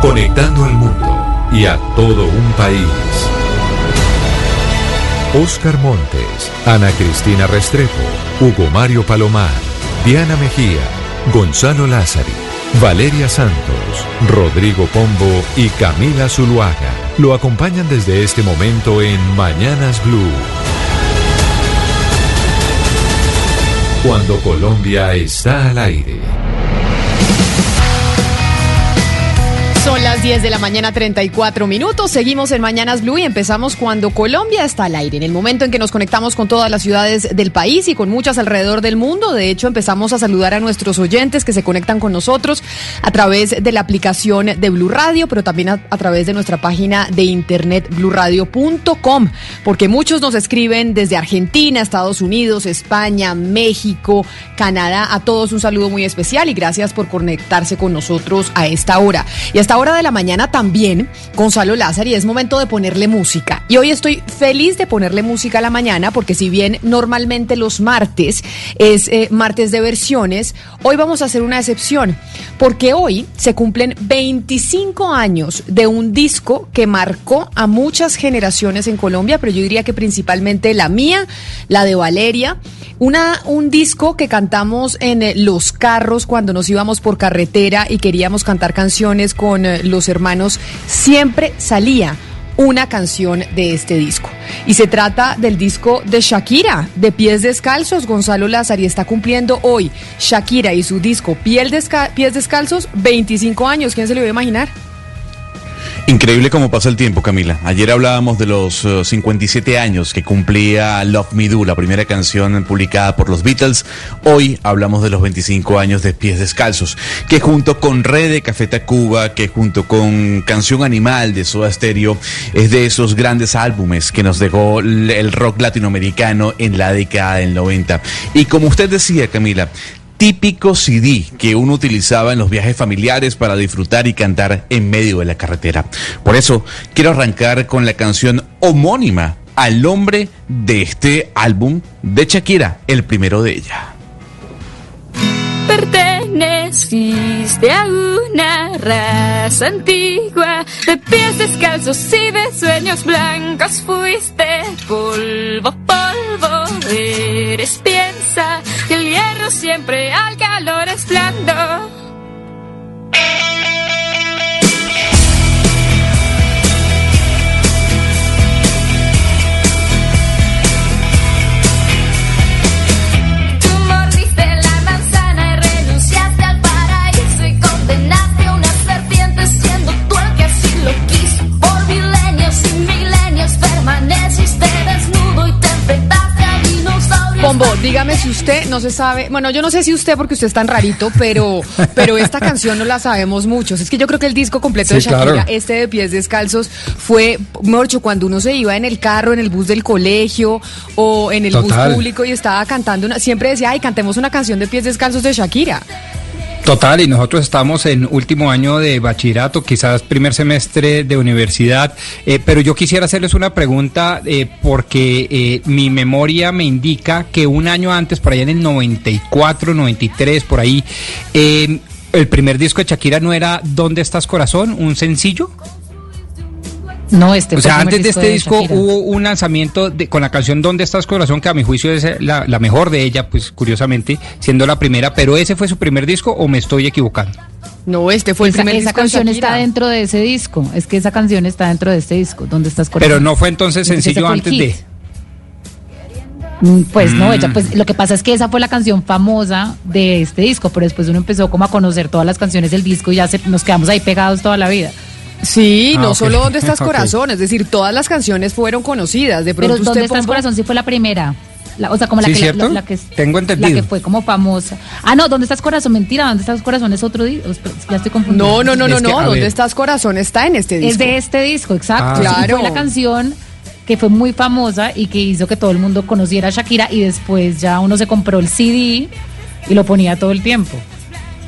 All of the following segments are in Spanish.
conectando al mundo y a todo un país. Oscar Montes, Ana Cristina Restrepo, Hugo Mario Palomar, Diana Mejía, Gonzalo Lázari, Valeria Santos, Rodrigo Pombo y Camila Zuluaga lo acompañan desde este momento en Mañanas Blue. Cuando Colombia está al aire. Son las 10 de la mañana, 34 minutos. Seguimos en Mañanas Blue y empezamos cuando Colombia está al aire. En el momento en que nos conectamos con todas las ciudades del país y con muchas alrededor del mundo. De hecho, empezamos a saludar a nuestros oyentes que se conectan con nosotros a través de la aplicación de Blue Radio, pero también a través de nuestra página de internet bluradio.com, porque muchos nos escriben desde Argentina, Estados Unidos, España, México, Canadá. A todos un saludo muy especial y gracias por conectarse con nosotros a esta hora. Y a esta hora de la mañana también, Gonzalo Lázari, es momento de ponerle música. Y hoy estoy feliz de ponerle música a la mañana, porque si bien normalmente los martes es martes de versiones, hoy vamos a hacer una excepción, porque hoy se cumplen 25 años de un disco que marcó a muchas generaciones en Colombia, pero yo diría que principalmente la mía, la de Valeria. Un disco que cantamos en los carros cuando nos íbamos por carretera y queríamos cantar canciones con los hermanos. Siempre salía una canción de este disco. Y se trata del disco de Shakira, de Pies Descalzos. Gonzalo Lázari, está cumpliendo hoy Shakira y su disco Pies Descalzos 25 años. ¿Quién se lo iba a imaginar? Increíble cómo pasa el tiempo, Camila. Ayer hablábamos de los 57 años que cumplía Love Me Do, la primera canción publicada por los Beatles. Hoy hablamos de los 25 años de Pies Descalzos, que junto con Red de Café Tacuba, que junto con Canción Animal de Soda Stereo, es de esos grandes álbumes que nos dejó el rock latinoamericano en la década del 90. Y como usted decía, Camila, típico CD que uno utilizaba en los viajes familiares para disfrutar y cantar en medio de la carretera. Por eso quiero arrancar con la canción homónima al nombre de este álbum de Shakira, el primero de ella. Perteneciste a una raza antigua, de pies descalzos y de sueños blancos. Fuiste polvo, polvo, eres piensa, y el hierro siempre al calor es blando. Pombo, dígame si usted no se sabe, bueno, yo no sé si usted, porque usted es tan rarito, pero esta canción no la sabemos muchos. Es que yo creo que el disco completo de Shakira, claro, este de Pies Descalzos, fue, mejor dicho, cuando uno se iba en el carro, en el bus del colegio o en el bus público y estaba cantando, siempre decía, ay, cantemos una canción de Pies Descalzos de Shakira. Total, y nosotros estamos en último año de bachillerato, quizás primer semestre de universidad, pero yo quisiera hacerles una pregunta porque mi memoria me indica que un año antes, por allá en el 94, 93, por ahí, el primer disco de Shakira no era ¿Dónde estás, corazón?, un sencillo. No, o sea, antes de este disco hubo un lanzamiento con la canción ¿Dónde estás, corazón?, que a mi juicio es la mejor de ella, pues curiosamente, siendo la primera, pero ¿ese fue su primer disco o me estoy equivocando? No, este fue el primer disco. Esa canción está dentro de ese disco, es que esa canción está dentro de este disco, ¿Dónde estás, corazón? Pero no fue entonces sencillo antes de... Pues no, ella, pues lo que pasa es que esa fue la canción famosa de este disco, pero después uno empezó como a conocer todas las canciones del disco y ya nos quedamos ahí pegados toda la vida. Sí, no solo ¿Dónde estás, corazón? Es decir, todas las canciones fueron conocidas. De pronto pero ¿Dónde estás, corazón? Sí fue la primera. O sea, como la, ¿sí, que, la que tengo entendido. La que fue como famosa. Ah, no, ¿Dónde estás, corazón? Mentira, ¿Dónde estás, corazón? Es otro disco. Ya estoy confundiendo. No, ¿Dónde estás, corazón? Está en este disco. Es de este disco, exacto. Claro. Fue la canción que fue muy famosa y que hizo que todo el mundo conociera a Shakira, y después ya uno se compró el CD y lo ponía todo el tiempo.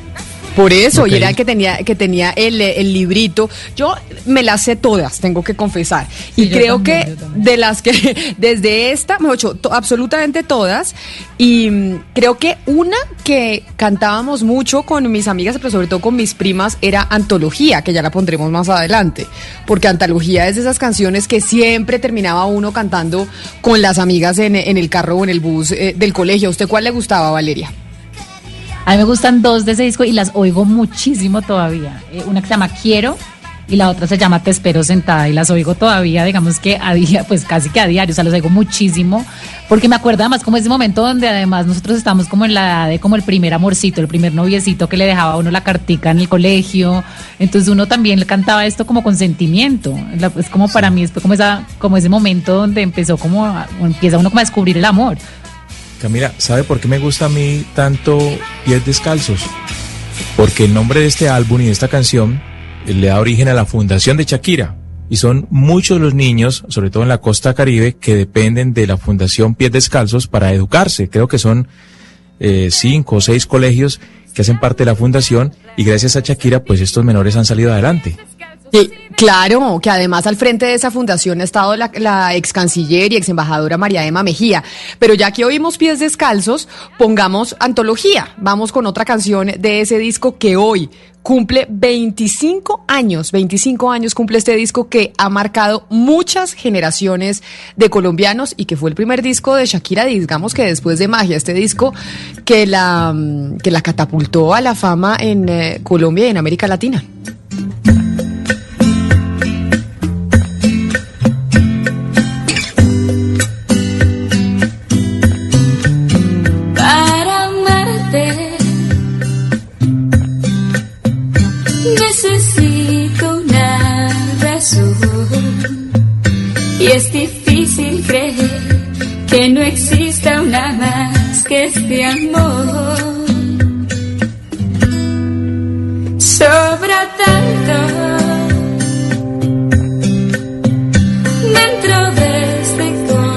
Por eso, Okay. y era el que tenía el librito. Yo me las sé todas, tengo que confesar. Sí, Y yo creo también, que yo también. de las que, desde esta, mejor dicho, absolutamente todas. Y creo que una que cantábamos mucho con mis amigas, pero sobre todo con mis primas, era Antología, que ya la pondremos más adelante. Porque Antología es de esas canciones que siempre terminaba uno cantando con las amigas en el carro o en el bus del colegio. ¿A usted cuál le gustaba, Valeria? A mí me gustan dos de ese disco y las oigo muchísimo todavía. Una que se llama Quiero y la otra se llama Te espero sentada y las oigo todavía, digamos que a día, pues casi que a diario, o sea, los oigo muchísimo porque me acuerdo además como ese momento donde además nosotros estamos como en la edad de como el primer amorcito, el primer noviecito que le dejaba a uno la cartica en el colegio, entonces uno también le cantaba esto como con sentimiento, es como para mí es como ese momento donde empezó empieza uno como a descubrir el amor. Camila, ¿sabe por qué me gusta a mí tanto Pies Descalzos? Porque el nombre de este álbum y de esta canción le da origen a la fundación de Shakira. Y son muchos los niños, sobre todo en la costa caribe, que dependen de la fundación Pies Descalzos para educarse. Creo que son 5 o 6 colegios que hacen parte de la fundación y gracias a Shakira, pues estos menores han salido adelante. Sí, claro, que además al frente de esa fundación ha estado la ex canciller y ex embajadora María Emma Mejía. Pero ya que oímos Pies Descalzos, pongamos Antología. Vamos con otra canción de ese disco que hoy cumple 25 años. 25 años cumple este disco que ha marcado muchas generaciones de colombianos y que fue el primer disco de Shakira, digamos que después de Magia, este disco que la catapultó a la fama en Colombia y en América Latina. Para amarte necesito una razón y es difícil creer que no exista una más que este amor. Sobra tanto dentro de este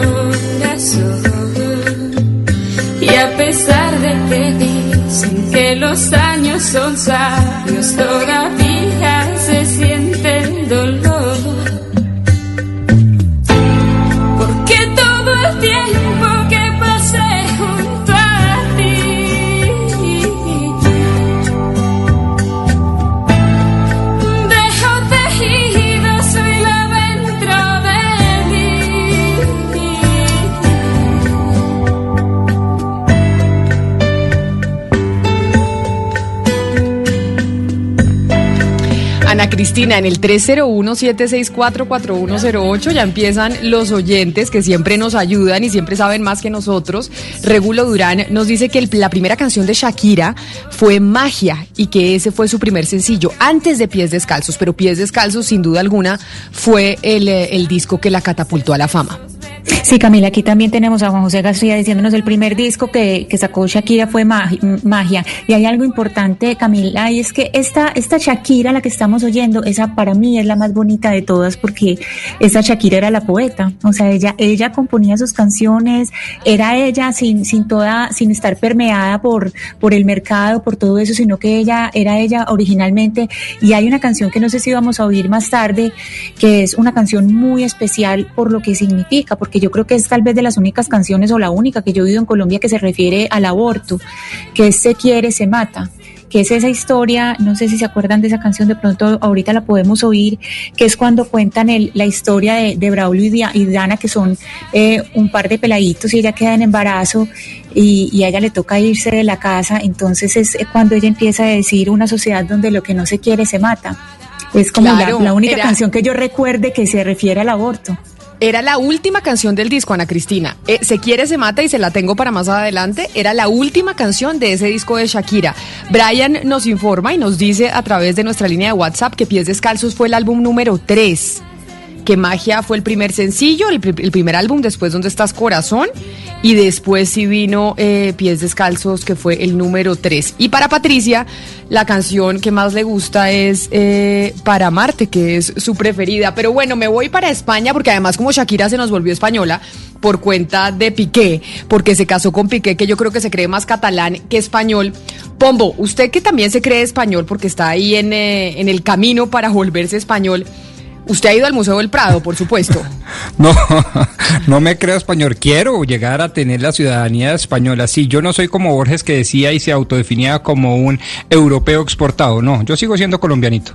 corazón y a pesar de que dicen que los años son sabios, todavía se siente el dolor, porque todo el tiempo que pasé junto a ti dejó tejidos su hilo dentro de mí. Ana Cristina, en el 301-764-4108 ya empiezan los oyentes que siempre nos ayudan y siempre saben más que nosotros. Regulo Durán nos dice que la primera canción de Shakira fue Magia y que ese fue su primer sencillo antes de Pies Descalzos, pero Pies Descalzos sin duda alguna fue el disco que la catapultó a la fama. Sí, Camila, aquí también tenemos a Juan José García diciéndonos el primer disco que sacó Shakira fue Magia. Y hay algo importante, Camila, y es que esta Shakira, la que estamos oyendo, esa para mí es la más bonita de todas porque esa Shakira era la poeta. O sea, ella componía sus canciones, era ella sin estar permeada por el mercado, por todo eso, sino que era ella originalmente. Y hay una canción que no sé si vamos a oír más tarde, que es una canción muy especial por lo que significa, porque yo creo que es tal vez de las únicas canciones o la única que yo he oído en Colombia que se refiere al aborto, que es Se quiere, se mata, que es esa historia, no sé si se acuerdan de esa canción, de pronto ahorita la podemos oír, que es cuando cuentan la historia de Braulio y Diana, que son un par de peladitos y ella queda en embarazo y a ella le toca irse de la casa, entonces es cuando ella empieza a decir una sociedad donde lo que no se quiere se mata. Es como claro, la única canción que yo recuerde que se refiere al aborto. Era la última canción del disco, Ana Cristina. Se quiere, se mata y se la tengo para más adelante. Era la última canción de ese disco de Shakira. Brian nos informa y nos dice a través de nuestra línea de WhatsApp que Pies Descalzos fue el álbum número 3. que Magia fue el primer sencillo, el primer álbum, después ¿Dónde estás, corazón? Y después sí vino Pies Descalzos, que fue el número 3. Y para Patricia, la canción que más le gusta es Para Amarte, que es su preferida. Pero bueno, me voy para España, porque además como Shakira se nos volvió española por cuenta de Piqué, porque se casó con Piqué, que yo creo que se cree más catalán que español. Pombo, usted que también se cree español porque está ahí en el camino para volverse español, usted ha ido al Museo del Prado, por supuesto. No me creo español, quiero llegar a tener la ciudadanía española. Sí, yo no soy como Borges, que decía y se autodefinía como un europeo exportado, no, yo sigo siendo colombianito.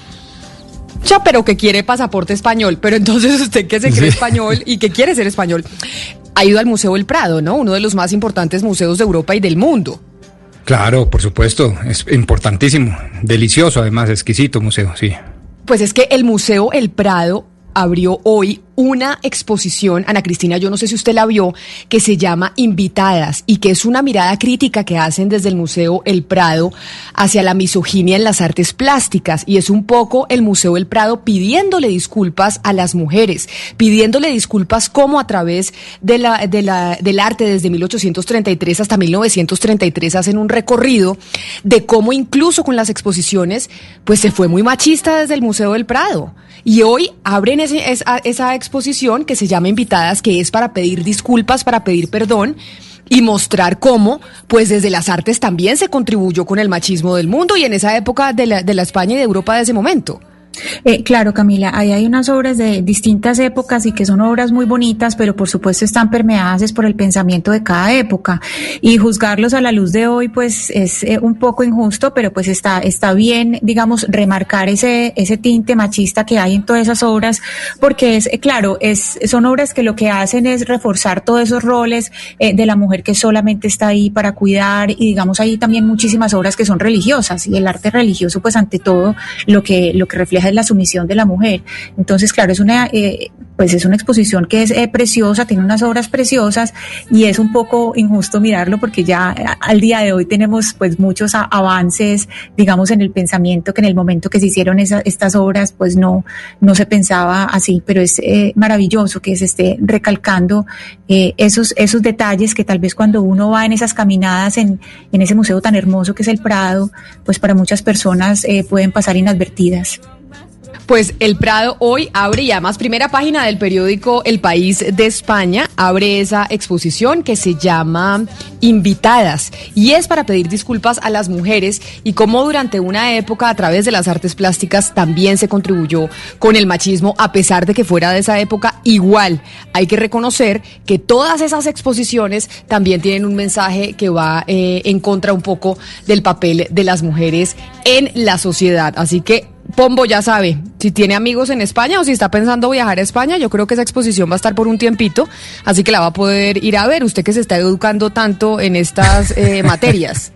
Ya, pero que quiere pasaporte español, pero entonces usted que se cree español y que quiere ser español, ha ido al Museo del Prado, ¿no? Uno de los más importantes museos de Europa y del mundo. Claro, por supuesto, es importantísimo, delicioso además, exquisito museo, sí. Pues es que el Museo El Prado abrió hoy una exposición, Ana Cristina, yo no sé si usted la vio, que se llama Invitadas, y que es una mirada crítica que hacen desde el Museo El Prado hacia la misoginia en las artes plásticas, y es un poco el Museo El Prado pidiéndole disculpas a las mujeres, pidiéndole disculpas como a través del arte desde 1833 hasta 1933 hacen un recorrido de cómo incluso con las exposiciones pues se fue muy machista desde el Museo El Prado, y hoy abren esa exposición que se llama Invitadas, que es para pedir disculpas, para pedir perdón y mostrar cómo, pues desde las artes también se contribuyó con el machismo del mundo y en esa época de la España y de Europa de ese momento. Claro, Camila, ahí hay unas obras de distintas épocas y que son obras muy bonitas, pero por supuesto están permeadas por el pensamiento de cada época, y juzgarlos a la luz de hoy pues es un poco injusto, pero pues está bien, digamos, remarcar ese tinte machista que hay en todas esas obras, porque son obras que lo que hacen es reforzar todos esos roles de la mujer que solamente está ahí para cuidar, y digamos hay también muchísimas obras que son religiosas, y el arte religioso pues ante todo lo que refleja es la sumisión de la mujer. Entonces, claro, es una exposición que es preciosa, tiene unas obras preciosas, y es un poco injusto mirarlo porque ya al día de hoy tenemos pues muchos avances, digamos, en el pensamiento, que en el momento que se hicieron estas obras pues no se pensaba así, pero es maravilloso que se esté recalcando esos detalles que tal vez cuando uno va en esas caminadas en ese museo tan hermoso que es el Prado, pues para muchas personas pueden pasar inadvertidas. Pues el Prado hoy abre, y además primera página del periódico El País de España, abre esa exposición que se llama Invitadas, y es para pedir disculpas a las mujeres y cómo durante una época a través de las artes plásticas también se contribuyó con el machismo, a pesar de que fuera de esa época. Igual hay que reconocer que todas esas exposiciones también tienen un mensaje que va en contra un poco del papel de las mujeres en la sociedad. Así que Pombo ya sabe, si tiene amigos en España o si está pensando viajar a España, yo creo que esa exposición va a estar por un tiempito, así que la va a poder ir a ver, usted que se está educando tanto en estas materias.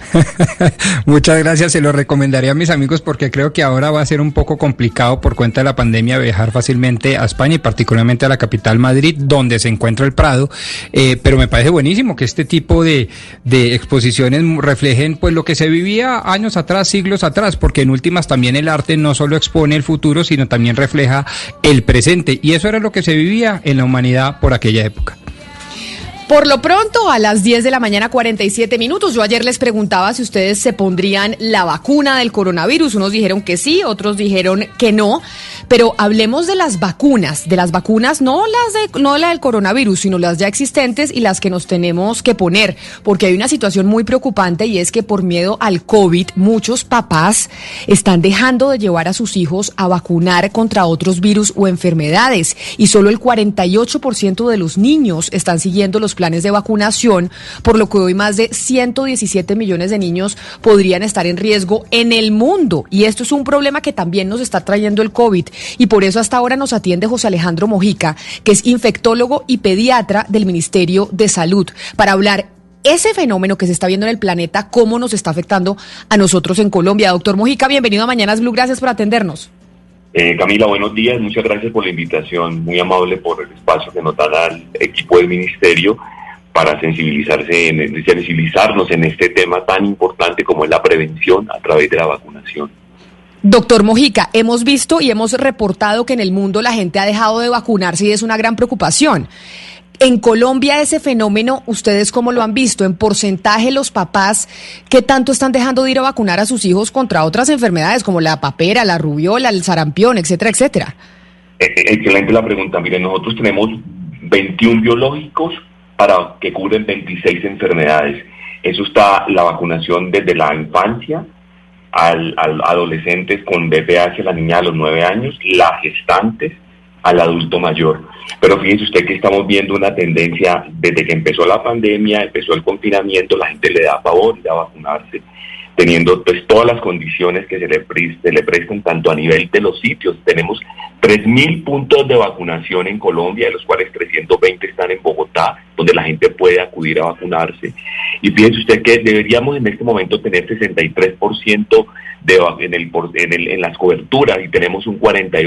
Muchas gracias, se lo recomendaría a mis amigos porque creo que ahora va a ser un poco complicado por cuenta de la pandemia viajar fácilmente a España y particularmente a la capital Madrid, donde se encuentra el Prado, pero me parece buenísimo que este tipo de exposiciones reflejen pues lo que se vivía años atrás, siglos atrás, porque en últimas también el arte no solo expone el futuro, sino también refleja el presente, y eso era lo que se vivía en la humanidad por aquella época. Por lo pronto, a las 10 de la mañana, 47 minutos. Yo ayer les preguntaba si ustedes se pondrían la vacuna del coronavirus. Unos dijeron que sí, otros dijeron que no. Pero hablemos de las vacunas, no la del coronavirus, sino las ya existentes y las que nos tenemos que poner. Porque hay una situación muy preocupante, y es que por miedo al COVID, muchos papás están dejando de llevar a sus hijos a vacunar contra otros virus o enfermedades. Y solo el 48% de los niños están siguiendo los planes de vacunación, por lo que hoy más de 117 millones de niños podrían estar en riesgo en el mundo. Y esto es un problema que también nos está trayendo el COVID. Y por eso hasta ahora nos atiende José Alejandro Mojica, que es infectólogo y pediatra del Ministerio de Salud, para hablar ese fenómeno que se está viendo en el planeta, cómo nos está afectando a nosotros en Colombia. Doctor Mojica, bienvenido a Mañanas Blue, gracias por atendernos. Camila, buenos días, muchas gracias por la invitación, muy amable por el espacio que nos dan al equipo del Ministerio para sensibilizarnos en este tema tan importante como es la prevención a través de la vacunación. Doctor Mojica, hemos visto y hemos reportado que en el mundo la gente ha dejado de vacunarse y es una gran preocupación. En Colombia ese fenómeno, ¿ustedes cómo lo han visto? En porcentaje, los papás, ¿qué tanto están dejando de ir a vacunar a sus hijos contra otras enfermedades como la papera, la rubiola, el sarampión, etcétera, etcétera? Excelente la pregunta. Miren, nosotros tenemos 21 biológicos para que cubren 26 enfermedades. Eso está la vacunación desde la infancia al adolescentes con VPH, la niña a los 9 años, las gestantes, al adulto mayor. Pero fíjese usted que estamos viendo una tendencia desde que empezó la pandemia, empezó el confinamiento, la gente le da pavor ir a vacunarse, teniendo pues todas las condiciones que se le prestan tanto a nivel de los sitios. Tenemos 3.000 puntos de vacunación en Colombia, de los cuales 320 están en Bogotá, donde la gente puede acudir a vacunarse. Y fíjese usted que deberíamos en este momento tener 63% en las coberturas, y tenemos un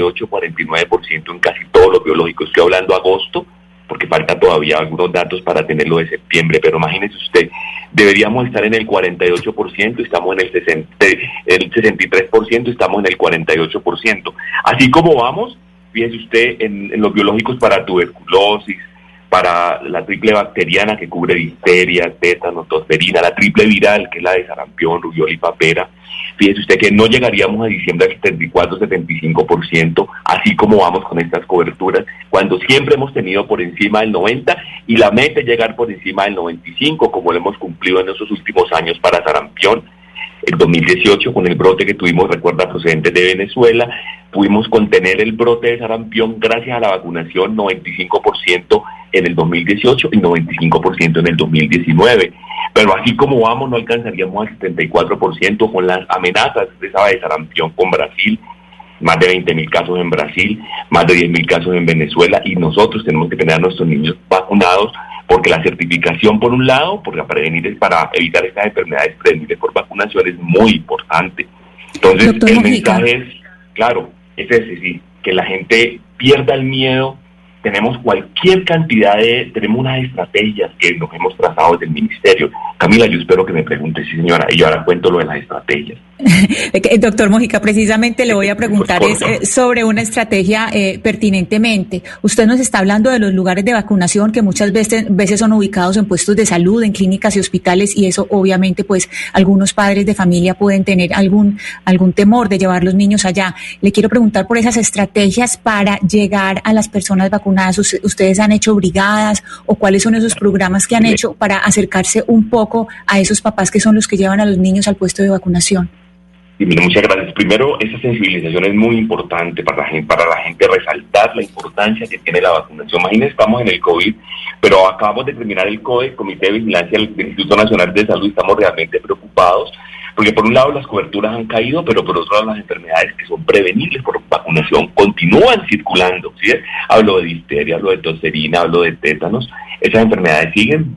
48-49% en casi todos los biológicos. Estoy hablando agosto, porque falta todavía algunos datos para tenerlo de septiembre, pero imagínese usted, deberíamos estar en el 48%, estamos en el 63%, estamos en el 48%. Así como vamos, fíjese usted, en los biológicos para tuberculosis, para la triple bacteriana que cubre difteria, tétanos, tosferina, la triple viral que es la de sarampión, rubiola y papera. Fíjese usted que no llegaríamos a diciembre al 74-75%, así como vamos con estas coberturas, cuando siempre hemos tenido por encima del 90%, y la meta es llegar por encima del 95%, como lo hemos cumplido en esos últimos años para sarampión. El 2018, con el brote que tuvimos, recuerda, procedente de Venezuela, pudimos contener el brote de sarampión gracias a la vacunación, 95% en el 2018 y 95% en el 2019. Pero así como vamos, no alcanzaríamos al 74% con las amenazas de sarampión con Brasil, más de 20.000 casos en Brasil, más de 10.000 casos en Venezuela, y nosotros tenemos que tener a nuestros niños vacunados, porque la certificación, por un lado, para evitar estas enfermedades prevenibles por vacunación, es muy importante. Entonces, Doctor el Mojica. mensaje es, claro, es ese, sí, que la gente pierda el miedo. Tenemos tenemos unas estrategias que nos hemos trazado desde el ministerio. Camila, yo espero que me pregunte, sí señora, y yo ahora cuento lo de las estrategias. Doctor Mojica, precisamente le voy a preguntar sobre una estrategia pertinentemente. Usted nos está hablando de los lugares de vacunación que muchas veces son ubicados en puestos de salud, en clínicas y hospitales, y eso obviamente pues algunos padres de familia pueden tener algún temor de llevar los niños allá. Le quiero preguntar por esas estrategias para llegar a las personas vacunadas. ¿Ustedes han hecho brigadas o cuáles son esos programas que han hecho para acercarse un poco a esos papás que son los que llevan a los niños al puesto de vacunación? Sí, mire, muchas gracias. Primero, esa sensibilización es muy importante para la gente resaltar la importancia que tiene la vacunación. Imagínense, estamos en el COVID, pero acabamos de terminar el COE, Comité de Vigilancia del Instituto Nacional de Salud, y estamos realmente preocupados, porque por un lado las coberturas han caído, pero por otro lado las enfermedades que son prevenibles por vacunación continúan circulando, ¿sí? Hablo de difteria, hablo de tosferina, hablo de tétanos. Esas enfermedades siguen,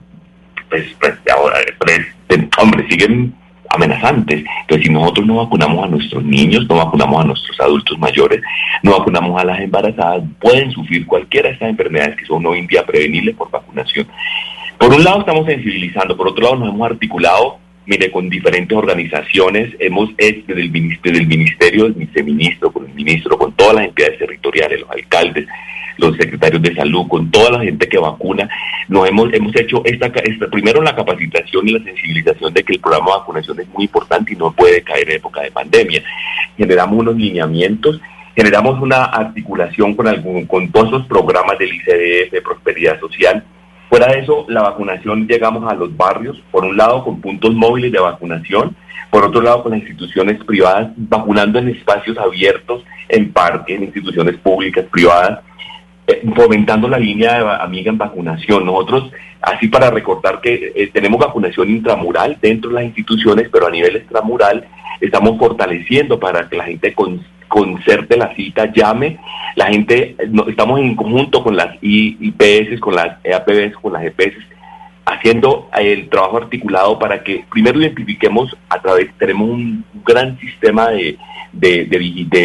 siguen amenazantes. Entonces, si nosotros no vacunamos a nuestros niños, no vacunamos a nuestros adultos mayores, no vacunamos a las embarazadas, pueden sufrir cualquiera de estas enfermedades que son hoy en día prevenibles por vacunación. Por un lado estamos sensibilizando, por otro lado nos hemos articulado, mire, con diferentes organizaciones, desde el ministerio, el viceministro, con el ministro, con todas las entidades territoriales, los alcaldes, los secretarios de salud, con toda la gente que vacuna, hemos hecho primero la capacitación y la sensibilización de que el programa de vacunación es muy importante y no puede caer en época de pandemia. Generamos unos lineamientos, generamos una articulación con todos esos programas del ICDF, de Prosperidad Social. Fuera de eso, la vacunación, llegamos a los barrios, por un lado con puntos móviles de vacunación, por otro lado con las instituciones privadas, vacunando en espacios abiertos, en parques, en instituciones públicas, privadas, fomentando la línea de amiga en vacunación. Nosotros, así para recordar que tenemos vacunación intramural dentro de las instituciones, pero a nivel extramural estamos fortaleciendo para que la gente concerte la cita, llame, la gente, estamos en conjunto con las IPS, con las EAPBs, con las EPS, haciendo el trabajo articulado para que primero identifiquemos tenemos un gran sistema de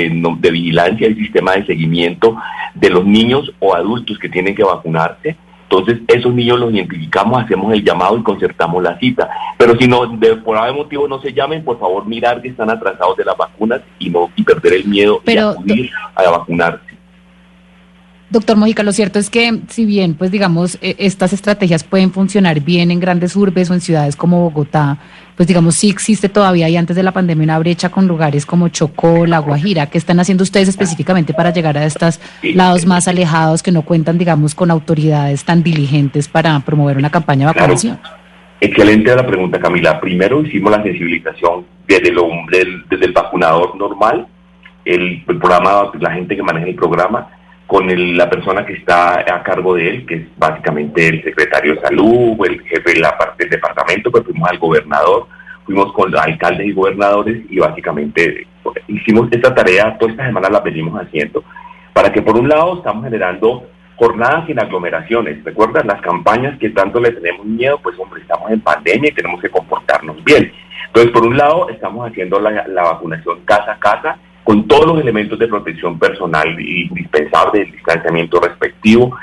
vigilancia y sistema de seguimiento de los niños o adultos que tienen que vacunarse. Entonces, esos niños los identificamos, hacemos el llamado y concertamos la cita. Pero si no, por algún motivo no se llamen, por favor mirar que están atrasados de las vacunas y perder el miedo y acudir a vacunarse. Doctor Mojica, lo cierto es que si bien, pues digamos, estas estrategias pueden funcionar bien en grandes urbes o en ciudades como Bogotá, pues digamos, sí existe todavía y antes de la pandemia una brecha con lugares como Chocó, La Guajira. ¿Qué están haciendo ustedes específicamente para llegar a estos lados más alejados que no cuentan, digamos, con autoridades tan diligentes para promover una campaña de vacunación? Claro. Excelente la pregunta, Camila. Primero hicimos la sensibilización desde el vacunador normal, el programa, la gente que maneja el programa, con la persona que está a cargo de él, que es básicamente el secretario de salud o el jefe de la parte del departamento, pues fuimos al gobernador, fuimos con alcaldes y gobernadores y básicamente hicimos esta tarea, toda esta semana la venimos haciendo, para que por un lado estamos generando jornadas sin aglomeraciones. ¿Recuerdan las campañas que tanto le tenemos miedo? Pues hombre, estamos en pandemia y tenemos que comportarnos bien. Entonces, por un lado, estamos haciendo la vacunación casa a casa, con todos los elementos de protección personal indispensable, el distanciamiento respectivo.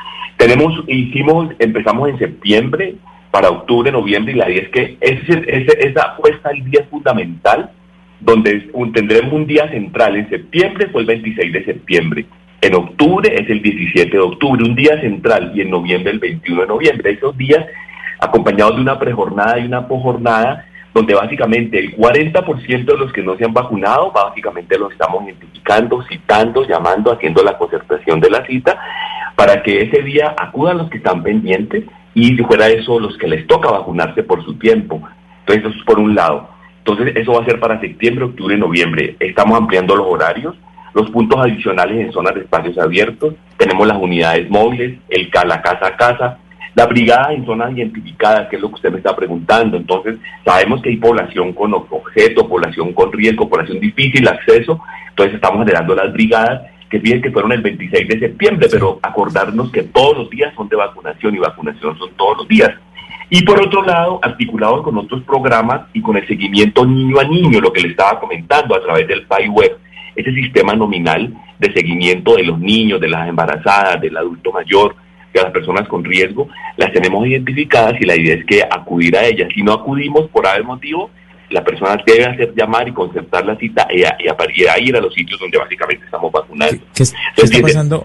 Empezamos en septiembre, para octubre, noviembre, y la idea es que esa puesta al día es fundamental, donde tendremos un día central. En septiembre fue el 26 de septiembre, en octubre es el 17 de octubre, un día central, y en noviembre el 21 de noviembre. Esos días acompañados de una prejornada y una posjornada, donde básicamente el 40% de los que no se han vacunado, básicamente los estamos identificando, citando, llamando, haciendo la concertación de la cita, para que ese día acudan los que están pendientes y si fuera eso, los que les toca vacunarse por su tiempo. Entonces, eso es por un lado. Entonces, eso va a ser para septiembre, octubre y noviembre. Estamos ampliando los horarios, los puntos adicionales en zonas de espacios abiertos, tenemos las unidades móviles, la casa a casa, la brigada en zonas identificadas, que es lo que usted me está preguntando. Entonces, sabemos que hay población con objeto, población con riesgo, población difícil acceso, entonces estamos generando las brigadas, que fíjense que fueron el 26 de septiembre, pero acordarnos que todos los días son de vacunación y vacunación son todos los días. Y por otro lado, articulados con otros programas y con el seguimiento niño a niño, lo que le estaba comentando a través del PAI Web, ese sistema nominal de seguimiento de los niños, de las embarazadas, del adulto mayor, de las personas con riesgo, las tenemos identificadas y la idea es que acudir a ellas. Si no acudimos por algún motivo, la persona debe hacer llamar y concertar la cita y a ir a los sitios donde básicamente estamos vacunando. ¿Qué está pasando?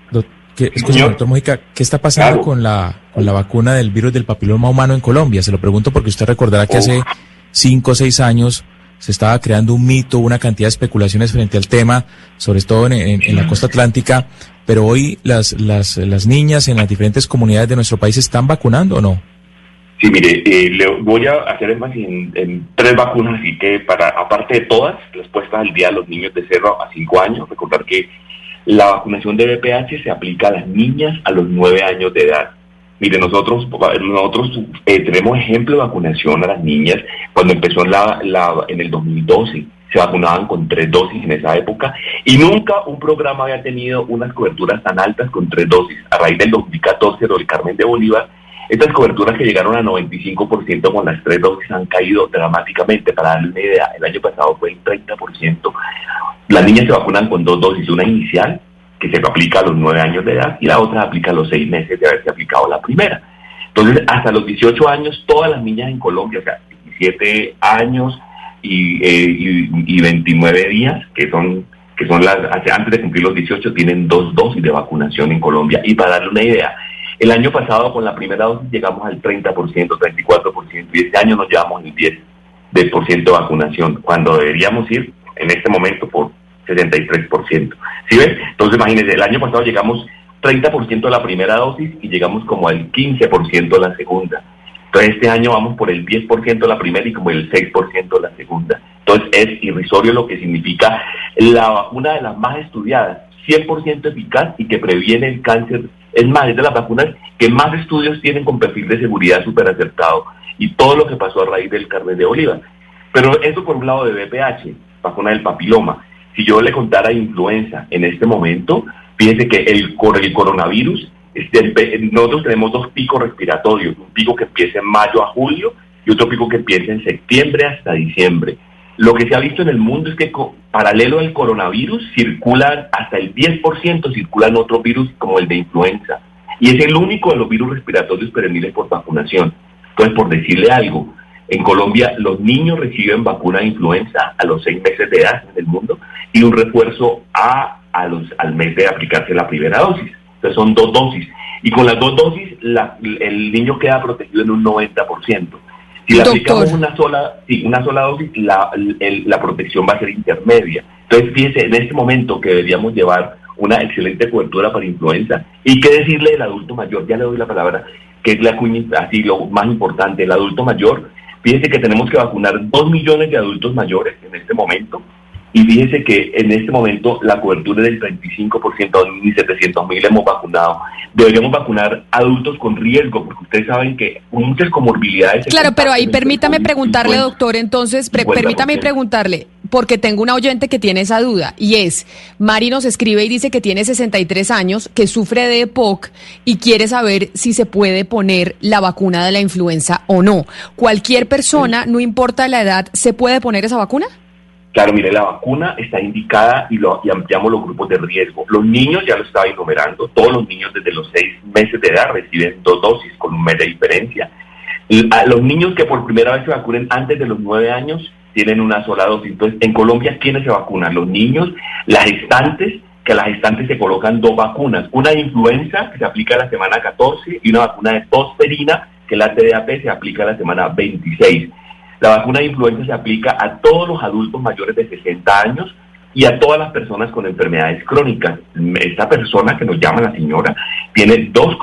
Doctor Mojica, ¿qué está pasando con la vacuna del virus del papiloma humano en Colombia? Se lo pregunto porque usted recordará que hace 5 o 6 años se estaba creando un mito, una cantidad de especulaciones frente al tema, sobre todo en la costa atlántica, pero hoy las niñas en las diferentes comunidades de nuestro país ¿están vacunando o no? Sí, mire, le voy a hacer énfasis en 3 vacunas, así que aparte de todas las puestas al día a los niños de 0 a 5 años, recordar que la vacunación de VPH se aplica a las niñas a los 9 años de edad. Mire, nosotros tenemos ejemplo de vacunación a las niñas cuando empezó en el 2012. Se vacunaban con 3 dosis en esa época y nunca un programa había tenido unas coberturas tan altas con 3 dosis. A raíz del 2014, del Carmen de Bolívar, estas coberturas que llegaron a 95% con las 3 dosis han caído dramáticamente. Para darle una idea, el año pasado fue el 30%. Las niñas se vacunan con 2 dosis, una inicial que se aplica a los 9 años de edad y la otra se aplica a los 6 meses de haberse aplicado la primera. Entonces, hasta los 18 años, todas las niñas en Colombia, o sea, 17 años y 29 días, que son antes de cumplir los 18, tienen 2 dosis de vacunación en Colombia. Y para darle una idea, el año pasado con la primera dosis llegamos al 30%, 34%, y este año nos llevamos el 10% de vacunación, cuando deberíamos ir en este momento por 63%. ¿Sí ven? Entonces imagínense, el año pasado llegamos 30% de la primera dosis y llegamos como al 15% de la segunda. Entonces este año vamos por el 10% de la primera y como el 6% de la segunda. Entonces es irrisorio lo que significa la vacuna de las más estudiadas, 100% eficaz y que previene el cáncer. Es más, es de las vacunas que más estudios tienen con perfil de seguridad súper acertado. Y todo lo que pasó a raíz del Carmen de Bolívar. Pero eso por un lado de VPH, vacuna del papiloma. Si yo le contara influenza en este momento, fíjense que el coronavirus, nosotros tenemos 2 picos respiratorios, un pico que empieza en mayo a julio y otro pico que empieza en septiembre hasta diciembre. Lo que se ha visto en el mundo es que paralelo al coronavirus circulan hasta el 10%, circulan otros virus como el de influenza. y es el único de los virus respiratorios prevenibles por vacunación. Entonces, por decirle algo, en Colombia los niños reciben vacuna de influenza a los 6 meses de edad en el mundo y un refuerzo al mes de aplicarse la primera dosis. Entonces son 2 dosis. Y con las 2 dosis el niño queda protegido en un 90%. Si le aplicamos una sola dosis, la protección va a ser intermedia. Entonces, fíjese, en este momento que deberíamos llevar una excelente cobertura para influenza, y qué decirle del adulto mayor, ya le doy la palabra, que es así lo más importante, el adulto mayor. Fíjese que tenemos que vacunar 2 millones de adultos mayores en este momento, y fíjese que en este momento la cobertura es del 35%, ni 700,000 hemos vacunado. Deberíamos vacunar adultos con riesgo, porque ustedes saben que muchas comorbilidades... Claro, pero ahí permítame preguntarle, doctor, entonces, permítame preguntarle, porque tengo una oyente que tiene esa duda, y es, Mari nos escribe y dice que tiene 63 años, que sufre de EPOC, y quiere saber si se puede poner la vacuna de la influenza o no. ¿Cualquier persona, no importa la edad, se puede poner esa vacuna? Claro, mire, la vacuna está indicada y ampliamos los grupos de riesgo. Los niños, ya lo estaba enumerando, todos los niños desde los 6 meses de edad reciben 2 dosis con un mes de diferencia. Los niños que por primera vez se vacunen antes de los 9 años tienen una sola dosis. Entonces, en Colombia, ¿quiénes se vacunan? Los niños, las gestantes, que a las gestantes se colocan 2 vacunas. Una de influenza, que se aplica a la semana 14, y una vacuna de tosferina, que es la TDAP, se aplica a la semana 26. La vacuna de influenza se aplica a todos los adultos mayores de 60 años y a todas las personas con enfermedades crónicas. Esta persona que nos llama la señora tiene dos,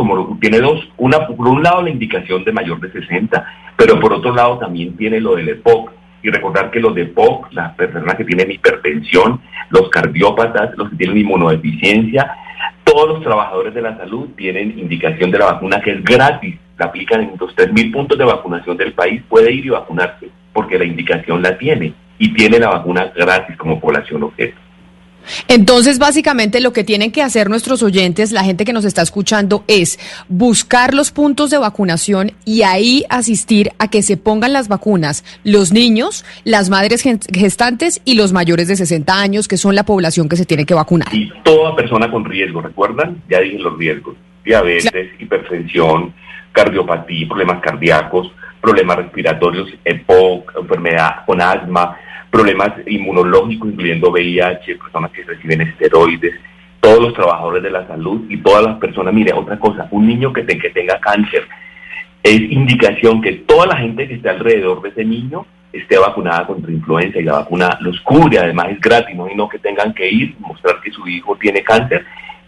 una por un lado la indicación de mayor de 60, pero por otro lado también tiene lo del EPOC. Y recordar que los de EPOC, las personas que tienen hipertensión, los cardiópatas, los que tienen inmunodeficiencia, todos los trabajadores de la salud tienen indicación de la vacuna, que es gratis. La aplican en los 3.000 puntos de vacunación del país, puede ir y vacunarse porque la indicación la tiene y tiene la vacuna gratis como población objeto. Entonces, básicamente lo que tienen que hacer nuestros oyentes, la gente que nos está escuchando, es buscar los puntos de vacunación y ahí asistir a que se pongan las vacunas los niños, las madres gestantes y los mayores de 60 años, que son la población que se tiene que vacunar. Y toda persona con riesgo, ¿recuerdan? Ya dije los riesgos: diabetes, hipertensión, cardiopatía, problemas cardíacos, problemas respiratorios, EPOC, enfermedad con asma, problemas inmunológicos, incluyendo VIH, personas que reciben esteroides, todos los trabajadores de la salud y todas las personas. Mire, otra cosa, un niño que tenga cáncer, es indicación que toda la gente que esté alrededor de ese niño esté vacunada contra influenza, y la vacuna los cubre, además es gratis, no que tengan que ir, mostrar que su hijo tiene cáncer,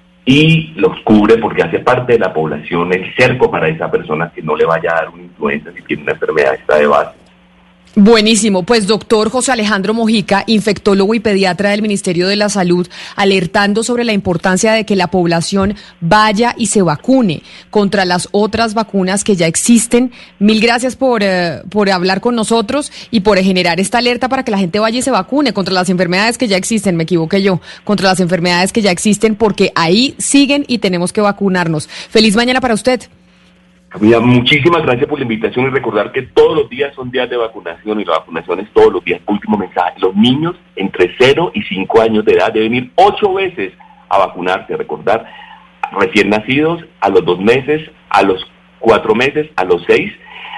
y los cubre porque hace parte de la población, el cerco para esa persona que no le vaya a dar una influenza si tiene una enfermedad esta de base. Buenísimo, pues doctor José Alejandro Mojica, infectólogo y pediatra del Ministerio de la Salud, alertando sobre la importancia de que la población vaya y se vacune contra las otras vacunas que ya existen. Mil gracias por hablar con nosotros y por generar esta alerta para que la gente vaya y se vacune contra las enfermedades que ya existen, me equivoqué yo, contra las enfermedades que ya existen, porque ahí siguen y tenemos que vacunarnos. Feliz mañana para usted. Camila, muchísimas gracias por la invitación y recordar que todos los días son días de vacunación y la vacunación es todos los días. Último mensaje: los niños entre 0 y 5 años de edad deben ir 8 veces a vacunarse. Recordar, recién nacidos, a los 2 meses, a los 4 meses, a los 6,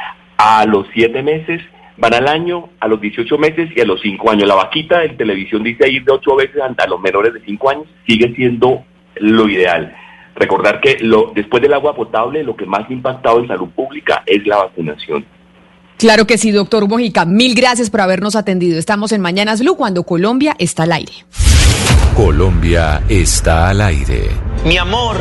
a los 7 meses, van al año, a los 18 meses y a los 5 años. La vaquita en televisión dice ir de 8 veces a los menores de 5 años, sigue siendo lo ideal. Recordar que después del agua potable, lo que más ha impactado en salud pública es la vacunación. Claro que sí, doctor Mojica. Mil gracias por habernos atendido. Estamos en Mañanas Blue cuando Colombia está al aire. Colombia está al aire. Mi amor,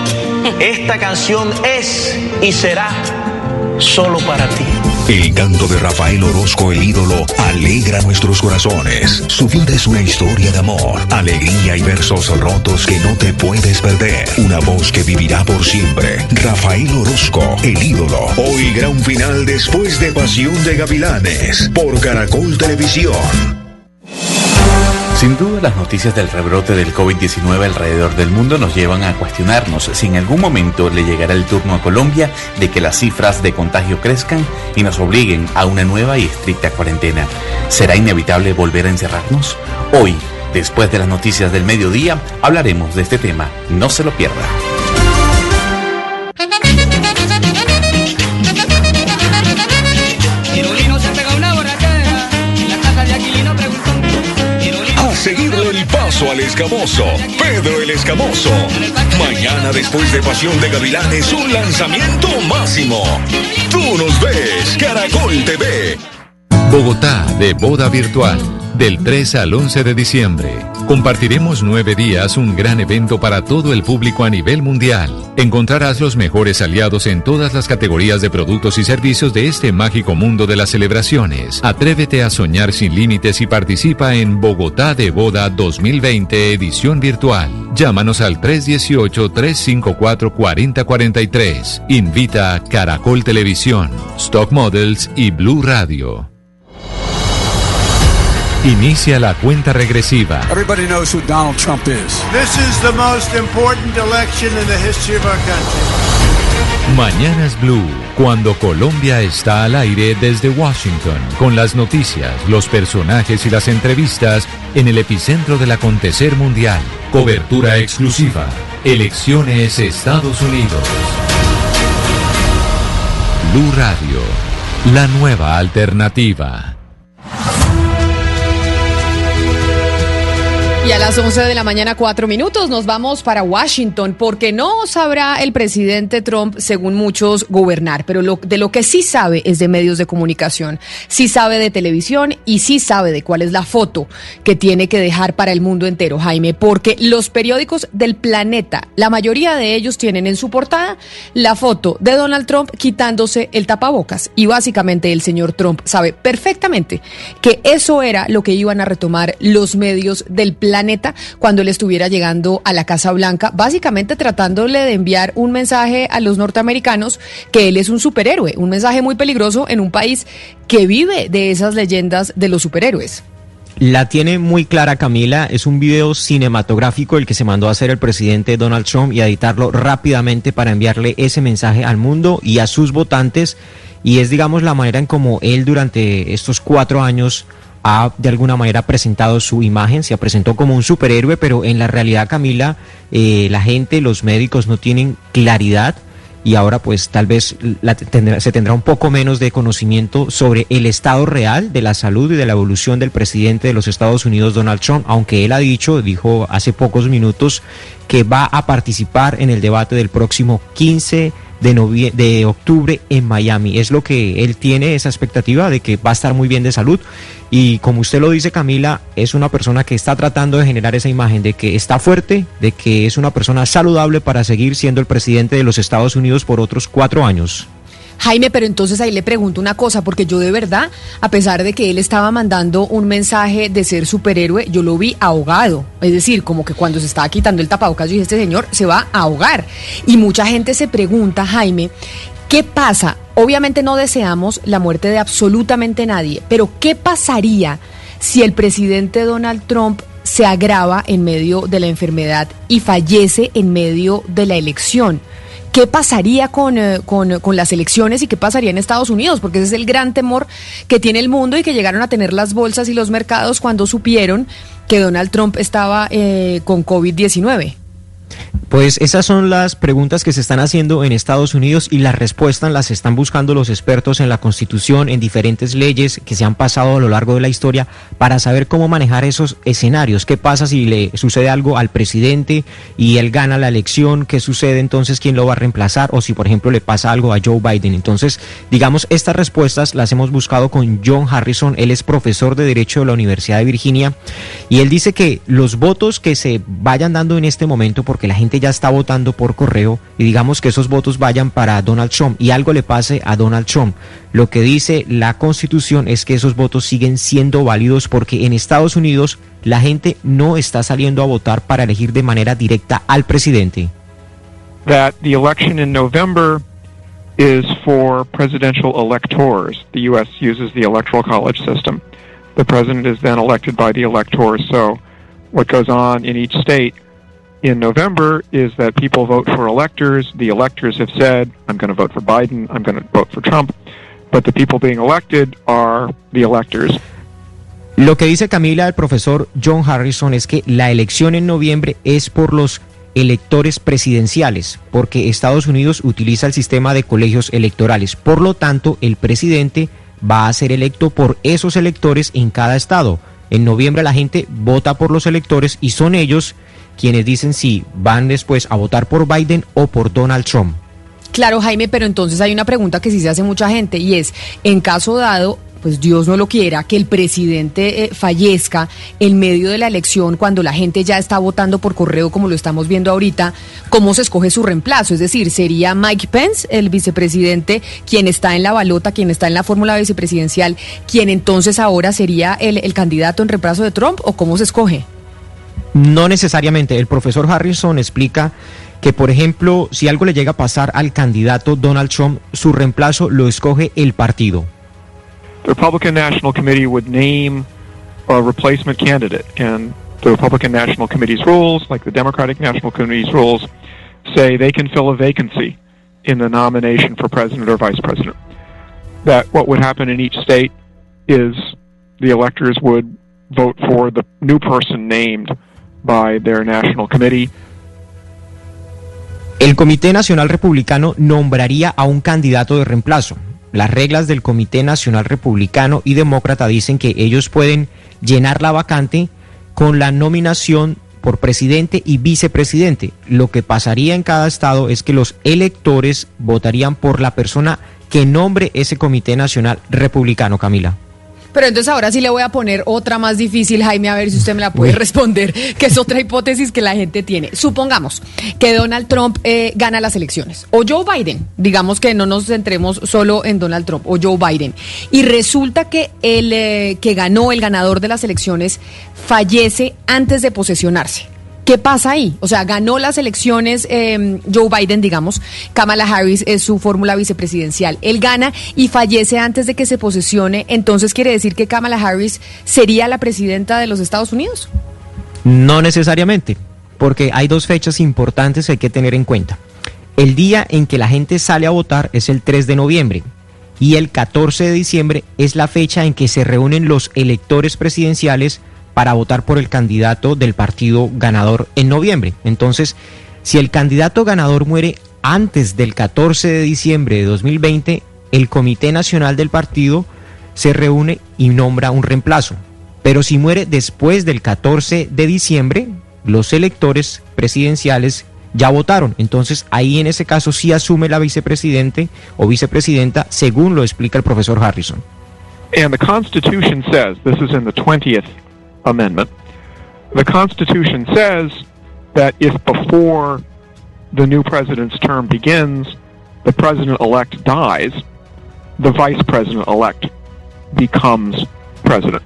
esta canción es y será solo para ti. El canto de Rafael Orozco, el ídolo, alegra nuestros corazones. Su vida es una historia de amor, alegría y versos rotos que no te puedes perder. Una voz que vivirá por siempre. Rafael Orozco, el ídolo. Hoy gran final después de Pasión de Gavilanes por Caracol Televisión. Sin duda, las noticias del rebrote del COVID-19 alrededor del mundo nos llevan a cuestionarnos si en algún momento le llegará el turno a Colombia de que las cifras de contagio crezcan y nos obliguen a una nueva y estricta cuarentena. ¿Será inevitable volver a encerrarnos? Hoy, después de las noticias del mediodía, hablaremos de este tema. No se lo pierda. Paso al Escamoso, Pedro el Escamoso. Mañana después de Pasión de Gavilanes, un lanzamiento máximo. Tú nos ves, Caracol TV. Bogotá de boda virtual. Del 3 al 11 de diciembre, compartiremos 9 días un gran evento para todo el público a nivel mundial. Encontrarás los mejores aliados en todas las categorías de productos y servicios de este mágico mundo de las celebraciones. Atrévete a soñar sin límites y participa en Bogotá de Boda 2020 edición virtual. Llámanos al 318-354-4043. Invita Caracol Televisión, Stock Models y Blue Radio. Inicia la cuenta regresiva. Everybody knows who Donald Trump is. This is the most important election in the history of our country. Mañanas Blue, cuando Colombia está al aire desde Washington, con las noticias, los personajes y las entrevistas en el epicentro del acontecer mundial. Cobertura exclusiva. Elecciones Estados Unidos. Blue Radio, la nueva alternativa. Y a las 11 de la mañana, 4 minutos, nos vamos para Washington, porque no sabrá el presidente Trump, según muchos, gobernar, pero de lo que sí sabe es de medios de comunicación, sí sabe de televisión y sí sabe de cuál es la foto que tiene que dejar para el mundo entero, Jaime, porque los periódicos del planeta, la mayoría de ellos tienen en su portada la foto de Donald Trump quitándose el tapabocas, y básicamente el señor Trump sabe perfectamente que eso era lo que iban a retomar los medios del planeta cuando él estuviera llegando a la Casa Blanca, básicamente tratándole de enviar un mensaje a los norteamericanos que él es un superhéroe, un mensaje muy peligroso en un país que vive de esas leyendas de los superhéroes. La tiene muy clara, Camila. Es un video cinematográfico el que se mandó a hacer el presidente Donald Trump y a editarlo rápidamente para enviarle ese mensaje al mundo y a sus votantes, y es, digamos, la manera en como él durante estos 4 años ha de alguna manera presentado su imagen. Se presentó como un superhéroe, pero en la realidad, Camila, la gente, los médicos no tienen claridad, y ahora pues tal vez se tendrá un poco menos de conocimiento sobre el estado real de la salud y de la evolución del presidente de los Estados Unidos, Donald Trump, aunque él dijo hace pocos minutos que va a participar en el debate del próximo 15 de octubre en Miami. Es lo que él tiene, esa expectativa de que va a estar muy bien de salud, y como usted lo dice, Camila, es una persona que está tratando de generar esa imagen de que está fuerte, de que es una persona saludable para seguir siendo el presidente de los Estados Unidos por otros 4 años. Jaime, pero entonces ahí le pregunto una cosa, porque yo de verdad, a pesar de que él estaba mandando un mensaje de ser superhéroe, yo lo vi ahogado. Es decir, como que cuando se estaba quitando el tapabocas, yo dije, este señor se va a ahogar. Y mucha gente se pregunta, Jaime, ¿qué pasa? Obviamente no deseamos la muerte de absolutamente nadie, pero ¿qué pasaría si el presidente Donald Trump se agrava en medio de la enfermedad y fallece en medio de la elección? ¿Qué pasaría con las elecciones y qué pasaría en Estados Unidos? Porque ese es el gran temor que tiene el mundo y que llegaron a tener las bolsas y los mercados cuando supieron que Donald Trump estaba con COVID-19. Pues esas son las preguntas que se están haciendo en Estados Unidos, y las respuestas las están buscando los expertos en la Constitución, en diferentes leyes que se han pasado a lo largo de la historia, para saber cómo manejar esos escenarios. ¿Qué pasa si le sucede algo al presidente y él gana la elección? ¿Qué sucede entonces? ¿Quién lo va a reemplazar? O si, por ejemplo, le pasa algo a Joe Biden. Entonces, digamos, estas respuestas las hemos buscado con John Harrison. Él es profesor de Derecho de la Universidad de Virginia, y él dice que los votos que se vayan dando en este momento, porque la gente ya está votando por correo, y digamos que esos votos vayan para Donald Trump y algo le pase a Donald Trump, lo que dice la Constitución es que esos votos siguen siendo válidos, porque en Estados Unidos la gente no está saliendo a votar para elegir de manera directa al presidente. That the election in November is for presidential electors. The U.S. uses the Electoral College system. The president is then elected by the electors. So what goes on in each state in November is that people vote for electors. The electors have said, I'm going to vote for Biden, I'm going to vote for Trump, but the people being elected are the electors. Lo que dice, Camila, el profesor John Harrison, es que la elección en noviembre es por los electores presidenciales, porque Estados Unidos utiliza el sistema de colegios electorales. Por lo tanto, el presidente va a ser electo por esos electores en cada estado. En noviembre la gente vota por los electores y son ellos quienes dicen si van después a votar por Biden o por Donald Trump. Claro, Jaime, pero entonces hay una pregunta que sí se hace mucha gente y es, en caso dado, pues Dios no lo quiera, que el presidente fallezca en medio de la elección cuando la gente ya está votando por correo como lo estamos viendo ahorita, ¿cómo se escoge su reemplazo? Es decir, ¿sería Mike Pence, el vicepresidente, quien está en la balota, quien está en la fórmula vicepresidencial, quien entonces ahora sería el candidato en reemplazo de Trump o cómo se escoge? No necesariamente. El profesor Harrison explica que, por ejemplo, si algo le llega a pasar al candidato Donald Trump, su reemplazo lo escoge el partido. The Republican National Committee would name a replacement candidate, and the Republican National Committee's rules, like the Democratic National Committee's rules, say they can fill a vacancy in the nomination for president or vice president. That what would happen in each state is the electors would vote for the new person named by their national committee. El Comité Nacional Republicano nombraría a un candidato de reemplazo. Las reglas del Comité Nacional Republicano y Demócrata dicen que ellos pueden llenar la vacante con la nominación por presidente y vicepresidente. Lo que pasaría en cada estado es que los electores votarían por la persona que nombre ese Comité Nacional Republicano, Camila. Pero entonces ahora sí le voy a poner otra más difícil, Jaime, a ver si usted me la puede responder, que es otra hipótesis que la gente tiene. Supongamos que Donald Trump gana las elecciones, o Joe Biden, digamos que no nos centremos solo en Donald Trump, o Joe Biden, y resulta que el que ganó, el ganador de las elecciones, fallece antes de posesionarse. ¿Qué pasa ahí? O sea, ganó las elecciones Joe Biden, digamos, Kamala Harris es su fórmula vicepresidencial. Él gana y fallece antes de que se posesione, entonces quiere decir que Kamala Harris sería la presidenta de los Estados Unidos. No necesariamente, porque hay dos fechas importantes que hay que tener en cuenta. El día en que la gente sale a votar es el 3 de noviembre y el 14 de diciembre es la fecha en que se reúnen los electores presidenciales para votar por el candidato del partido ganador en noviembre. Entonces, si el candidato ganador muere antes del 14 de diciembre de 2020, el Comité Nacional del partido se reúne y nombra un reemplazo. Pero si muere después del 14 de diciembre, los electores presidenciales ya votaron. Entonces, ahí en ese caso sí asume la vicepresidente o vicepresidenta, según lo explica el profesor Harrison. And the Constitution says, this is in the 20th Amendment, the Constitution says that if before the new president's term begins, the president-elect dies, the vice president-elect becomes president.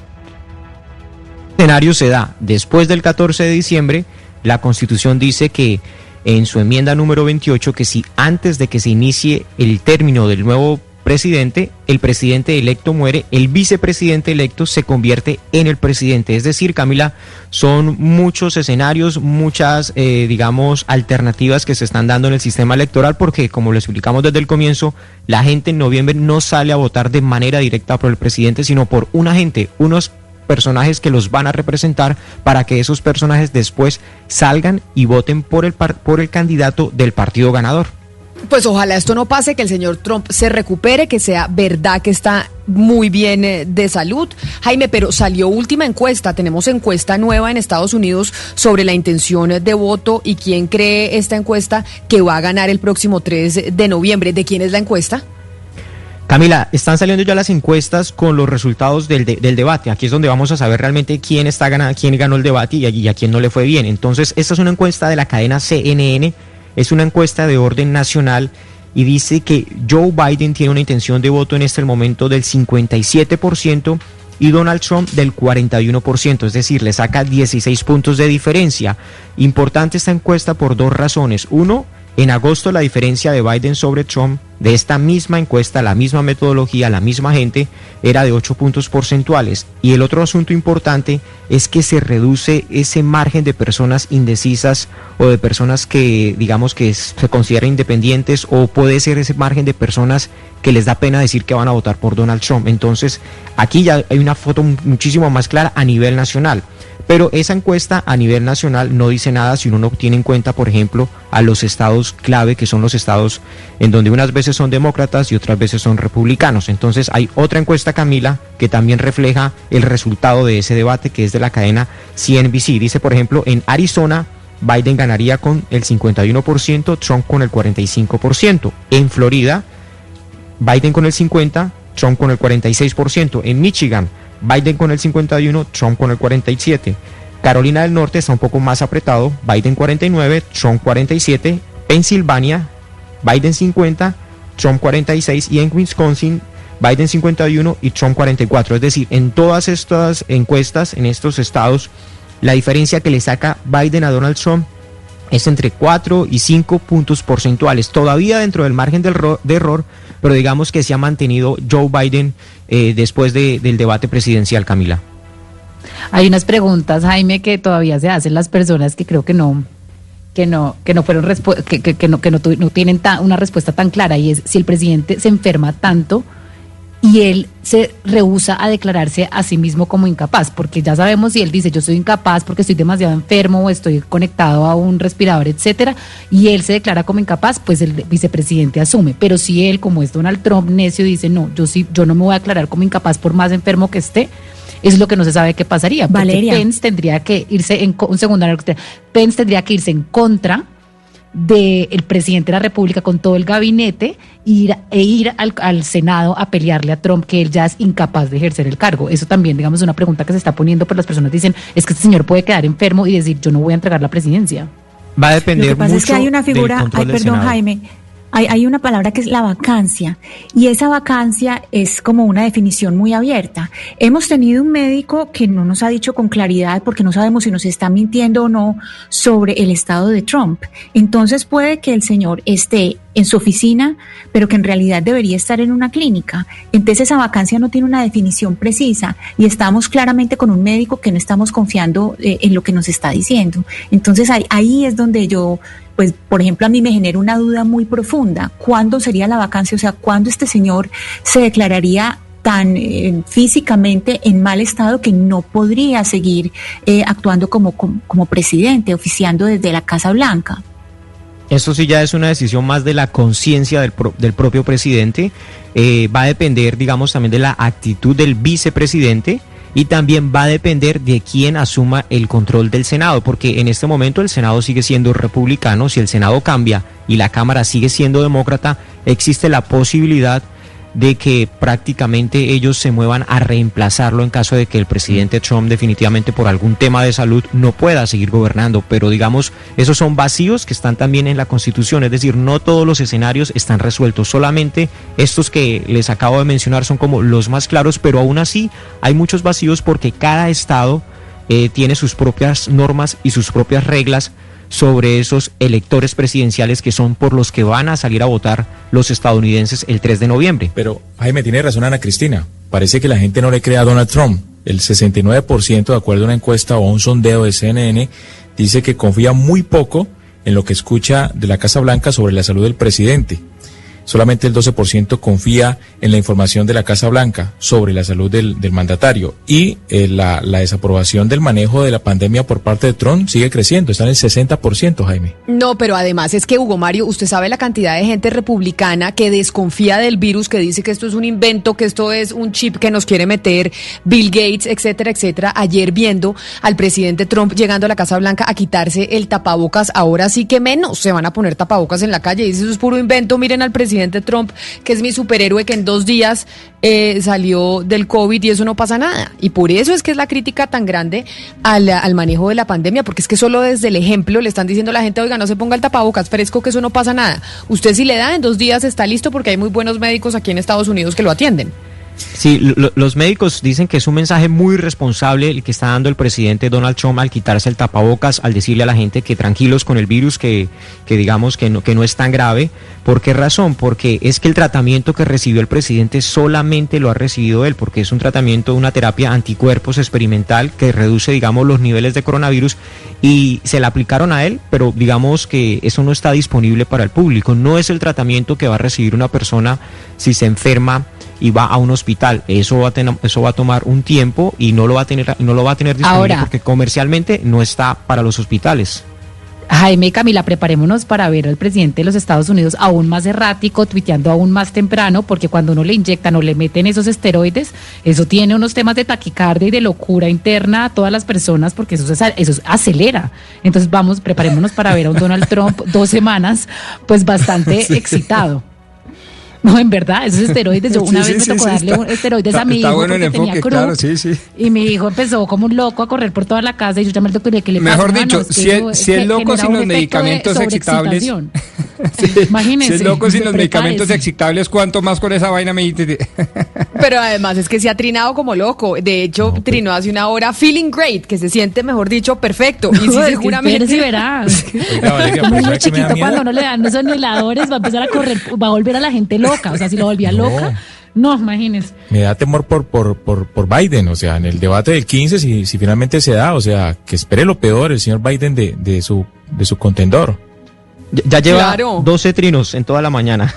El escenario se da después del 14 de diciembre. La Constitución dice que en su enmienda número 28 que si antes de que se inicie el término del nuevo presidente, el presidente electo muere, el vicepresidente electo se convierte en el presidente. Es decir, Camila, son muchos escenarios, muchas, digamos, alternativas que se están dando en el sistema electoral porque, como lo explicamos desde el comienzo, la gente en noviembre no sale a votar de manera directa por el presidente, sino por un agente, unos personajes que los van a representar para que esos personajes después salgan y voten por el candidato del partido ganador. Pues ojalá esto no pase, que el señor Trump se recupere, que sea verdad que está muy bien de salud. Jaime, pero salió última encuesta, tenemos encuesta nueva en Estados Unidos sobre la intención de voto y quién cree esta encuesta que va a ganar el próximo 3 de noviembre. ¿De quién es la encuesta? Camila, están saliendo ya las encuestas con los resultados del debate. Aquí es donde vamos a saber realmente quién ganó el debate y a quién no le fue bien. Entonces, esta es una encuesta de la cadena CNN. Es una encuesta de orden nacional y dice que Joe Biden tiene una intención de voto en este momento del 57% y Donald Trump del 41%, es decir, le saca 16 puntos de diferencia. Importante esta encuesta por dos razones. Uno, en agosto la diferencia de Biden sobre Trump de esta misma encuesta, la misma metodología, la misma gente, era de 8 puntos porcentuales. Y el otro asunto importante es que se reduce ese margen de personas indecisas o de personas que, digamos, que se consideran independientes, o puede ser ese margen de personas que les da pena decir que van a votar por Donald Trump. Entonces, aquí ya hay una foto muchísimo más clara a nivel nacional. Pero esa encuesta a nivel nacional no dice nada si uno no tiene en cuenta, por ejemplo, a los estados clave, que son los estados en donde unas veces son demócratas y otras veces son republicanos. Entonces hay otra encuesta, Camila, que también refleja el resultado de ese debate, que es de la cadena CNBC. Dice, por ejemplo, en Arizona, Biden ganaría con el 51%, Trump con el 45%. En Florida, Biden con el 50%, Trump con el 46%. En Michigan, Biden con el 51%, Trump con el 47%. Carolina del Norte está un poco más apretado, Biden 49%, Trump 47%. Pensilvania, Biden 50%, Trump 46%. Y en Wisconsin, Biden 51% y Trump 44%. Es decir, en todas estas encuestas, en estos estados, la diferencia que le saca Biden a Donald Trump es entre 4 y 5 puntos porcentuales, todavía dentro del margen de error, pero digamos que se ha mantenido Joe Biden después del debate presidencial, Camila. Hay unas preguntas, Jaime, que todavía se hacen las personas que creo que no fueron no tienen una respuesta tan clara, y es si el presidente se enferma tanto y él se rehúsa a declararse a sí mismo como incapaz, porque ya sabemos, si él dice yo soy incapaz porque estoy demasiado enfermo o estoy conectado a un respirador, etcétera, y él se declara como incapaz, pues el vicepresidente asume. Pero si él, como es Donald Trump, necio, dice no, yo no me voy a declarar como incapaz por más enfermo que esté, eso es lo que no se sabe qué pasaría. Valeria. Pence tendría que irse Pence tendría que irse en contra del presidente de la República con todo el gabinete ir al Senado a pelearle a Trump que él ya es incapaz de ejercer el cargo. Eso también, digamos, es una pregunta que se está poniendo, pero las personas dicen, es que este señor puede quedar enfermo y decir, yo no voy a entregar la presidencia. Va a depender mucho. Lo que pasa es que hay una figura, Senado. Jaime, hay una palabra que es la vacancia, y esa vacancia es como una definición muy abierta. Hemos tenido un médico que no nos ha dicho con claridad, porque no sabemos si nos está mintiendo o no, sobre el estado de Trump. Entonces puede que el señor esté en su oficina, pero que en realidad debería estar en una clínica. Entonces esa vacancia no tiene una definición precisa, y estamos claramente con un médico que no estamos confiando en lo que nos está diciendo. Entonces ahí es donde yo, pues, por ejemplo, a mí me genera una duda muy profunda. ¿Cuándo sería la vacancia? O sea, ¿cuándo este señor se declararía tan físicamente en mal estado que no podría seguir actuando como presidente, oficiando desde la Casa Blanca? Esto sí ya es una decisión más de la conciencia del propio presidente. Va a depender, digamos, también de la actitud del vicepresidente, y también va a depender de quién asuma el control del Senado, porque en este momento el Senado sigue siendo republicano. Si el Senado cambia y la Cámara sigue siendo demócrata, existe la posibilidad de que prácticamente ellos se muevan a reemplazarlo en caso de que el presidente Trump definitivamente por algún tema de salud no pueda seguir gobernando. Pero digamos, esos son vacíos que están también en la Constitución, es decir, no todos los escenarios están resueltos, solamente estos que les acabo de mencionar son como los más claros, pero aún así hay muchos vacíos porque cada estado tiene sus propias normas y sus propias reglas sobre esos electores presidenciales que son por los que van a salir a votar los estadounidenses el 3 de noviembre. Pero Jaime, tiene razón Ana Cristina, parece que la gente no le cree a Donald Trump. El 69%, de acuerdo a una encuesta o a un sondeo de CNN, dice que confía muy poco en lo que escucha de la Casa Blanca sobre la salud del presidente. Solamente el 12% confía en la información de la Casa Blanca sobre la salud del mandatario. Y la desaprobación del manejo de la pandemia por parte de Trump sigue creciendo, está en el 60%, Jaime. No, pero además es que, Hugo Mario, usted sabe la cantidad de gente republicana que desconfía del virus, que dice que esto es un invento, que esto es un chip que nos quiere meter Bill Gates, etcétera, etcétera. Ayer viendo al presidente Trump llegando a la Casa Blanca a quitarse el tapabocas, ahora sí que menos se van a poner tapabocas en la calle. Dice, eso es puro invento, miren al presidente Trump, que es mi superhéroe, que en 2 días salió del COVID y eso no pasa nada. Y por eso es que es la crítica tan grande al manejo de la pandemia, porque es que solo desde el ejemplo le están diciendo a la gente, oiga, no se ponga el tapabocas fresco, que eso no pasa nada. Usted si le da, en 2 días está listo, porque hay muy buenos médicos aquí en Estados Unidos que lo atienden. Sí, los médicos dicen que es un mensaje muy responsable el que está dando el presidente Donald Trump al quitarse el tapabocas, al decirle a la gente que tranquilos con el virus, que digamos que no es tan grave. ¿Por qué razón? Porque es que el tratamiento que recibió el presidente solamente lo ha recibido él, porque es un tratamiento, una terapia anticuerpos experimental que reduce, digamos, los niveles de coronavirus, y se la aplicaron a él, pero digamos que eso no está disponible para el público. No es el tratamiento que va a recibir una persona si se enferma y va a un hospital hospital. Eso va a tomar un tiempo y no lo va a tener disponible Ahora, porque comercialmente no está para los hospitales. Jaime y Camila, preparémonos para ver al presidente de los Estados Unidos aún más errático, tuiteando aún más temprano, porque cuando uno le inyectan o le meten esos esteroides, eso tiene unos temas de taquicardia y de locura interna a todas las personas, porque eso acelera. Entonces preparémonos para ver a un Donald Trump 2 semanas, pues bastante excitado. No, en verdad, esos esteroides, yo una vez me tocó darle esteroides a mi hijo bueno porque tenía enfoque, crudo, claro, sí. y mi hijo empezó como un loco a correr por toda la casa y yo llamé al doctor y que le pasa. Mejor dicho, si es loco sin los medicamentos excitables. Imagínense. Si es loco sin los medicamentos excitables, ¿cuánto más con esa vaina me dice? Pero además es que se ha trinado como loco. De hecho, trinó hace una hora feeling great, que se siente, mejor dicho, perfecto. Y sí, seguramente. Sí, verás. Oiga, Valeria, Como pero niño ¿sabe qué me da chiquito, miedo? cuando uno le dan esos inhaladores, va a empezar a correr, va a volver a la gente loca. O sea, si lo volvía loca, no, imagínense. Me da temor por Biden, o sea, en el debate del 15, si finalmente se da, o sea, que espere lo peor el señor Biden de su contendor. Ya lleva 12 trinos en toda la mañana.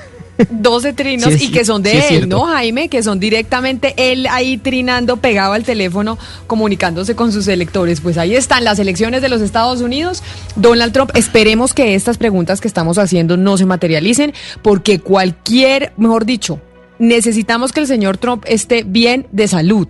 12 trinos y que son de él, ¿no, Jaime? Que son directamente él ahí trinando, pegado al teléfono, comunicándose con sus electores. Pues ahí están las elecciones de los Estados Unidos. Donald Trump, esperemos que estas preguntas que estamos haciendo no se materialicen, porque mejor dicho, necesitamos que el señor Trump esté bien de salud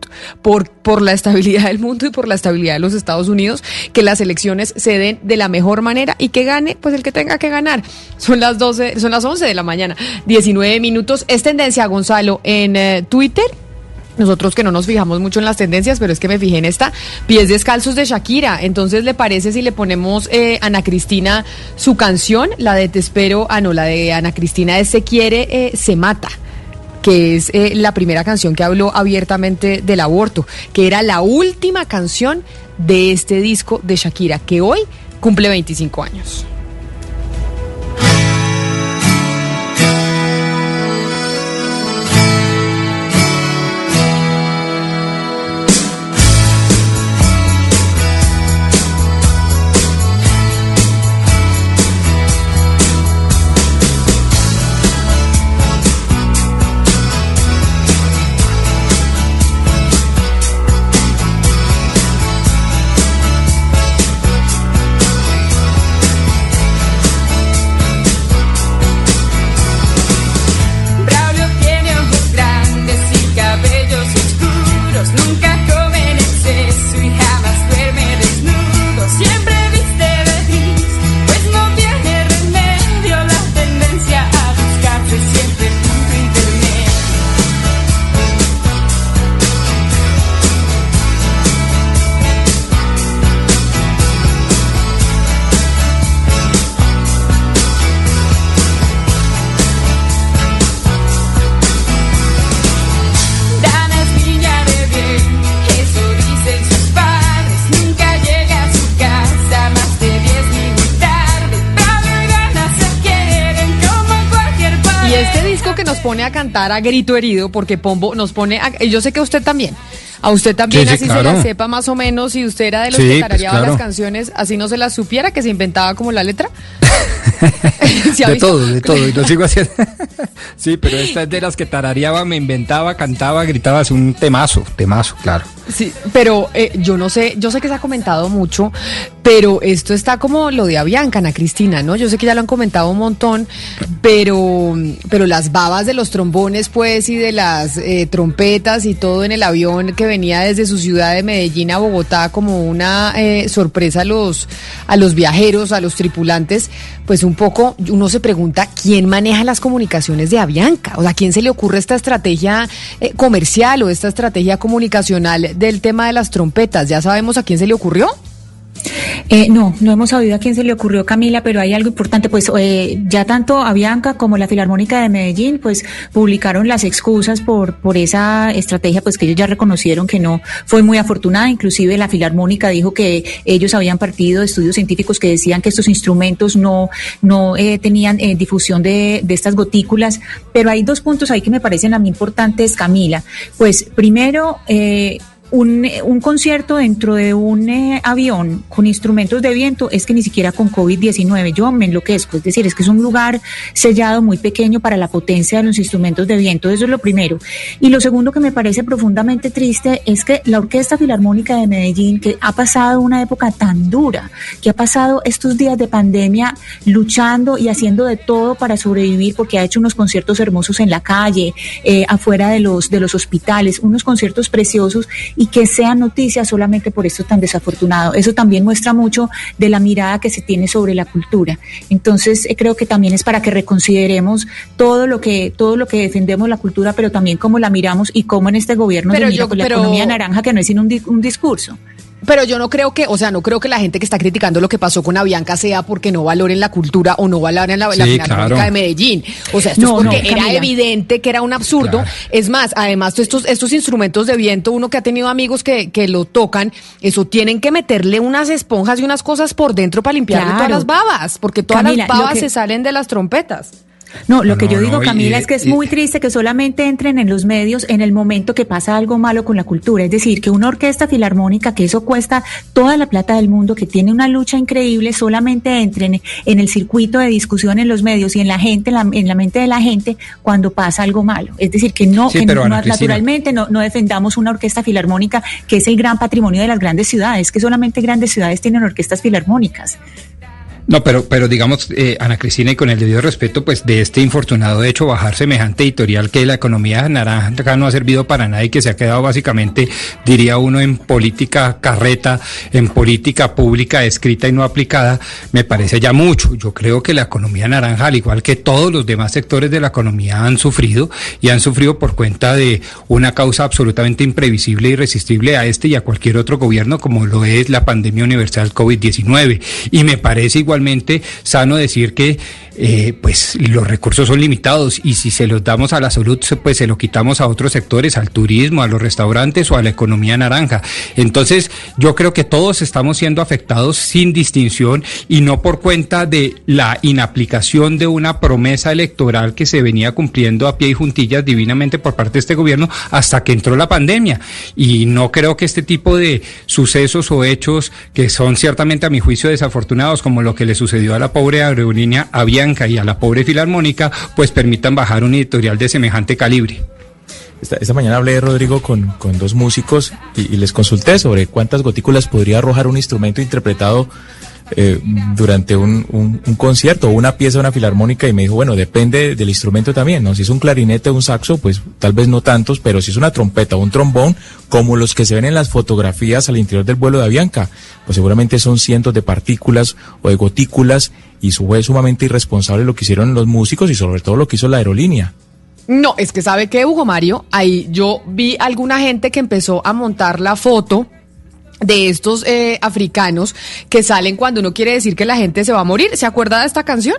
por la estabilidad del mundo y por la estabilidad de los Estados Unidos, que las elecciones se den de la mejor manera y que gane pues el que tenga que ganar. Son las 11 de la mañana, 19 minutos. Es tendencia, Gonzalo, en Twitter. Nosotros que no nos fijamos mucho en las tendencias, pero es que me fijé en esta, pies descalzos de Shakira. Entonces, ¿le parece si le ponemos Ana Cristina su canción? La de Te espero, la de Ana Cristina es Se quiere, se mata, que es la primera canción que habló abiertamente del aborto, que era la última canción de este disco de Shakira, que hoy cumple 25 años. Pone a cantar a grito herido, porque Pombo nos pone yo sé que usted también, a usted también, sí, así claro. Se la sepa más o menos, si usted era de los que tarareaba las canciones, así no se las supiera, que se inventaba como la letra. De todo, y lo sigo haciendo. Sí, pero esta es de las que tarareaba, me inventaba, cantaba, gritaba, es un temazo, claro. Sí, pero yo sé que se ha comentado mucho, pero esto está como lo de Avianca, Ana Cristina, ¿no? Yo sé que ya lo han comentado un montón, pero las babas de los trombones, pues, y de las trompetas y todo en el avión que venía desde su ciudad de Medellín a Bogotá como una sorpresa a los viajeros, a los tripulantes, pues un poco uno se pregunta quién maneja las comunicaciones de Avianca, o sea, quién se le ocurre esta estrategia comercial o esta estrategia comunicacional del tema de las trompetas. ¿Ya sabemos a quién se le ocurrió? No hemos sabido a quién se le ocurrió, Camila, pero hay algo importante, pues ya tanto Avianca como la Filarmónica de Medellín pues publicaron las excusas por esa estrategia, pues que ellos ya reconocieron que no fue muy afortunada. Inclusive la Filarmónica dijo que ellos habían partido de estudios científicos que decían que estos instrumentos no tenían difusión de estas gotículas, pero hay dos puntos ahí que me parecen a mí importantes, Camila. Pues primero, un concierto dentro de un avión con instrumentos de viento es que ni siquiera con COVID-19 yo me enloquezco, es decir, es que es un lugar sellado muy pequeño para la potencia de los instrumentos de viento, eso es lo primero. Y lo segundo que me parece profundamente triste es que la Orquesta Filarmónica de Medellín, que ha pasado una época tan dura, que ha pasado estos días de pandemia luchando y haciendo de todo para sobrevivir, porque ha hecho unos conciertos hermosos en la calle, afuera de los hospitales, unos conciertos preciosos, y que sean noticias solamente por esto tan desafortunado. Eso también muestra mucho de la mirada que se tiene sobre la cultura. Entonces, creo que también es para que reconsideremos todo lo que defendemos la cultura, pero también cómo la miramos y cómo en este gobierno se mira con la economía naranja, que no es sino un discurso. Pero yo no creo que la gente que está criticando lo que pasó con Avianca sea porque no valoren la cultura o no valoren la Filarmónica de Medellín. O sea, esto es porque era evidente que era un absurdo. Claro. Es más, además, estos instrumentos de viento, uno que ha tenido amigos que lo tocan, eso tienen que meterle unas esponjas y unas cosas por dentro para limpiarle todas las babas, porque todas las babas se salen de las trompetas. No, lo que yo digo, Camila, es que es muy triste que solamente entren en los medios en el momento que pasa algo malo con la cultura. Es decir, que una orquesta filarmónica, que eso cuesta toda la plata del mundo, que tiene una lucha increíble, solamente entren en el circuito de discusión en los medios y en la gente, en la mente de la gente cuando pasa algo malo. Es decir, que naturalmente no defendamos una orquesta filarmónica, que es el gran patrimonio de las grandes ciudades, que solamente grandes ciudades tienen orquestas filarmónicas. No, pero digamos, Ana Cristina, y con el debido respeto, pues de este infortunado hecho, bajar semejante editorial que la economía naranja no ha servido para nada y que se ha quedado básicamente, diría uno, en política carreta, en política pública escrita y no aplicada, me parece ya mucho. Yo creo que la economía naranja, al igual que todos los demás sectores de la economía, han sufrido por cuenta de una causa absolutamente imprevisible e irresistible a este y a cualquier otro gobierno, como lo es la pandemia universal COVID-19. Y me parece igualmente sano decir que pues los recursos son limitados y si se los damos a la salud, pues se lo quitamos a otros sectores, al turismo, a los restaurantes o a la economía naranja. Entonces yo creo que todos estamos siendo afectados sin distinción y no por cuenta de la inaplicación de una promesa electoral que se venía cumpliendo a pie y juntillas divinamente por parte de este gobierno hasta que entró la pandemia. Y no creo que este tipo de sucesos o hechos que son ciertamente a mi juicio desafortunados, como lo que le sucedió a la pobre aerolínea Avianca y a la pobre Filarmónica, pues permitan bajar un editorial de semejante calibre. Esta mañana hablé, Rodrigo, con dos músicos y les consulté sobre cuántas gotículas podría arrojar un instrumento interpretado durante un concierto o una pieza de una filarmónica, y me dijo, bueno, depende del instrumento también, ¿no? Si es un clarinete o un saxo, pues tal vez no tantos, pero si es una trompeta o un trombón, como los que se ven en las fotografías al interior del vuelo de Avianca, pues seguramente son cientos de partículas o de gotículas, y fue sumamente irresponsable lo que hicieron los músicos y sobre todo lo que hizo la aerolínea. No, es que ¿sabe qué, Hugo Mario? Ahí yo vi alguna gente que empezó a montar la foto de estos africanos que salen cuando uno quiere decir que la gente se va a morir. ¿Se acuerda de esta canción?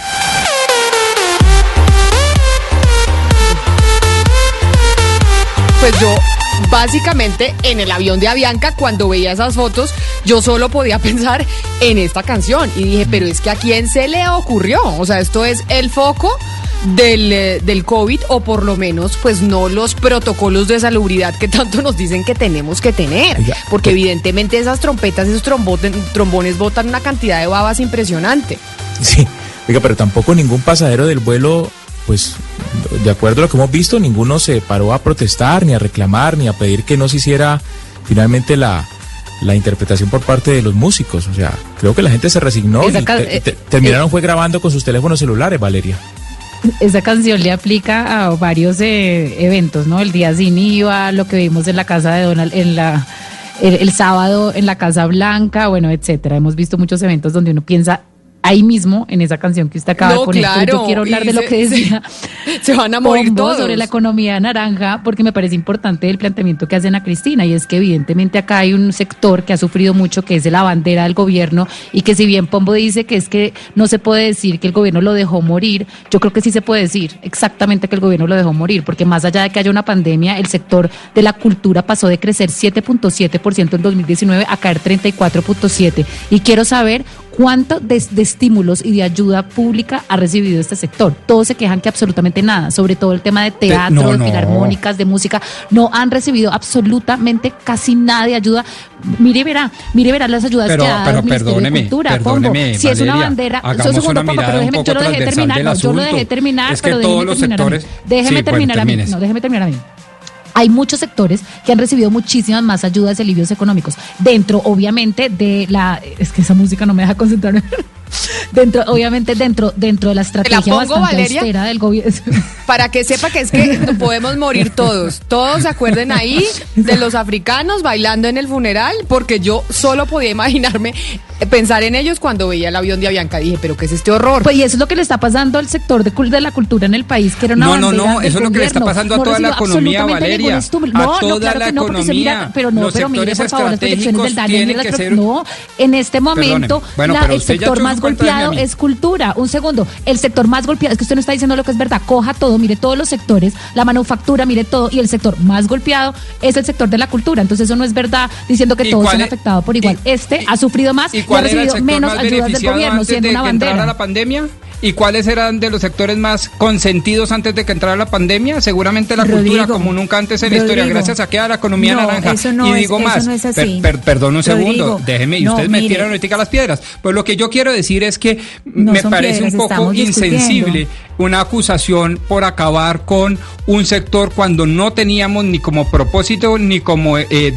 Pues yo, básicamente, en el avión de Avianca, cuando veía esas fotos, yo solo podía pensar en esta canción. Y dije, pero es que ¿a quién se le ocurrió? O sea, esto es el foco del COVID, o por lo menos pues no los protocolos de salubridad que tanto nos dicen que tenemos que tener, porque evidentemente esas trompetas, esos trombones botan una cantidad de babas impresionante. Sí, oiga, pero tampoco ningún pasajero del vuelo, pues de acuerdo a lo que hemos visto, ninguno se paró a protestar, ni a reclamar, ni a pedir que no se hiciera finalmente la interpretación por parte de los músicos. O sea, creo que la gente se resignó y terminaron fue grabando con sus teléfonos celulares, Valeria. Esa canción le aplica a varios eventos, ¿no? El Día Sin IVA, lo que vimos en la casa de Donald, el sábado en la Casa Blanca, bueno, etcétera. Hemos visto muchos eventos donde uno piensa ahí mismo, en esa canción que usted acaba de poner. Claro, yo quiero hablar de lo que decía. Se van a morir todos. Sobre la economía naranja, porque me parece importante el planteamiento que hace Ana Cristina, y es que evidentemente acá hay un sector que ha sufrido mucho, que es de la bandera del gobierno, y que si bien Pombo dice que es que no se puede decir que el gobierno lo dejó morir, yo creo que sí se puede decir exactamente que el gobierno lo dejó morir, porque más allá de que haya una pandemia, el sector de la cultura pasó de crecer 7.7% en 2019 a caer 34.7%. Y quiero saber ¿Cuánto de estímulos y de ayuda pública ha recibido este sector? Todos se quejan que absolutamente nada, sobre todo el tema de teatro, de filarmónicas, de música, no han recibido absolutamente casi nada de ayuda. Mire, verá las ayudas que ha dado el Ministerio de Cultura. Perdóneme, si es una bandera, yo lo dejé terminar, es que pero todos los sectores, déjeme terminar a mí. Hay muchos sectores que han recibido muchísimas más ayudas y alivios económicos. Dentro, obviamente, es que esa música no me deja concentrarme. Dentro de la estrategia bastante austera del gobierno. Para que sepa que es que podemos morir todos. Todos se acuerden ahí de los africanos bailando en el funeral, porque yo solo podía imaginarme, pensar en ellos cuando veía el avión de Avianca. Dije, ¿pero qué es este horror? Pues y eso es lo que le está pasando al sector de la cultura en el país, que era una bandera del eso es lo que le está pasando a toda la economía, Valeria. Pero mire, por favor, las proyecciones del daño. En este momento, el sector más golpeado es cultura. Un segundo, el sector más golpeado, es que usted no está diciendo lo que es verdad, coja todo, mire todos los sectores, la manufactura, mire todo, y el sector más golpeado es el sector de la cultura. Entonces eso no es verdad diciendo que todos son afectados por igual. Ha sufrido más y ha recibido menos ayudas del gobierno, siendo una bandera. La pandemia? ¿Y cuáles eran de los sectores más consentidos antes de que entrara la pandemia? Seguramente la cultura, como nunca antes en la historia, gracias a que a la economía naranja. Y digo más, perdón un segundo, déjeme, y ustedes me tiran ahorita las piedras. Pues lo que yo quiero decir es que me parece un poco insensible una acusación por acabar con un sector cuando no teníamos ni como propósito ni como,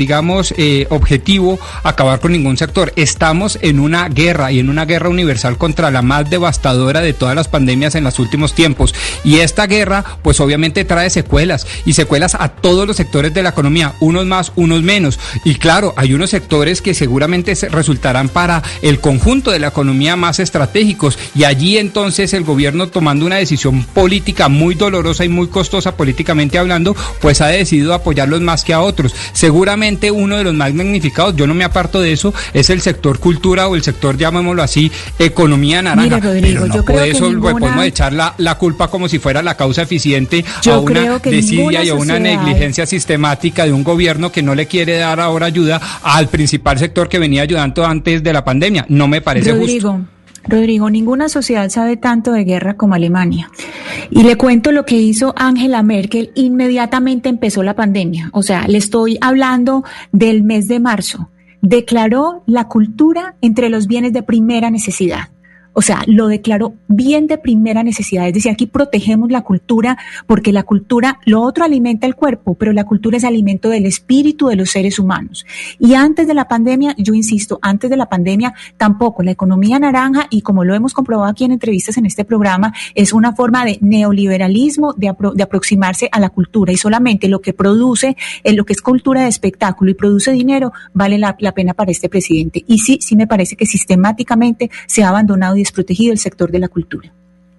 objetivo acabar con ningún sector. Estamos en una guerra y en una guerra universal contra la más devastadora de todas las pandemias en los últimos tiempos. Y esta guerra, pues obviamente trae secuelas y secuelas a todos los sectores de la economía, unos más, unos menos. Y claro, hay unos sectores que seguramente resultarán para el conjunto de la economía más estratégicos, y allí entonces el gobierno, tomando una decisión política muy dolorosa y muy costosa políticamente hablando, pues ha decidido apoyarlos más que a otros. Seguramente uno de los más magnificados, yo no me aparto de eso, es el sector cultura o el sector, llamémoslo así, economía naranja. Mira, Rodrigo, pero no por eso podemos echar la culpa como si fuera la causa eficiente a una desidia y a una negligencia sistemática de un gobierno que no le quiere dar ahora ayuda al principal sector que venía ayudando antes de la pandemia. No me parece justo. Rodrigo, ninguna sociedad sabe tanto de guerra como Alemania. Y le cuento lo que hizo Angela Merkel inmediatamente empezó la pandemia. O sea, le estoy hablando del mes de marzo. Declaró la cultura entre los bienes de primera necesidad. O sea, lo declaró bien de primera necesidad. Es decir, aquí protegemos la cultura porque la cultura, lo otro alimenta el cuerpo, pero la cultura es alimento del espíritu de los seres humanos. Y antes de la pandemia, yo insisto, antes de la pandemia tampoco. La economía naranja, y como lo hemos comprobado aquí en entrevistas en este programa, es una forma de neoliberalismo de aproximarse a la cultura, y solamente lo que produce, lo que es cultura de espectáculo y produce dinero, vale la pena para este presidente. Y sí me parece que sistemáticamente se ha abandonado y desprotegido el sector de la cultura.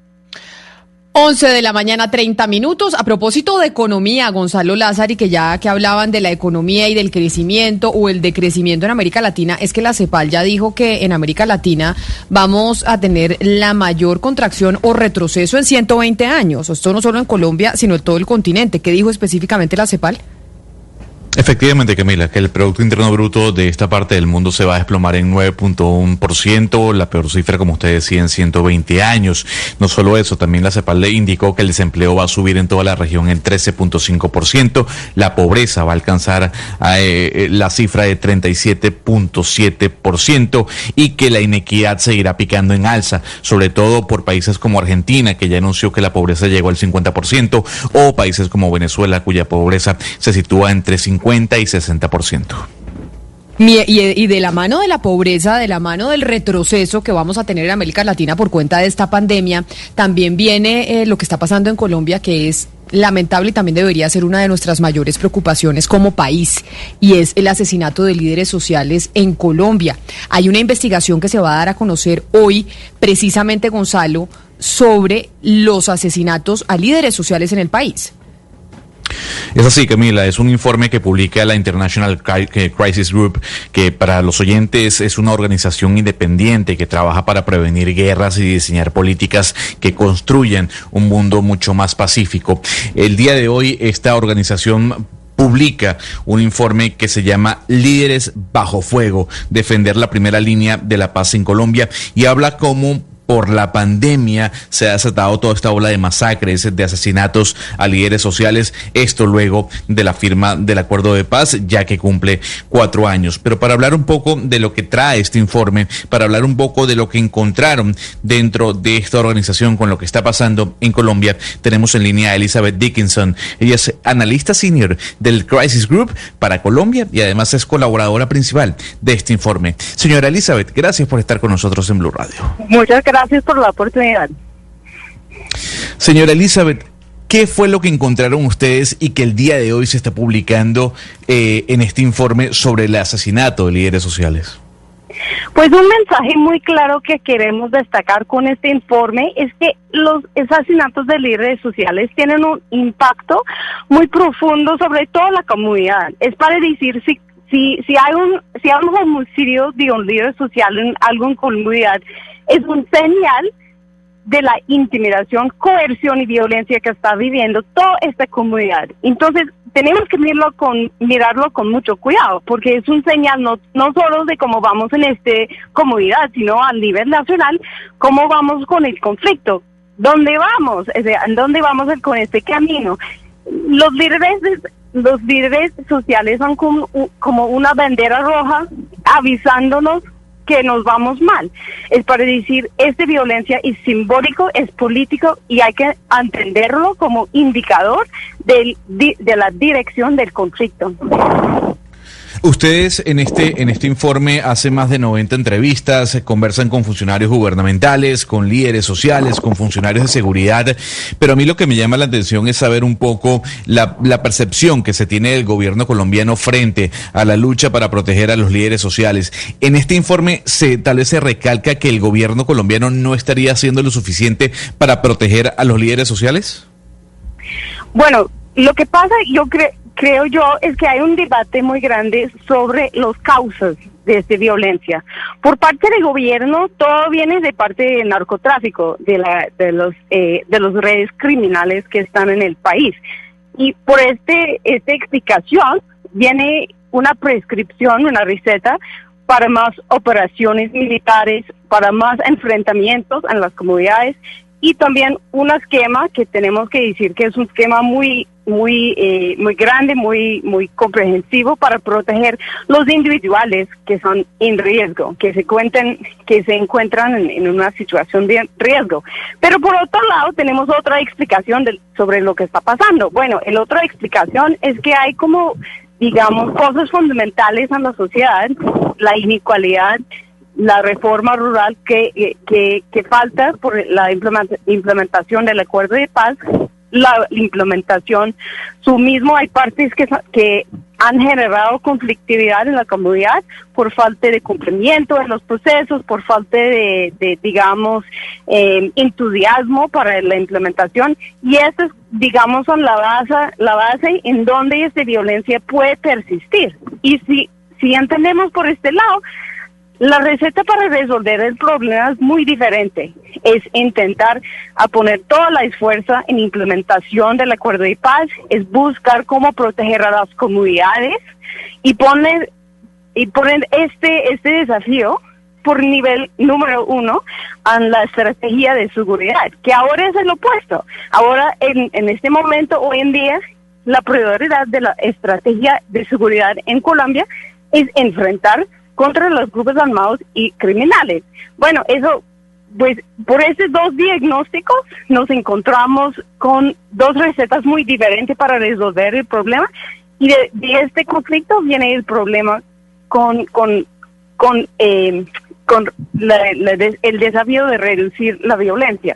11 de la mañana, 30 minutos. A propósito de economía, Gonzalo Lázari, que hablaban de la economía y del crecimiento o el decrecimiento en América Latina, es que la CEPAL ya dijo que en América Latina vamos a tener la mayor contracción o retroceso en 120 años. Esto no solo en Colombia, sino en todo el continente. ¿Qué dijo específicamente la CEPAL? Efectivamente, Camila, que el Producto Interno Bruto de esta parte del mundo se va a desplomar en 9.1%, la peor cifra, como usted decía, en 120 años. No solo eso, también la CEPAL le indicó que el desempleo va a subir en toda la región en 13.5%, la pobreza va a alcanzar la cifra de 37.7% y que la inequidad seguirá picando en alza, sobre todo por países como Argentina, que ya anunció que la pobreza llegó al 50%, o países como Venezuela, cuya pobreza se sitúa entre 50 y 60%. Y de la mano de la pobreza, de la mano del retroceso que vamos a tener en América Latina por cuenta de esta pandemia, también viene lo que está pasando en Colombia, que es lamentable y también debería ser una de nuestras mayores preocupaciones como país, y es el asesinato de líderes sociales en Colombia. Hay una investigación que se va a dar a conocer hoy, precisamente, Gonzalo, sobre los asesinatos a líderes sociales en el país. Es así, Camila, es un informe que publica la International Crisis Group, que para los oyentes es una organización independiente que trabaja para prevenir guerras y diseñar políticas que construyan un mundo mucho más pacífico. El día de hoy esta organización publica un informe que se llama Líderes bajo fuego, defender la primera línea de la paz en Colombia, y habla cómo por la pandemia se ha desatado toda esta ola de masacres, de asesinatos a líderes sociales, esto luego de la firma del acuerdo de paz, ya que cumple 4 años. Pero para hablar un poco de lo que trae este informe, para hablar un poco de lo que encontraron dentro de esta organización con lo que está pasando en Colombia, tenemos en línea a Elizabeth Dickinson. Ella es analista senior del Crisis Group para Colombia y además es colaboradora principal de este informe. Señora Elizabeth, gracias por estar con nosotros en Blue Radio. Muchas gracias por la oportunidad. Señora Elizabeth, ¿qué fue lo que encontraron ustedes y que el día de hoy se está publicando en este informe sobre el asesinato de líderes sociales? Pues un mensaje muy claro que queremos destacar con este informe es que los asesinatos de líderes sociales tienen un impacto muy profundo sobre toda la comunidad. Es para decir, si hay un homicidio de un líder social en alguna comunidad, es un señal de la intimidación, coerción y violencia que está viviendo toda esta comunidad. Entonces, tenemos que mirarlo con mucho cuidado, porque es un señal no solo de cómo vamos en esta comunidad, sino a nivel nacional, cómo vamos con el conflicto. ¿Dónde vamos? O sea, ¿en dónde vamos con este camino? Los líderes sociales son como una bandera roja avisándonos que nos vamos mal. Es para decir, esta violencia es simbólico, es político y hay que entenderlo como indicador de la dirección del conflicto. Ustedes en este informe hacen más de 90 entrevistas, conversan con funcionarios gubernamentales, con líderes sociales, con funcionarios de seguridad, pero a mí lo que me llama la atención es saber un poco la percepción que se tiene del gobierno colombiano frente a la lucha para proteger a los líderes sociales. En este informe tal vez se recalca que el gobierno colombiano no estaría haciendo lo suficiente para proteger a los líderes sociales. Bueno, lo que pasa, creo yo, es que hay un debate muy grande sobre las causas de esta violencia. Por parte del gobierno, todo viene de parte del narcotráfico, de los redes criminales que están en el país. Y por esta explicación viene una prescripción, una receta para más operaciones militares, para más enfrentamientos en las comunidades, y también un esquema que tenemos que decir que es un esquema muy grande, muy comprensivo para proteger los individuales que son en riesgo, que se encuentran en una situación de riesgo. Pero por otro lado tenemos otra explicación sobre lo que está pasando. Bueno, la otra explicación es que hay como, digamos, cosas fundamentales en la sociedad, la inequalidad, la reforma rural que falta por la implementación del acuerdo de paz, la implementación, hay partes que han generado conflictividad en la comunidad por falta de cumplimiento en los procesos, por falta de entusiasmo para la implementación, y estas, digamos, son la base en donde esta violencia puede persistir. Y si entendemos por este lado, la receta para resolver el problema es muy diferente. Es intentar poner toda la esfuerzo en implementación del acuerdo de paz, es buscar cómo proteger a las comunidades y poner este desafío por nivel número 1 en la estrategia de seguridad, que ahora es el opuesto. Ahora, en este momento, hoy en día, la prioridad de la estrategia de seguridad en Colombia es enfrentar contra los grupos armados y criminales. Bueno, eso, pues, por esos dos diagnósticos nos encontramos con dos recetas muy diferentes para resolver el problema, y de este conflicto viene el problema con el desafío de reducir la violencia.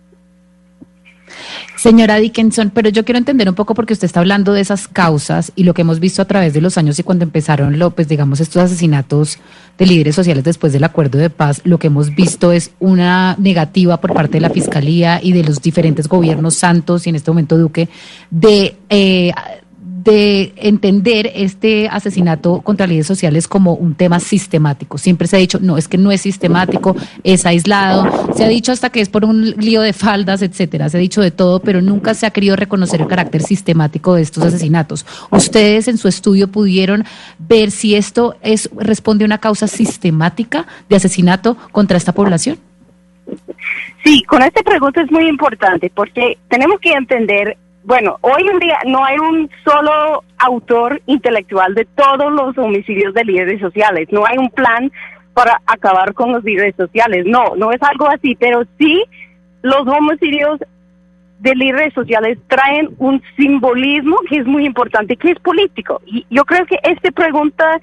Señora Dickinson, pero yo quiero entender un poco, porque usted está hablando de esas causas y lo que hemos visto a través de los años y cuando empezaron estos asesinatos de líderes sociales después del acuerdo de paz, lo que hemos visto es una negativa por parte de la Fiscalía y de los diferentes gobiernos, Santos y en este momento Duque, de de entender este asesinato contra líderes sociales como un tema sistemático. Siempre se ha dicho, no, es que no es sistemático, es aislado. Se ha dicho hasta que es por un lío de faldas, etcétera. Se ha dicho de todo, pero nunca se ha querido reconocer el carácter sistemático de estos asesinatos. ¿Ustedes en su estudio pudieron ver si esto responde a una causa sistemática de asesinato contra esta población? Sí, con esta pregunta es muy importante porque tenemos que entender, bueno, hoy en día no hay un solo autor intelectual de todos los homicidios de líderes sociales, no hay un plan para acabar con los líderes sociales, no es algo así, pero sí los homicidios de líderes sociales traen un simbolismo que es muy importante, que es político. Y yo creo que esta pregunta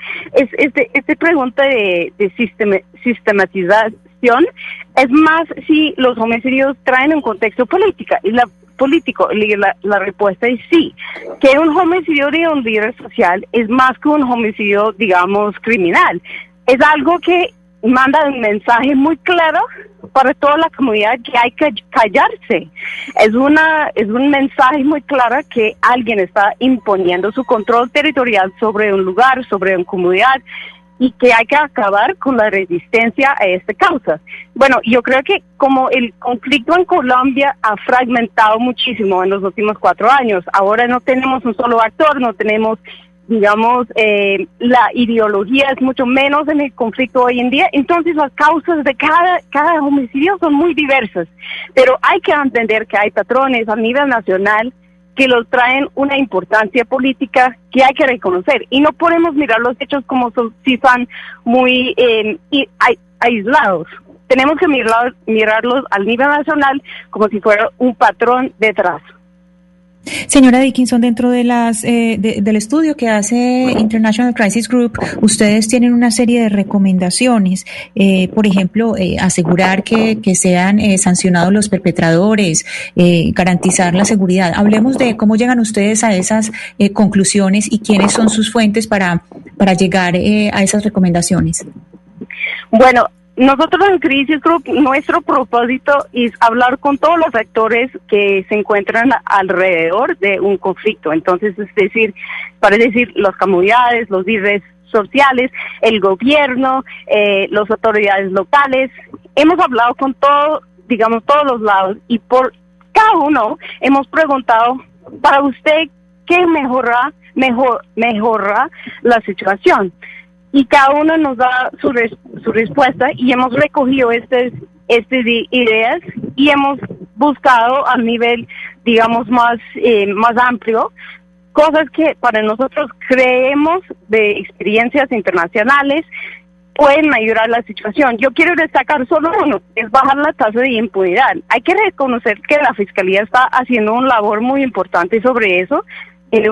de sistematización es más si los homicidios traen un contexto político. Y la respuesta es sí, que un homicidio de un líder social es más que un homicidio, digamos, criminal. Es algo que manda un mensaje muy claro para toda la comunidad que hay que callarse. Es un mensaje muy claro que alguien está imponiendo su control territorial sobre un lugar, sobre una comunidad, y que hay que acabar con la resistencia a esta causa. Bueno, yo creo que como el conflicto en Colombia ha fragmentado muchísimo en los últimos 4 años, ahora no tenemos un solo actor, no tenemos, digamos, la ideología es mucho menos en el conflicto hoy en día, entonces las causas de cada homicidio son muy diversas, pero hay que entender que hay patrones a nivel nacional que los traen una importancia política que hay que reconocer, y no podemos mirar los hechos como si son muy aislados. Tenemos que mirarlos al nivel nacional como si fuera un patrón detrás. Señora Dickinson, dentro de del estudio que hace International Crisis Group, ustedes tienen una serie de recomendaciones, por ejemplo, asegurar que sean sancionados los perpetradores, garantizar la seguridad. Hablemos de cómo llegan ustedes a esas conclusiones y quiénes son sus fuentes para llegar a esas recomendaciones. Bueno, nosotros en Crisis Group, nuestro propósito es hablar con todos los actores que se encuentran alrededor de un conflicto. Entonces, es decir, las comunidades, los líderes sociales, el gobierno, las autoridades locales. Hemos hablado con todos los lados, y por cada uno hemos preguntado, para usted, ¿qué mejora la situación? Y cada uno nos da su respuesta, y hemos recogido estas ideas y hemos buscado a nivel, digamos, más amplio, cosas que para nosotros creemos de experiencias internacionales pueden ayudar a la situación. Yo quiero destacar solo uno, es bajar la tasa de impunidad. Hay que reconocer que la Fiscalía está haciendo una labor muy importante sobre eso. En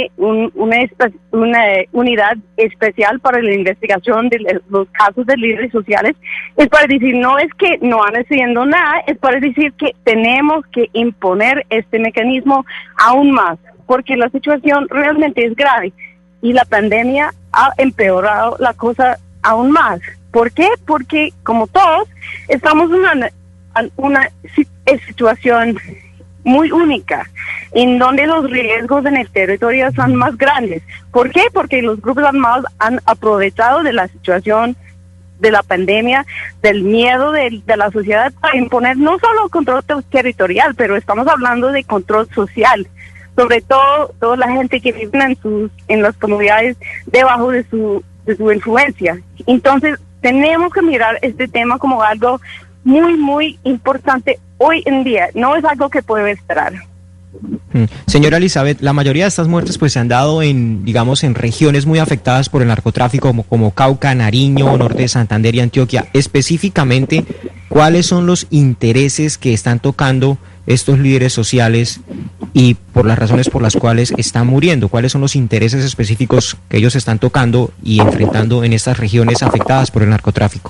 una unidad especial para la investigación de los casos de líderes sociales, es para decir, no es que no van haciendo nada, es para decir que tenemos que imponer este mecanismo aún más, porque la situación realmente es grave y la pandemia ha empeorado la cosa aún más. ¿Por qué? Porque, como todos, estamos en una situación muy única, en donde los riesgos en el territorio son más grandes. ¿Por qué? Porque los grupos armados han aprovechado de la situación de la pandemia, del miedo de la sociedad, para imponer no solo control territorial, pero estamos hablando de control social, sobre todo toda la gente que vive en las comunidades debajo de su influencia. Entonces, tenemos que mirar este tema como algo muy, muy importante hoy en día, no es algo que puede esperar. Señora Elizabeth, la mayoría de estas muertes pues se han dado en regiones muy afectadas por el narcotráfico, como Cauca, Nariño, norte de Santander y Antioquia. Específicamente, ¿cuáles son los intereses que están tocando estos líderes sociales y por las razones por las cuales están muriendo? ¿Cuáles son los intereses específicos que ellos están tocando y enfrentando en estas regiones afectadas por el narcotráfico?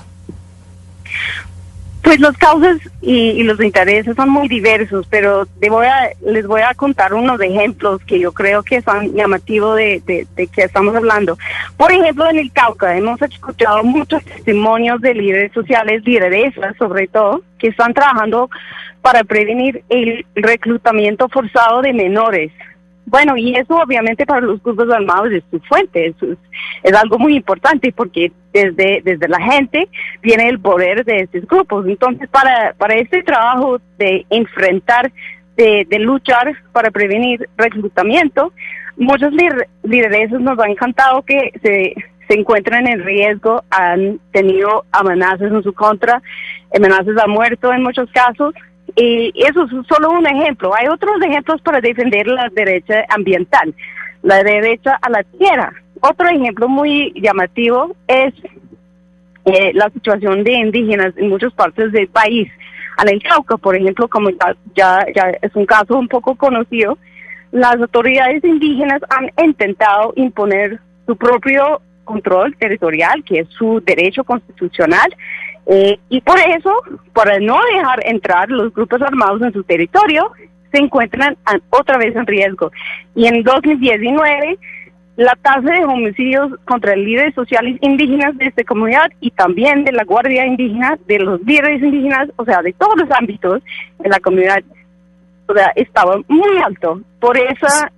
Pues las causas y los intereses son muy diversos, pero les voy a contar unos ejemplos que yo creo que son llamativos de que estamos hablando. Por ejemplo, en el Cauca hemos escuchado muchos testimonios de líderes sociales, lideresas sobre todo, que están trabajando para prevenir el reclutamiento forzado de menores Bueno, y eso obviamente para los grupos armados es su fuente, es algo muy importante porque desde la gente viene el poder de estos grupos. Entonces, para este trabajo de enfrentar, de luchar para prevenir reclutamiento, muchos lideresos nos han encantado que se encuentran en riesgo, han tenido amenazas en su contra, amenazas a muerto en muchos casos. Y eso es solo un ejemplo. Hay otros ejemplos para defender la derecha ambiental, la derecha a la tierra. Otro ejemplo muy llamativo es la situación de indígenas en muchas partes del país. En el Cauca, por ejemplo, como ya es un caso un poco conocido, las autoridades indígenas han intentado imponer su propio control territorial, que es su derecho constitucional, y por eso, para no dejar entrar los grupos armados en su territorio, se encuentran otra vez en riesgo. Y en 2019, la tasa de homicidios contra líderes sociales indígenas de esta comunidad y también de la Guardia Indígena, de los líderes indígenas, o sea, de todos los ámbitos de la comunidad, o sea, estaba muy alto. Por esa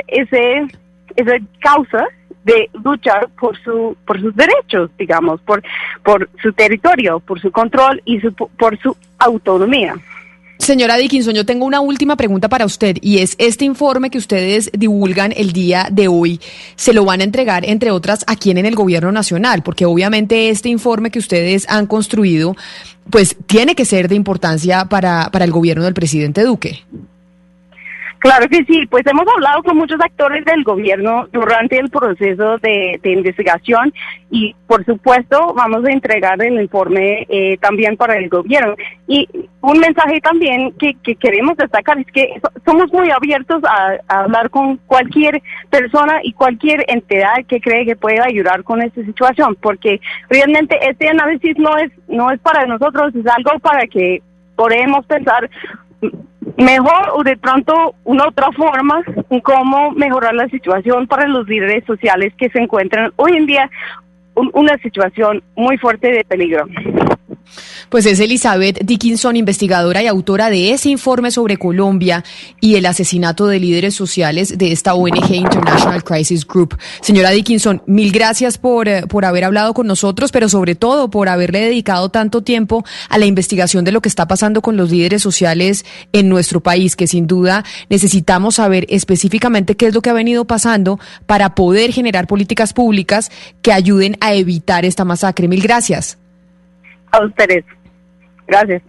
causa de luchar por sus derechos, digamos, por su territorio, por su control y por su autonomía. Señora Dickinson, yo tengo una última pregunta para usted y es este informe que ustedes divulgan el día de hoy, ¿se lo van a entregar, entre otras, a quién en el gobierno nacional? Porque obviamente este informe que ustedes han construido, pues tiene que ser de importancia para el gobierno del presidente Duque. Claro que sí, pues hemos hablado con muchos actores del gobierno durante el proceso de investigación y por supuesto vamos a entregar el informe también para el gobierno. Y un mensaje también que queremos destacar es que somos muy abiertos a hablar con cualquier persona y cualquier entidad que cree que pueda ayudar con esta situación, porque realmente este análisis no es para nosotros, es algo para que podamos pensar mejor o de pronto una otra forma en cómo mejorar la situación para los líderes sociales que se encuentran hoy en día una situación muy fuerte de peligro. Pues es Elizabeth Dickinson, investigadora y autora de ese informe sobre Colombia y el asesinato de líderes sociales de esta ONG International Crisis Group. Señora Dickinson, mil gracias por haber hablado con nosotros, pero sobre todo por haberle dedicado tanto tiempo a la investigación de lo que está pasando con los líderes sociales en nuestro país, que sin duda necesitamos saber específicamente qué es lo que ha venido pasando para poder generar políticas públicas que ayuden a evitar esta masacre. Mil gracias. A ustedes. Gracias.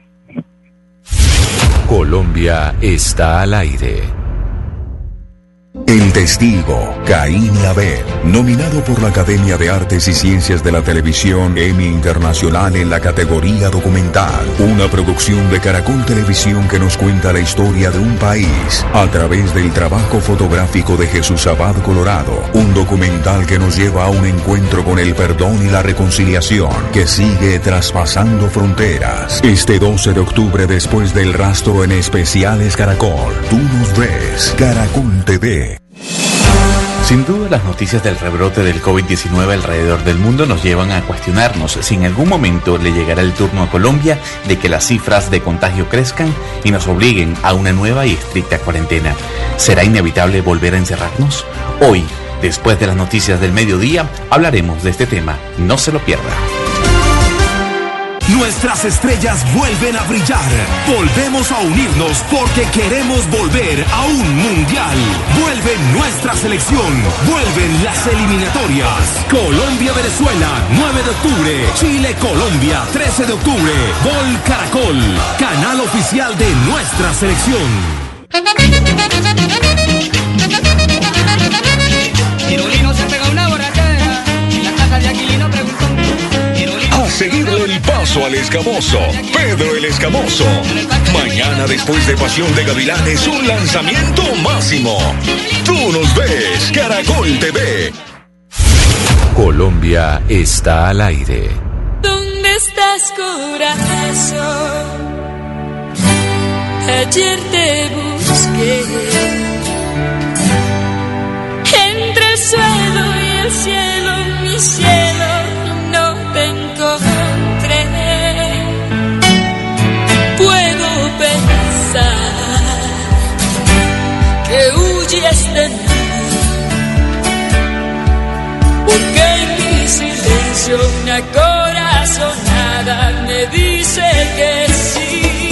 Colombia está al aire. El Testigo, Caín y Abel, nominado por la Academia de Artes y Ciencias de la Televisión Emmy Internacional en la categoría documental. Una producción de Caracol Televisión que nos cuenta la historia de un país a través del trabajo fotográfico de Jesús Abad Colorado. Un documental que nos lleva a un encuentro con el perdón y la reconciliación que sigue traspasando fronteras. Este 12 de octubre, después del rastro en Especiales Caracol, tú nos ves, Caracol TV. Sin duda, las noticias del rebrote del COVID-19 alrededor del mundo nos llevan a cuestionarnos si en algún momento le llegará el turno a Colombia de que las cifras de contagio crezcan y nos obliguen a una nueva y estricta cuarentena. ¿Será inevitable volver a encerrarnos? Hoy, después de las noticias del mediodía, hablaremos de este tema. No se lo pierda. Nuestras estrellas vuelven a brillar. Volvemos a unirnos porque queremos volver a un mundial. Vuelve nuestra selección. Vuelven las eliminatorias. Colombia-Venezuela, 9 de octubre. Chile-Colombia, 13 de octubre. Gol Caracol, canal oficial de nuestra selección. Tirolino se pega una borrachera. En la casa de Aquilino preguntó. A seguirle el paso al Escamoso, Pedro el Escamoso. Mañana, después de Pasión de Gavilanes, un lanzamiento máximo. Tú nos ves, Caracol TV. Colombia está al aire. ¿Dónde estás, corazón? Ayer te busqué entre el suelo y el cielo, mi cielo, no te encontré. Puedo pensar que huyes de mí, porque en mi silencio una corazonada me dice que sí.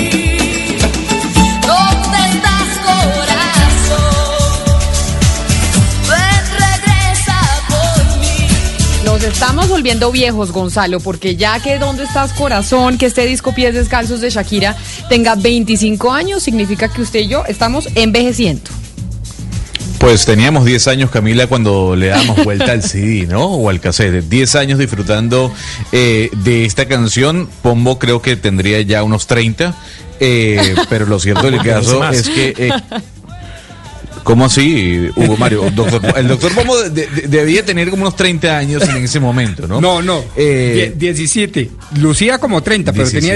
¿Dónde estás, corazón? Ven, regresa por mí. Nos estamos volviendo viejos, Gonzalo, porque ya que ¿Dónde estás, corazón? Que este disco Pies Descalzos de Shakira tenga 25 años, significa que usted y yo estamos envejeciendo. Pues teníamos 10 años, Camila, cuando le damos vuelta al CD, ¿no? O al cassette. 10 años disfrutando de esta canción. Pombo creo que tendría ya unos 30. Pero lo cierto del caso es que... ¿Cómo así, Hugo Mario? El doctor Pombo debía tener como unos 30 años en ese momento, ¿no? No, 17. Lucía como 30, 17. Pero tenía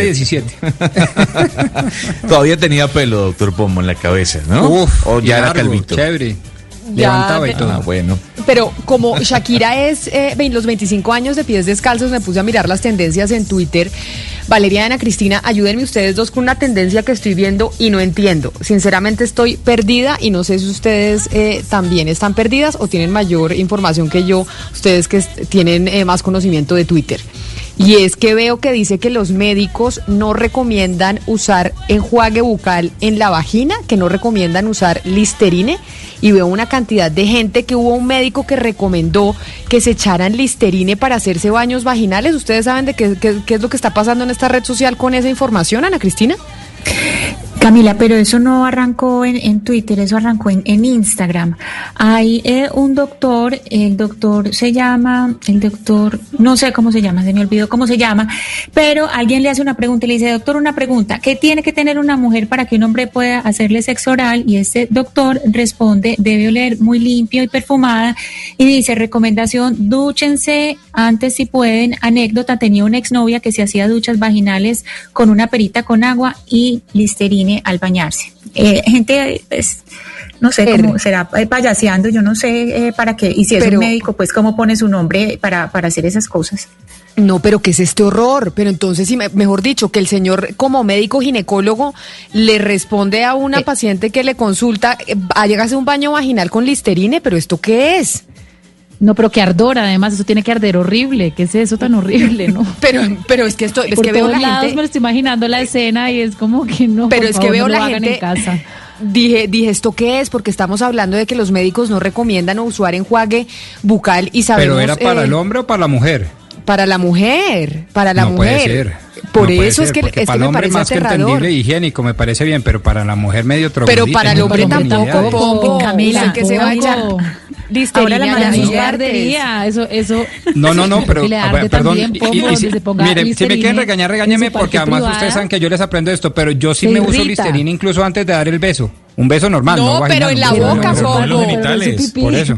17. Todavía tenía pelo, doctor Pombo, en la cabeza, ¿no? Uf, o ya largo, era calvito. Chévere. Levantaba y todo. Ah, bueno. Pero como Shakira es los 25 años de Pies Descalzos, me puse a mirar las tendencias en Twitter. Valeria y Ana Cristina, ayúdenme ustedes dos con una tendencia que estoy viendo y no entiendo. Sinceramente estoy perdida y no sé si ustedes también están perdidas o tienen mayor información que yo, ustedes que tienen más conocimiento de Twitter. Y es que veo que dice que los médicos no recomiendan usar enjuague bucal en la vagina, que no recomiendan usar Listerine, y veo una cantidad de gente que hubo un médico que recomendó que se echaran Listerine para hacerse baños vaginales. ¿Ustedes saben de qué es lo que está pasando en esta red social con esa información, Ana Cristina? Camila, pero eso no arrancó en Twitter, eso arrancó en Instagram. Hay un doctor, no sé cómo se llama, se me olvidó cómo se llama, pero alguien le hace una pregunta y le dice, doctor, una pregunta, ¿qué tiene que tener una mujer para que un hombre pueda hacerle sexo oral? Y este doctor responde, debe oler muy limpio y perfumada, y dice, recomendación, dúchense antes si pueden. Anécdota, tenía una exnovia que se hacía duchas vaginales con una perita con agua y Listerine al bañarse. Gente, pues, no sé cómo será payaseando, yo no sé para qué, y si es un médico, pues cómo pone su nombre para hacer esas cosas. No, pero ¿qué es este horror? Pero entonces, mejor dicho, que el señor como médico ginecólogo le responde a una paciente que le consulta, hágase un baño vaginal con Listerine, pero ¿esto qué es? No, pero que ardor, además, eso tiene que arder horrible. ¿Qué es eso tan horrible, no? Pero es que esto, es por que veo todos la lados gente, me lo estoy imaginando la escena y es como que no. Pero es que veo no la gente en casa. Dije, ¿esto qué es? Porque estamos hablando de que los médicos no recomiendan usar enjuague bucal y sabemos... ¿Pero era para el hombre o para la mujer? Para la mujer, no puede ser. Por no eso es que para el me hombre parece más aterrador. Que entendible, higiénico, me parece bien, pero para la mujer medio troglodita. Pero para el hombre tampoco, Pombo. Camila, que se va a echar ahora la ardería, eso. No, pero perdón. Mire, si me quieren regañar, regáñeme, porque además privada. Ustedes saben que yo les aprendo esto, pero yo sí me uso Listerine incluso antes de dar el beso. Un beso normal, no vaginal, pero en la boca, Pombo. Por eso.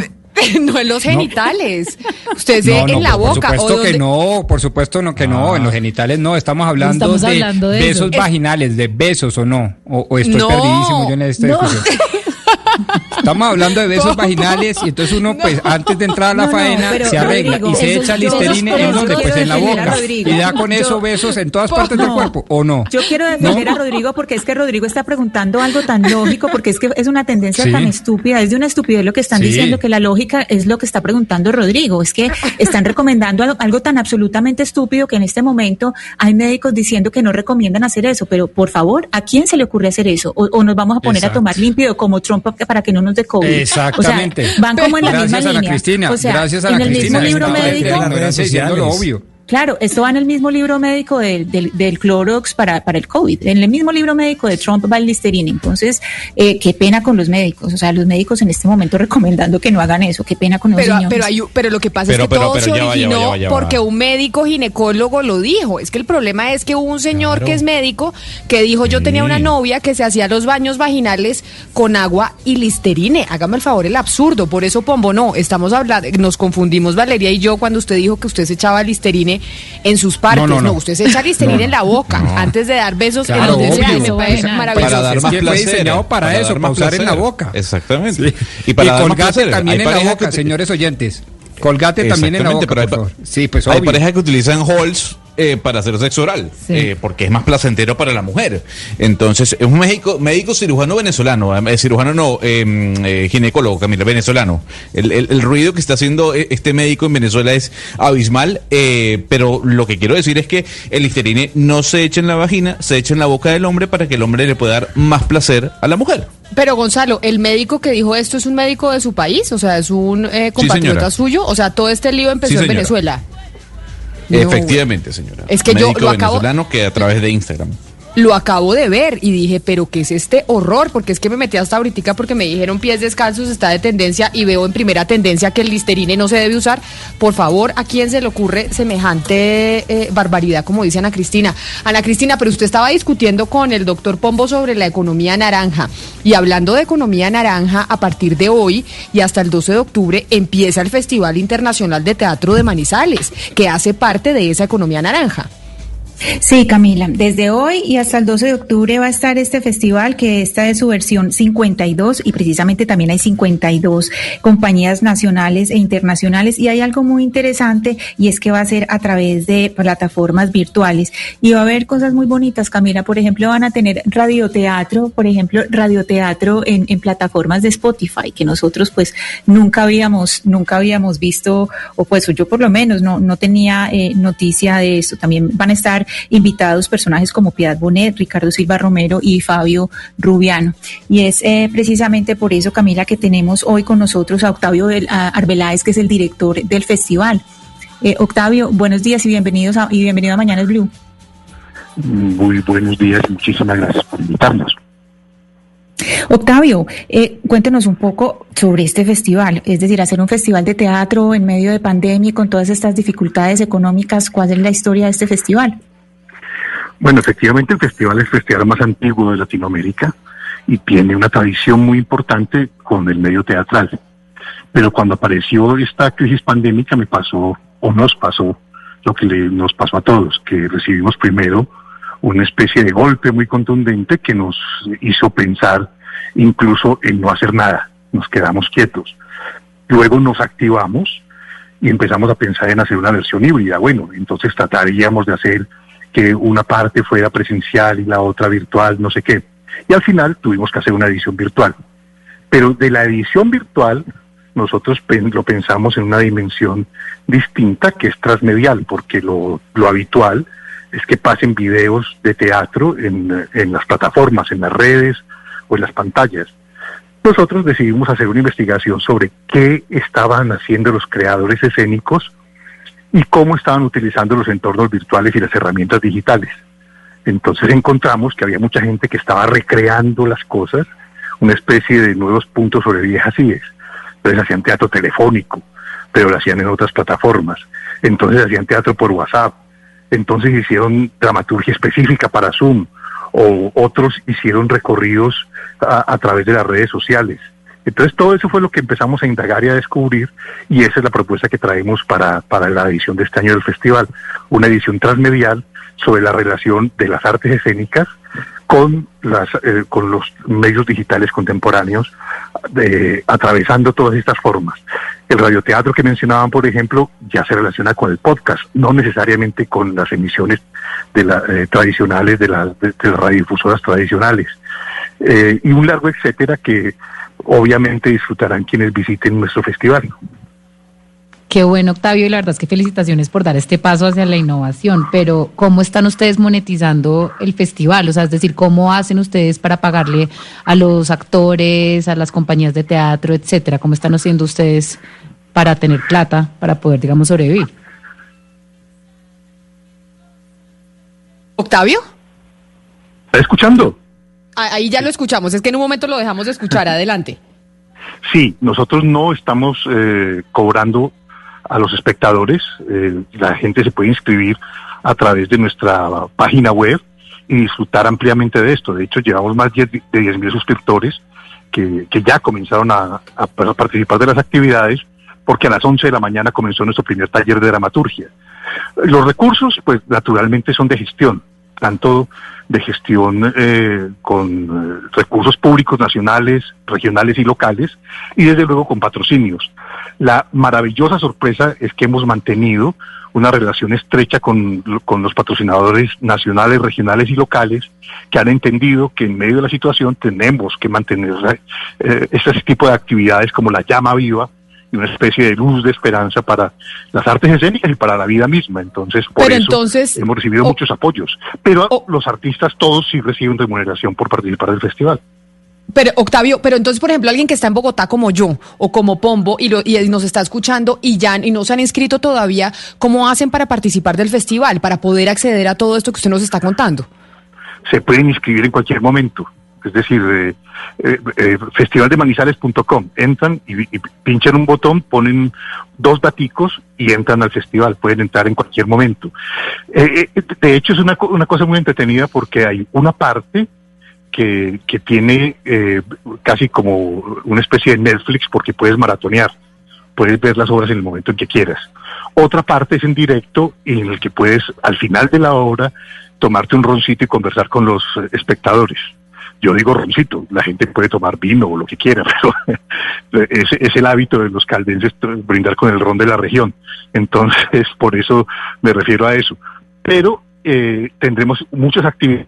No en los genitales. Usted en la boca. Por supuesto que no, en los genitales no. Estamos hablando de besos vaginales, de besos o no. O estoy perdidísimo yo en esta discusión. Estamos hablando de besos vaginales y entonces uno pues antes de entrar a la faena se arregla y se echa Listerine en donde pues en la boca y da con eso besos en todas partes del cuerpo o no. Yo quiero defender a Rodrigo porque es que Rodrigo está preguntando algo tan lógico, porque es que es una tendencia tan estúpida, es de una estupidez lo que están diciendo, que la lógica es lo que está preguntando Rodrigo, es que están recomendando algo tan absolutamente estúpido que en este momento hay médicos diciendo que no recomiendan hacer eso, pero por favor, ¿a quién se le ocurre hacer eso? O nos vamos a poner a tomar límpido como Trump para que no nos dé COVID. Exactamente. O sea, van como en la misma línea. Gracias a en la el Cristina. mismo libro médico. Diciendo lo obvio. Claro, esto va en el mismo libro médico del Clorox para el COVID. En el mismo libro médico de Trump va el Listerine. Entonces, qué pena con los médicos. O sea, los médicos en este momento recomendando que no hagan eso. Qué pena con los señores. Pero lo que pasa es que todo se originó porque un médico ginecólogo lo dijo. Es que el problema es que hubo un señor que es médico que dijo, yo tenía una novia que se hacía los baños vaginales con agua y Listerine. Hágame el favor, el absurdo. Por eso, Pombo, no. Estamos hablando, nos confundimos Valeria y yo cuando usted dijo que usted se echaba Listerine en sus partes. No, usted se echa Listerine en la boca antes de dar besos en donde sea. Me parece maravilloso. Para dar más placer, placer, diseñado para eso, para usar en la boca. Exactamente. Sí. Y para dar Colgate más placer. También en la boca, señores oyentes. Colgate también en la boca, por favor. Sí, pues hay parejas que utilizan Halls para hacer sexo oral, porque es más placentero para la mujer. Entonces, es un médico cirujano venezolano, ginecólogo, Camila, venezolano. El ruido que está haciendo este médico en Venezuela es abismal, pero lo que quiero decir es que el Listerine no se echa en la vagina, se echa en la boca del hombre para que el hombre le pueda dar más placer a la mujer. Pero Gonzalo, ¿el médico que dijo esto es un médico de su país? O sea, ¿es un compatriota suyo? O sea, todo este lío empezó en Venezuela. Efectivamente, señora. Es que médico yo lo acabo... venezolano que a través de Instagram. Lo acabo de ver y dije, pero ¿qué es este horror? Porque es que me metí hasta ahorita porque me dijeron pies descalzos está de tendencia y veo en primera tendencia que el Listerine no se debe usar. Por favor, ¿a quién se le ocurre semejante barbaridad, como dice Ana Cristina? Ana Cristina, pero usted estaba discutiendo con el doctor Pombo sobre la economía naranja. Y hablando de economía naranja, a partir de hoy y hasta el 12 de octubre empieza el Festival Internacional de Teatro de Manizales, que hace parte de esa economía naranja. Sí, Camila, desde hoy y hasta el 12 de octubre va a estar este festival, que esta es su versión 52 y precisamente también hay 52 compañías nacionales e internacionales, y hay algo muy interesante y es que va a ser a través de plataformas virtuales y va a haber cosas muy bonitas, Camila. Por ejemplo, van a tener radioteatro, en plataformas de Spotify, que nosotros pues nunca habíamos visto, o pues yo por lo menos no tenía noticia de esto. También van a estar invitados personajes como Piedad Bonet, Ricardo Silva Romero y Fabio Rubiano. Y es precisamente por eso, Camila, que tenemos hoy con nosotros a Octavio Arbeláez, que es el director del festival. Octavio, buenos días y bienvenido a Mañanas Blue. Muy buenos días y muchísimas gracias por invitarnos. Octavio, cuéntenos un poco sobre este festival, es decir, hacer un festival de teatro en medio de pandemia y con todas estas dificultades económicas. ¿Cuál es la historia de este festival? Bueno, efectivamente el festival es el festival más antiguo de Latinoamérica y tiene una tradición muy importante con el medio teatral. Pero cuando apareció esta crisis pandémica nos pasó lo que nos pasó a todos, que recibimos primero una especie de golpe muy contundente que nos hizo pensar incluso en no hacer nada, nos quedamos quietos. Luego nos activamos y empezamos a pensar en hacer una versión híbrida. Bueno, entonces trataríamos de hacer que una parte fuera presencial y la otra virtual, no sé qué. Y al final tuvimos que hacer una edición virtual. Pero de la edición virtual nosotros lo pensamos en una dimensión distinta, que es transmedial, porque lo habitual es que pasen videos de teatro en las plataformas, en las redes o en las pantallas. Nosotros decidimos hacer una investigación sobre qué estaban haciendo los creadores escénicos y cómo estaban utilizando los entornos virtuales y las herramientas digitales. Entonces encontramos que había mucha gente que estaba recreando las cosas, una especie de nuevos puntos sobre viejas ideas. Entonces hacían teatro telefónico, pero lo hacían en otras plataformas. Entonces hacían teatro por WhatsApp. Entonces hicieron dramaturgia específica para Zoom, o otros hicieron recorridos a través de las redes sociales. Entonces todo eso fue lo que empezamos a indagar y a descubrir, y esa es la propuesta que traemos para la edición de este año del festival, una edición transmedial sobre la relación de las artes escénicas con los medios digitales contemporáneos, atravesando todas estas formas. El radioteatro que mencionaban, por ejemplo, ya se relaciona con el podcast, no necesariamente con las emisiones tradicionales de las radiodifusoras tradicionales, y un largo etcétera que obviamente disfrutarán quienes visiten nuestro festival. Qué bueno, Octavio, y la verdad es que felicitaciones por dar este paso hacia la innovación, pero ¿cómo están ustedes monetizando el festival? O sea, es decir, ¿cómo hacen ustedes para pagarle a los actores, a las compañías de teatro, etcétera? ¿Cómo están haciendo ustedes para tener plata, para poder, digamos, sobrevivir? ¿Octavio? ¿Está escuchando? Ahí ya lo escuchamos, es que en un momento lo dejamos de escuchar, adelante. Sí, nosotros no estamos cobrando a los espectadores, la gente se puede inscribir a través de nuestra página web y disfrutar ampliamente de esto. De hecho, llevamos más de 10.000 suscriptores que ya comenzaron a participar de las actividades, porque a las 11 de la mañana comenzó nuestro primer taller de dramaturgia. Los recursos, pues naturalmente son de gestión. tanto de gestión con recursos públicos nacionales, regionales y locales, y desde luego con patrocinios. La maravillosa sorpresa es que hemos mantenido una relación estrecha con los patrocinadores nacionales, regionales y locales, que han entendido que en medio de la situación tenemos que mantener este tipo de actividades como la llama viva, y una especie de luz de esperanza para las artes escénicas y para la vida misma. Entonces, por eso hemos recibido muchos apoyos. Pero los artistas todos sí reciben remuneración por participar del festival. Pero Octavio, entonces, por ejemplo, alguien que está en Bogotá como yo o como Pombo y nos está escuchando y no se han inscrito todavía, ¿cómo hacen para participar del festival, para poder acceder a todo esto que usted nos está contando? Se pueden inscribir en cualquier momento. Es decir, festivaldemanizales.com, entran y pinchan un botón, ponen 2 daticos y entran al festival. Pueden entrar en cualquier momento. De hecho, es una cosa muy entretenida porque hay una parte que tiene casi como una especie de Netflix, porque puedes maratonear, puedes ver las obras en el momento en que quieras. Otra parte es en directo, en el que puedes, al final de la obra, tomarte un roncito y conversar con los espectadores. Yo digo roncito, la gente puede tomar vino o lo que quiera, pero es el hábito de los caldenses brindar con el ron de la región. Entonces, por eso me refiero a eso. Pero tendremos muchas actividades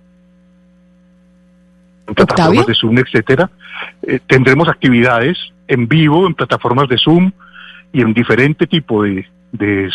en plataformas de Zoom, etcétera. Tendremos actividades en vivo en plataformas de Zoom y en diferente tipo de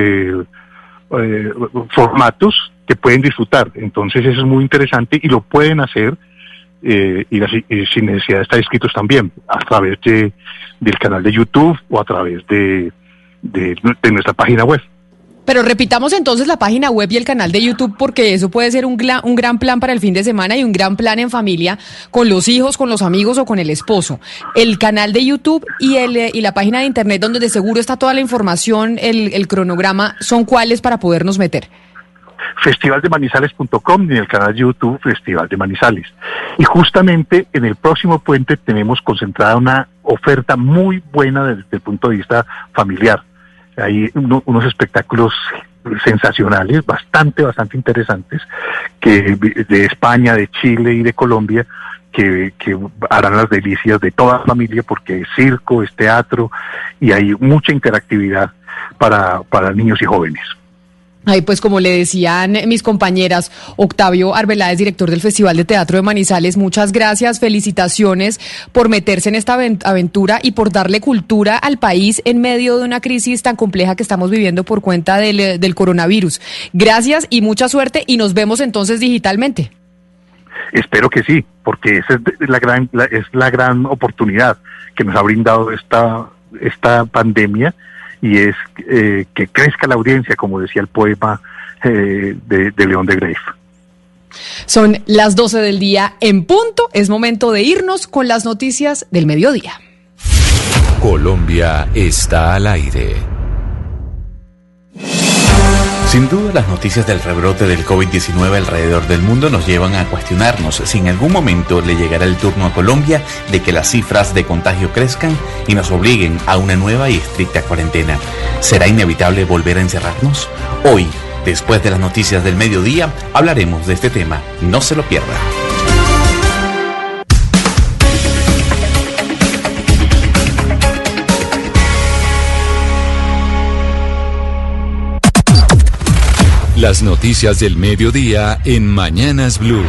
formatos que pueden disfrutar. Entonces eso es muy interesante y lo pueden hacer sin necesidad de estar inscritos también, a través del canal de YouTube o a través de nuestra página web. Pero repitamos entonces la página web y el canal de YouTube, porque eso puede ser un gran plan para el fin de semana y un gran plan en familia, con los hijos, con los amigos o con el esposo. El canal de YouTube y la página de internet donde de seguro está toda la información, el cronograma, ¿son cuáles para podernos meter? festivaldemanizales.com y en el canal de YouTube Festival de Manizales. Y justamente en el próximo puente tenemos concentrada una oferta muy buena desde el punto de vista familiar. Hay unos espectáculos sensacionales, bastante interesantes, que de España, de Chile y de Colombia, que harán las delicias de toda la familia, porque es circo, es teatro y hay mucha interactividad para niños y jóvenes. Ay, pues como le decían mis compañeras, Octavio Arbeláez, director del Festival de Teatro de Manizales, muchas gracias, felicitaciones por meterse en esta aventura y por darle cultura al país en medio de una crisis tan compleja que estamos viviendo por cuenta del coronavirus. Gracias y mucha suerte, y nos vemos entonces digitalmente. Espero que sí, porque esa es la gran oportunidad que nos ha brindado esta pandemia, y es que crezca la audiencia, como decía el poema de León de Greiff. Son las 12 del día en punto. Es momento de irnos con las noticias del mediodía. Colombia está al aire. Sin duda, las noticias del rebrote del COVID-19 alrededor del mundo nos llevan a cuestionarnos si en algún momento le llegará el turno a Colombia de que las cifras de contagio crezcan y nos obliguen a una nueva y estricta cuarentena. ¿Será inevitable volver a encerrarnos? Hoy, después de las noticias del mediodía, hablaremos de este tema. No se lo pierda. Las noticias del mediodía en Mañanas Blue.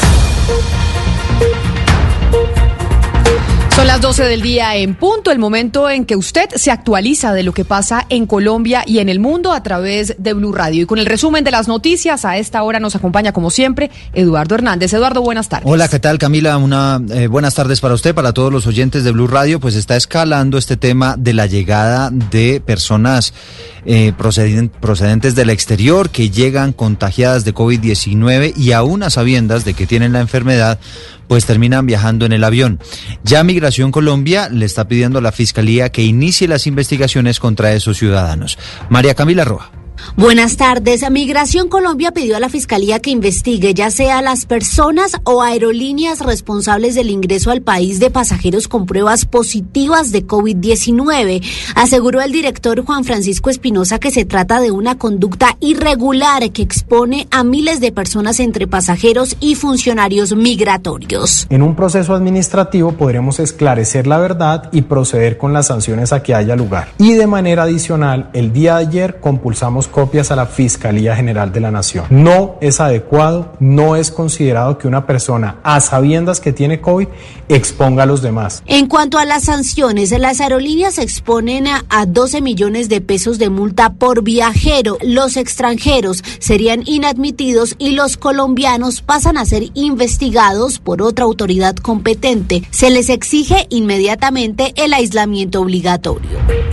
Son las 12 del día en punto, el momento en que usted se actualiza de lo que pasa en Colombia y en el mundo a través de Blue Radio. Y con el resumen de las noticias, a esta hora nos acompaña, como siempre, Eduardo Hernández. Eduardo, buenas tardes. Hola, ¿qué tal, Camila? Buenas tardes para usted, para todos los oyentes de Blue Radio. Pues está escalando este tema de la llegada de personas procedentes del exterior que llegan contagiadas de COVID-19 y aún a sabiendas de que tienen la enfermedad, pues terminan viajando en el avión. Ya Migración Colombia le está pidiendo a la Fiscalía que inicie las investigaciones contra esos ciudadanos. María Camila Roa. Buenas tardes. Migración Colombia pidió a la Fiscalía que investigue ya sea las personas o aerolíneas responsables del ingreso al país de pasajeros con pruebas positivas de COVID-19. Aseguró el director Juan Francisco Espinosa que se trata de una conducta irregular que expone a miles de personas entre pasajeros y funcionarios migratorios. En un proceso administrativo podremos esclarecer la verdad y proceder con las sanciones a que haya lugar. Y de manera adicional, el día de ayer compulsamos copias a la Fiscalía General de la Nación. No es adecuado, no es considerado que una persona a sabiendas que tiene COVID exponga a los demás. En cuanto a las sanciones, las aerolíneas exponen a 12 millones de pesos de multa por viajero. Los extranjeros serían inadmitidos y los colombianos pasan a ser investigados por otra autoridad competente. Se les exige inmediatamente el aislamiento obligatorio.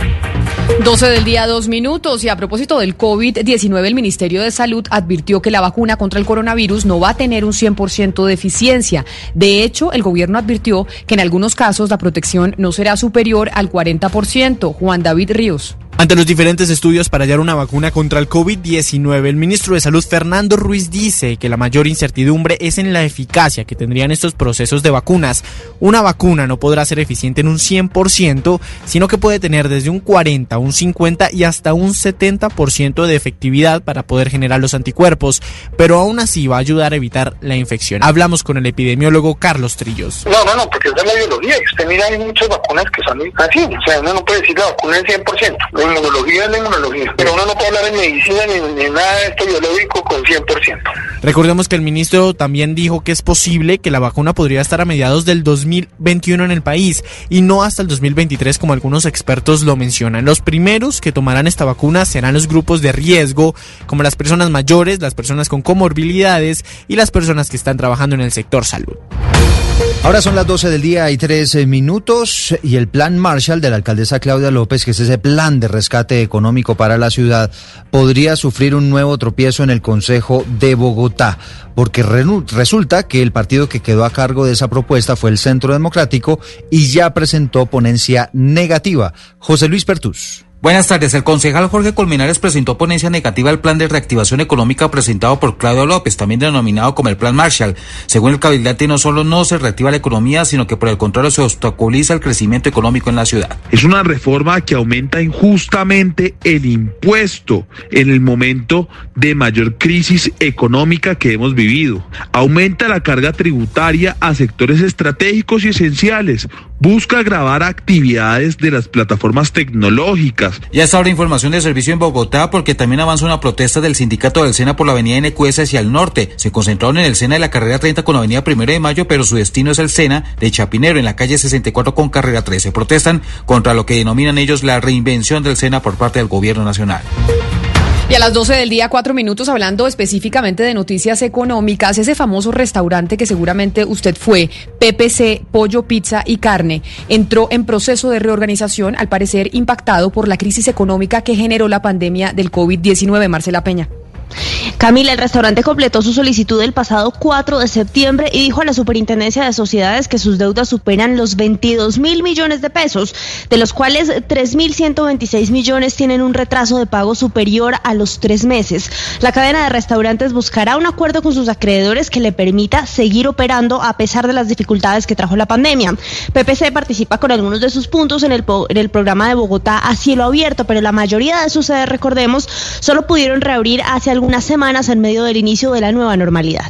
12 del día, 2 minutos. Y a propósito del COVID-19, el Ministerio de Salud advirtió que la vacuna contra el coronavirus no va a tener un 100% de eficiencia. De hecho, el gobierno advirtió que en algunos casos la protección no será superior al 40%. Juan David Ríos. Ante los diferentes estudios para hallar una vacuna contra el COVID-19, el ministro de Salud, Fernando Ruiz, dice que la mayor incertidumbre es en la eficacia que tendrían estos procesos de vacunas. Una vacuna no podrá ser eficiente en un 100%, sino que puede tener desde un 40, un 50 y hasta un 70% de efectividad para poder generar los anticuerpos, pero aún así va a ayudar a evitar la infección. Hablamos con el epidemiólogo Carlos Trillos. No, porque es de la biología. Y usted mira, hay muchas vacunas que son así. O sea, uno no puede decir la vacuna es 100%. La inmunología es la inmunología, pero uno no puede hablar en medicina ni nada de esto biológico con 100%. Recordemos que el ministro también dijo que es posible que la vacuna podría estar a mediados del 2021 en el país y no hasta el 2023 como algunos expertos lo mencionan. Los primeros que tomarán esta vacuna serán los grupos de riesgo, como las personas mayores, las personas con comorbilidades y las personas que están trabajando en el sector salud. Ahora son las 12 del día y 3 minutos y el plan Marshall de la alcaldesa Claudia López, que es ese plan de rescate económico para la ciudad, podría sufrir un nuevo tropiezo en el Consejo de Bogotá, porque resulta que el partido que quedó a cargo de esa propuesta fue el Centro Democrático y ya presentó ponencia negativa. José Luis Pertús. Buenas tardes. El concejal Jorge Colmenares presentó ponencia negativa al plan de reactivación económica presentado por Claudia López, también denominado como el plan Marshall. Según el cabildante, no solo no se reactiva la economía, sino que por el contrario se obstaculiza el crecimiento económico en la ciudad. Es una reforma que aumenta injustamente el impuesto en el momento de mayor crisis económica que hemos vivido. Aumenta la carga tributaria a sectores estratégicos y esenciales. Busca agravar actividades de las plataformas tecnológicas. Ya está ahora información de servicio en Bogotá, porque también avanza una protesta del sindicato del SENA por la avenida NQS hacia el norte. Se concentraron en el SENA de la carrera 30 con la avenida 1 de Mayo, pero su destino es el SENA de Chapinero, en la calle 64 con carrera 13. Protestan contra lo que denominan ellos la reinvención del SENA por parte del gobierno nacional. Y a las 12 del día, 4 minutos, hablando específicamente de noticias económicas, ese famoso restaurante que seguramente usted fue, PPC, Pollo, Pizza y Carne, entró en proceso de reorganización, al parecer impactado por la crisis económica que generó la pandemia del COVID-19. Marcela Peña. Camila, el restaurante completó su solicitud el pasado 4 de septiembre y dijo a la Superintendencia de Sociedades que sus deudas superan los 22.000 millones de pesos, de los cuales 3.126 millones tienen un retraso de pago superior a los 3 meses. La cadena de restaurantes buscará un acuerdo con sus acreedores que le permita seguir operando a pesar de las dificultades que trajo la pandemia. PPC participa con algunos de sus puntos en el programa de Bogotá a cielo abierto, pero la mayoría de sus sedes, recordemos, solo pudieron reabrir hace algunas semanas en medio del inicio de la nueva normalidad.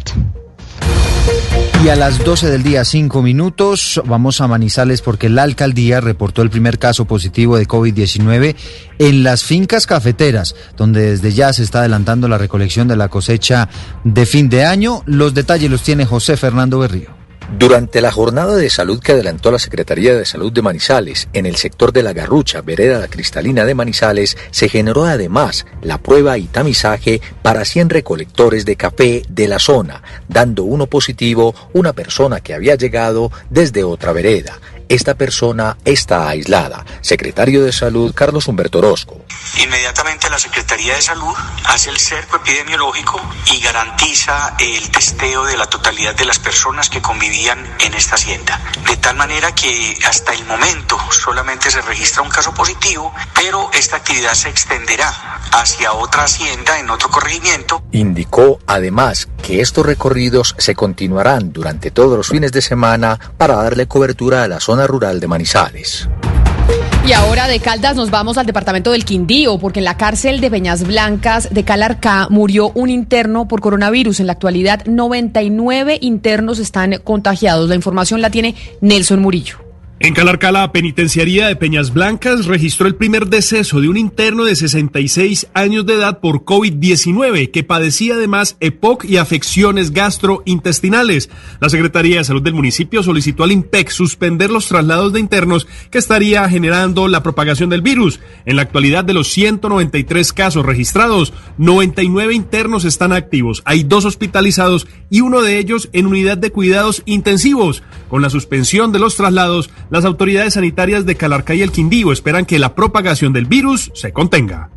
Y a las 12 del día, 5 minutos, vamos a Manizales porque la alcaldía reportó el primer caso positivo de COVID-19 en las fincas cafeteras, donde desde ya se está adelantando la recolección de la cosecha de fin de año. Los detalles los tiene José Fernando Berrío. Durante la jornada de salud que adelantó la Secretaría de Salud de Manizales, en el sector de La Garrucha, vereda La Cristalina de Manizales, se generó además la prueba y tamizaje para 100 recolectores de café de la zona, dando uno positivo una persona que había llegado desde otra vereda. Esta persona está aislada. Secretario de Salud, Carlos Humberto Orozco. Inmediatamente la Secretaría de Salud hace el cerco epidemiológico y garantiza el testeo de la totalidad de las personas que convivían en esta hacienda. De tal manera que hasta el momento solamente se registra un caso positivo, pero esta actividad se extenderá hacia otra hacienda en otro corregimiento. Indicó además que estos recorridos se continuarán durante todos los fines de semana para darle cobertura a la zona rural de Manizales. Y ahora de Caldas nos vamos al departamento del Quindío, porque en la cárcel de Peñas Blancas de Calarcá murió un interno por coronavirus. En la actualidad, 99 internos están contagiados. La información la tiene Nelson Murillo. En Calarcá, la penitenciaría de Peñas Blancas registró el primer deceso de un interno de 66 años de edad por COVID-19, que padecía además EPOC y afecciones gastrointestinales. La Secretaría de Salud del municipio solicitó al INPEC suspender los traslados de internos que estaría generando la propagación del virus. En la actualidad, de los 193 casos registrados, 99 internos están activos. Hay 2 hospitalizados y uno de ellos en unidad de cuidados intensivos. Con la suspensión de los traslados, las autoridades sanitarias de Calarcá y el Quindío esperan que la propagación del virus se contenga.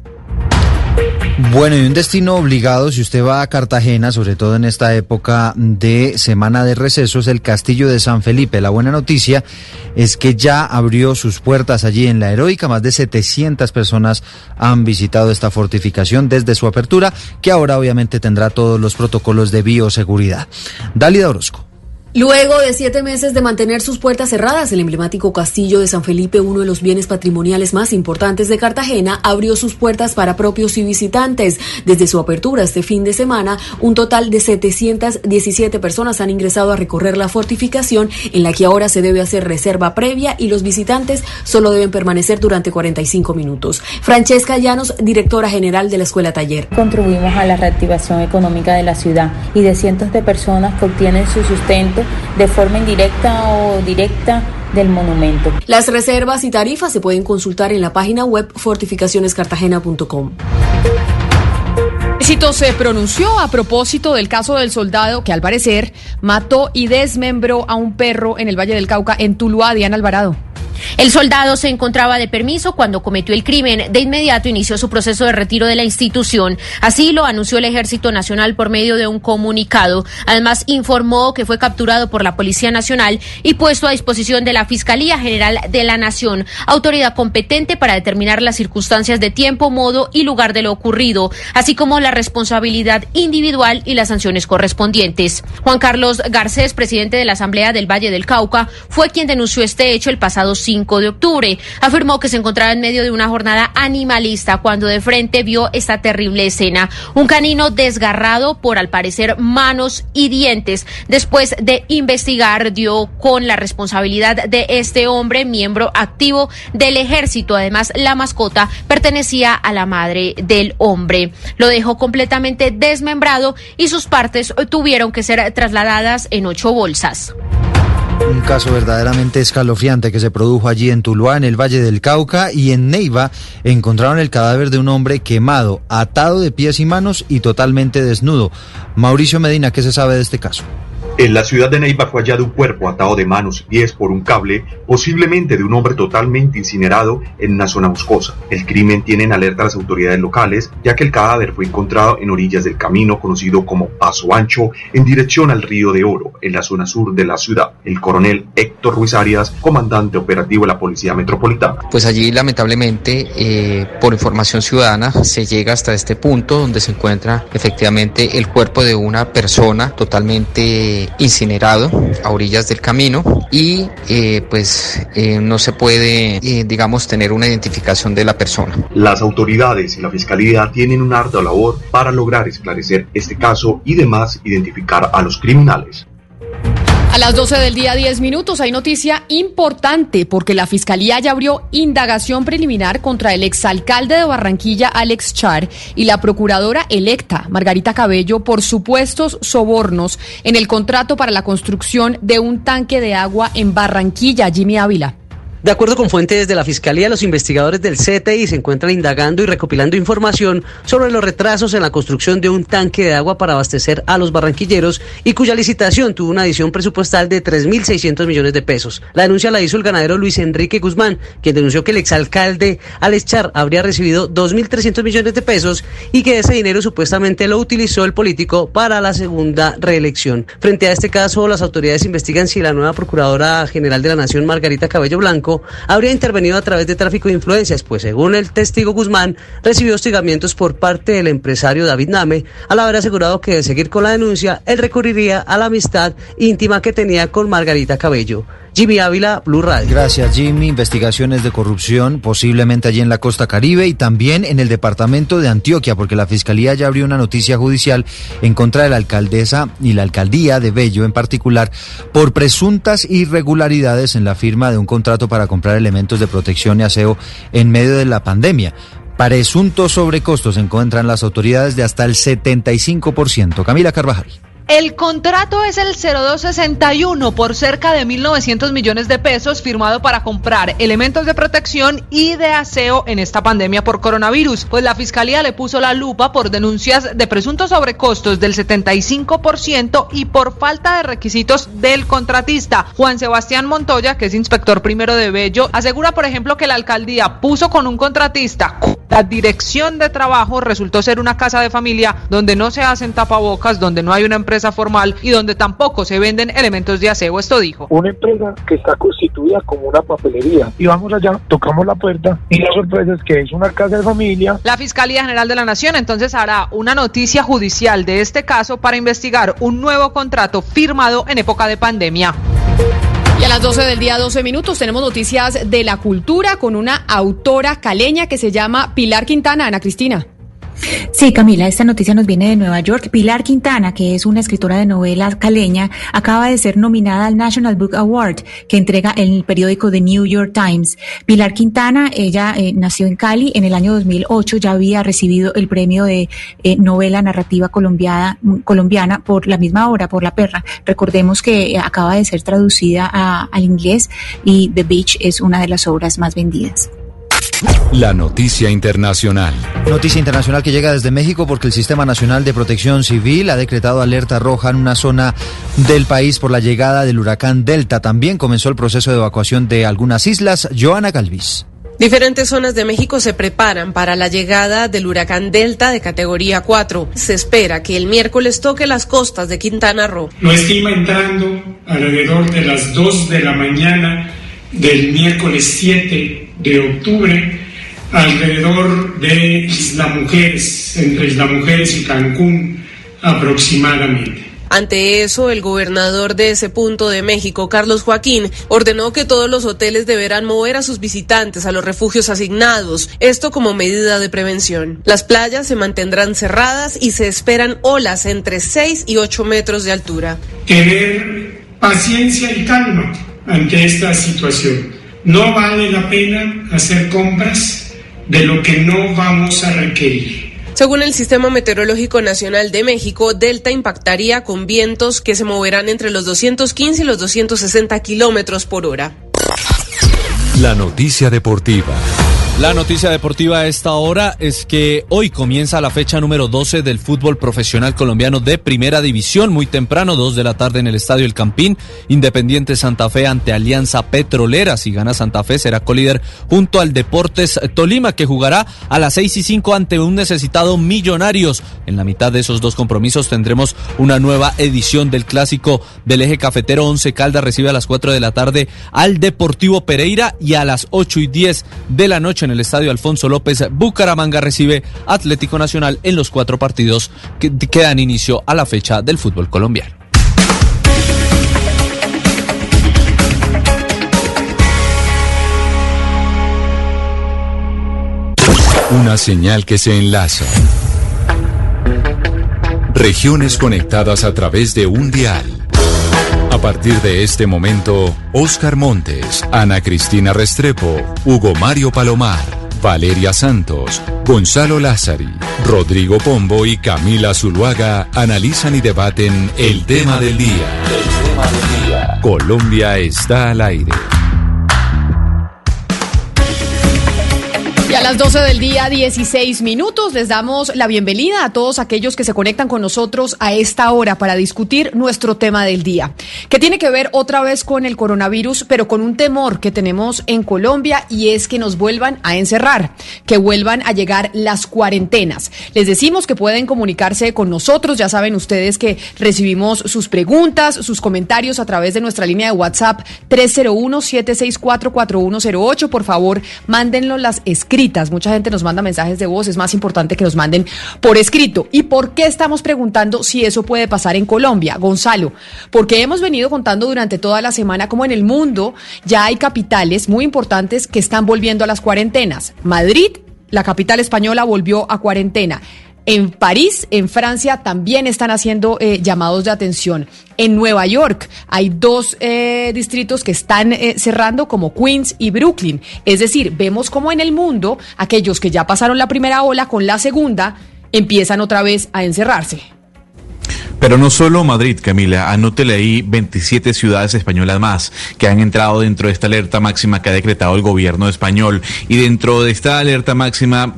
Bueno, y un destino obligado, si usted va a Cartagena, sobre todo en esta época de semana de receso, es el Castillo de San Felipe. La buena noticia es que ya abrió sus puertas allí en La Heroica. Más de 700 personas han visitado esta fortificación desde su apertura, que ahora obviamente tendrá todos los protocolos de bioseguridad. Dálida Orozco. Luego de 7 meses de mantener sus puertas cerradas, el emblemático Castillo de San Felipe, uno de los bienes patrimoniales más importantes de Cartagena, abrió sus puertas para propios y visitantes. Desde su apertura este fin de semana, un total de 717 personas han ingresado a recorrer la fortificación, en la que ahora se debe hacer reserva previa y los visitantes solo deben permanecer durante 45 minutos. Francesca Llanos, directora general de la Escuela Taller. Contribuimos a la reactivación económica de la ciudad y de cientos de personas que obtienen su sustento de forma indirecta o directa del monumento. Las reservas y tarifas se pueden consultar en la página web fortificacionescartagena.com. Éxito se pronunció a propósito del caso del soldado que al parecer mató y desmembró a un perro en el Valle del Cauca, en Tuluá. Diana Alvarado. El soldado se encontraba de permiso cuando cometió el crimen. De inmediato inició su proceso de retiro de la institución. Así lo anunció el Ejército Nacional por medio de un comunicado. Además, informó que fue capturado por la Policía Nacional y puesto a disposición de la Fiscalía General de la Nación, autoridad competente para determinar las circunstancias de tiempo, modo y lugar de lo ocurrido, así como la responsabilidad individual y las sanciones correspondientes. Juan Carlos Garcés, presidente de la Asamblea del Valle del Cauca, fue quien denunció este hecho el pasado 5 de octubre. Afirmó que se encontraba en medio de una jornada animalista cuando de frente vio esta terrible escena. Un canino desgarrado por, al parecer, manos y dientes. Después de investigar, dio con la responsabilidad de este hombre, miembro activo del ejército. Además, la mascota pertenecía a la madre del hombre. Lo dejó completamente desmembrado y sus partes tuvieron que ser trasladadas en 8 bolsas. Un caso verdaderamente escalofriante que se produjo allí en Tuluá, en el Valle del Cauca, y en Neiva encontraron el cadáver de un hombre quemado, atado de pies y manos y totalmente desnudo. Mauricio Medina, ¿qué se sabe de este caso? En la ciudad de Neiva fue hallado un cuerpo atado de manos y pies por un cable, posiblemente de un hombre totalmente incinerado en una zona boscosa. El crimen tiene en alerta a las autoridades locales, ya que el cadáver fue encontrado en orillas del camino conocido como Paso Ancho, en dirección al Río de Oro, en la zona sur de la ciudad. El coronel Héctor Ruiz Arias, comandante operativo de la Policía Metropolitana. Pues allí, lamentablemente, por información ciudadana, se llega hasta este punto donde se encuentra efectivamente el cuerpo de una persona totalmente incinerado a orillas del camino y no se puede, tener una identificación de la persona. Las autoridades y la Fiscalía tienen una ardua labor para lograr esclarecer este caso y demás identificar a los criminales. A las 12 del día, 10 minutos, hay noticia importante porque la Fiscalía ya abrió indagación preliminar contra el exalcalde de Barranquilla, Alex Char, y la procuradora electa, Margarita Cabello, por supuestos sobornos en el contrato para la construcción de un tanque de agua en Barranquilla. Jimmy Ávila. De acuerdo con fuentes de la Fiscalía, los investigadores del CTI se encuentran indagando y recopilando información sobre los retrasos en la construcción de un tanque de agua para abastecer a los barranquilleros y cuya licitación tuvo una adición presupuestal de 3.600 millones de pesos. La denuncia la hizo el ganadero Luis Enrique Guzmán, quien denunció que el exalcalde Alex Char habría recibido 2.300 millones de pesos y que ese dinero supuestamente lo utilizó el político para la segunda reelección. Frente a este caso, las autoridades investigan si la nueva Procuradora General de la Nación, Margarita Cabello Blanco, habría intervenido a través de tráfico de influencias, pues según el testigo Guzmán, recibió hostigamientos por parte del empresario David Name, al haber asegurado que de seguir con la denuncia, él recurriría a la amistad íntima que tenía con Margarita Cabello. Jimmy Ávila, Blue Radio. Gracias, Jimmy. Investigaciones de corrupción, posiblemente allí en la costa Caribe y también en el departamento de Antioquia, porque la Fiscalía ya abrió una noticia judicial en contra de la alcaldesa y la alcaldía de Bello en particular por presuntas irregularidades en la firma de un contrato para comprar elementos de protección y aseo en medio de la pandemia. Presuntos sobrecostos encuentran las autoridades de hasta el 75%. Camila Carvajal. El contrato es el 0261 por cerca de 1.900 millones de pesos firmado para comprar elementos de protección y de aseo en esta pandemia por coronavirus, pues la Fiscalía le puso la lupa por denuncias de presuntos sobrecostos del 75% y por falta de requisitos del contratista. Juan Sebastián Montoya, que es inspector primero de Bello, asegura, por ejemplo, que la alcaldía puso con un contratista. La dirección de trabajo resultó ser una casa de familia donde no se hacen tapabocas, donde no hay una empresa formal y donde tampoco se venden elementos de aseo. Esto dijo. Una empresa que está constituida como una papelería. Y vamos allá, tocamos la puerta y la sorpresa es que es una casa de familia. La Fiscalía General de la Nación entonces hará una noticia judicial de este caso para investigar un nuevo contrato firmado en época de pandemia. Y a las 12 del día, 12 minutos, tenemos noticias de la cultura con una autora caleña que se llama Pilar Quintana. Ana Cristina. Sí, Camila, esta noticia nos viene de Nueva York. Pilar Quintana, que es una escritora de novela caleña, acaba de ser nominada al National Book Award, que entrega el periódico The New York Times. Pilar Quintana, ella nació en Cali en el año 2008, ya había recibido el premio de novela narrativa colombiana por la misma obra, por La Perra. Recordemos que acaba de ser traducida al inglés y The Beach es una de las obras más vendidas. La noticia internacional. Noticia internacional que llega desde México porque el Sistema Nacional de Protección Civil ha decretado alerta roja en una zona del país por la llegada del huracán Delta. También comenzó el proceso de evacuación de algunas islas. Joana Galvis. Diferentes zonas de México se preparan para la llegada del huracán Delta de categoría 4. Se espera que el miércoles toque las costas de Quintana Roo. Lo estima entrando alrededor de las 2 de la mañana del miércoles 7 de octubre, alrededor de Isla Mujeres, entre Isla Mujeres y Cancún aproximadamente. Ante eso, el gobernador de ese punto de México, Carlos Joaquín, ordenó que todos los hoteles deberán mover a sus visitantes a los refugios asignados, esto como medida de prevención. Las playas se mantendrán cerradas y se esperan olas entre 6 y 8 metros de altura. Tener paciencia y calma ante esta situación. No vale la pena hacer compras de lo que no vamos a requerir. Según el Sistema Meteorológico Nacional de México, Delta impactaría con vientos que se moverán entre los 215 y los 260 kilómetros por hora. La noticia deportiva. La noticia deportiva a esta hora es que hoy comienza la fecha número 12 del fútbol profesional colombiano de Primera División, muy temprano, 2 de la tarde en el Estadio El Campín. Independiente Santa Fe ante Alianza Petrolera. Si gana Santa Fe será colíder junto al Deportes Tolima, que jugará a las 6:05 ante un necesitado Millonarios. En la mitad de esos dos compromisos tendremos una nueva edición del clásico del eje cafetero. 11 Caldas recibe a las 4 de la tarde al Deportivo Pereira y a las 8:10 de la noche en el Estadio Alfonso López, Bucaramanga recibe Atlético Nacional en los 4 partidos que dan inicio a la fecha del fútbol colombiano. Una señal que se enlaza. Regiones conectadas a través de un dial. A partir de este momento, Óscar Montes, Ana Cristina Restrepo, Hugo Mario Palomar, Valeria Santos, Gonzalo Lázari, Rodrigo Pombo y Camila Zuluaga analizan y debaten el tema del día. Colombia está al aire. Y a las 12 del día, 16 minutos, les damos la bienvenida a todos aquellos que se conectan con nosotros a esta hora para discutir nuestro tema del día, que tiene que ver otra vez con el coronavirus, pero con un temor que tenemos en Colombia, y es que nos vuelvan a encerrar, que vuelvan a llegar las cuarentenas. Les decimos que pueden comunicarse con nosotros, ya saben ustedes que recibimos sus preguntas, sus comentarios a través de nuestra línea de WhatsApp 301-764-4108. Por favor, mándenlo las escritas. Mucha gente nos manda mensajes de voz, es más importante que nos manden por escrito. ¿Y por qué estamos preguntando si eso puede pasar en Colombia, Gonzalo? Porque hemos venido contando durante toda la semana cómo en el mundo ya hay capitales muy importantes que están volviendo a las cuarentenas. Madrid, la capital española, volvió a cuarentena. En París, en Francia, también están haciendo llamados de atención. En Nueva York hay 2 distritos que están cerrando, como Queens y Brooklyn. Es decir, vemos como en el mundo aquellos que ya pasaron la primera ola con la segunda empiezan otra vez a encerrarse. Pero no solo Madrid, Camila, anótele ahí 27 ciudades españolas más que han entrado dentro de esta alerta máxima que ha decretado el gobierno español. Y dentro de esta alerta máxima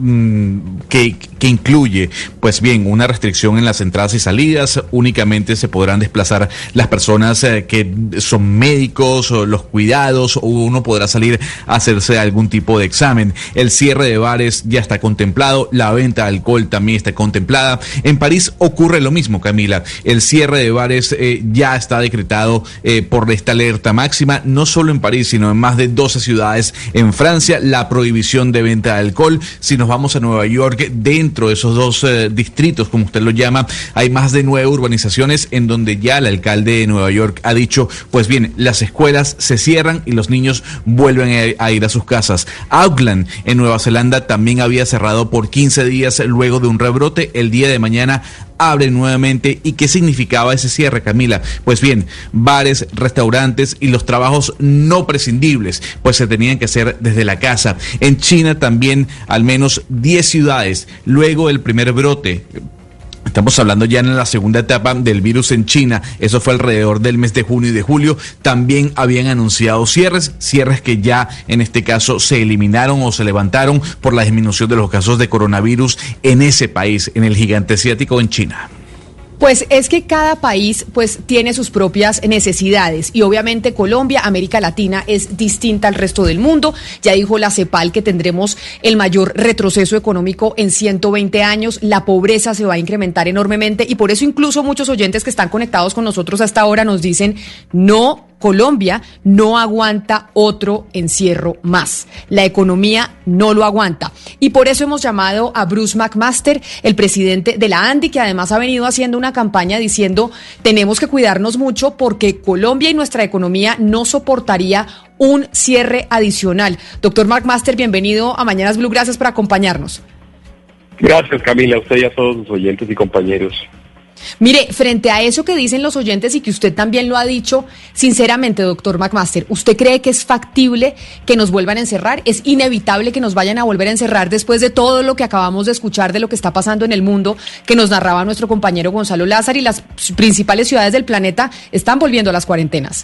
que incluye, pues bien, una restricción en las entradas y salidas, únicamente se podrán desplazar las personas que son médicos, o los cuidados, o uno podrá salir a hacerse algún tipo de examen. El cierre de bares ya está contemplado, la venta de alcohol también está contemplada. En París ocurre lo mismo, Camila. El cierre de bares ya está decretado por esta alerta máxima, no solo en París, sino en más de 12 ciudades en Francia. La prohibición de venta de alcohol. Si nos vamos a Nueva York, dentro de esos 2 distritos, como usted lo llama, hay más de 9 urbanizaciones en donde ya el alcalde de Nueva York ha dicho, pues bien, las escuelas se cierran y los niños vuelven a ir a sus casas. Auckland, en Nueva Zelanda, también había cerrado por 15 días luego de un rebrote. El día de mañana abren nuevamente. ¿Y qué significaba ese cierre, Camila? Pues bien, bares, restaurantes y los trabajos no prescindibles, pues se tenían que hacer desde la casa. En China también al menos 10 ciudades, luego del primer brote. Estamos hablando ya en la segunda etapa del virus en China, eso fue alrededor del mes de junio y de julio, también habían anunciado cierres que ya en este caso se eliminaron o se levantaron por la disminución de los casos de coronavirus en ese país, en el gigante asiático, en China. Pues es que cada país pues tiene sus propias necesidades y obviamente Colombia, América Latina, es distinta al resto del mundo. Ya dijo la CEPAL que tendremos el mayor retroceso económico en 120 años, la pobreza se va a incrementar enormemente y por eso incluso muchos oyentes que están conectados con nosotros hasta ahora nos dicen no. Colombia no aguanta otro encierro más. La economía no lo aguanta. Y por eso hemos llamado a Bruce McMaster, el presidente de la ANDI, que además ha venido haciendo una campaña diciendo tenemos que cuidarnos mucho porque Colombia y nuestra economía no soportaría un cierre adicional. Doctor McMaster, bienvenido a Mañanas Blue. Gracias por acompañarnos. Gracias, Camila, a usted y a todos sus oyentes y compañeros. Mire, frente a eso que dicen los oyentes y que usted también lo ha dicho, sinceramente, doctor McMaster, ¿usted cree que es factible que nos vuelvan a encerrar? ¿Es inevitable que nos vayan a volver a encerrar después de todo lo que acabamos de escuchar de lo que está pasando en el mundo, que nos narraba nuestro compañero Gonzalo Lázaro, y las principales ciudades del planeta están volviendo a las cuarentenas?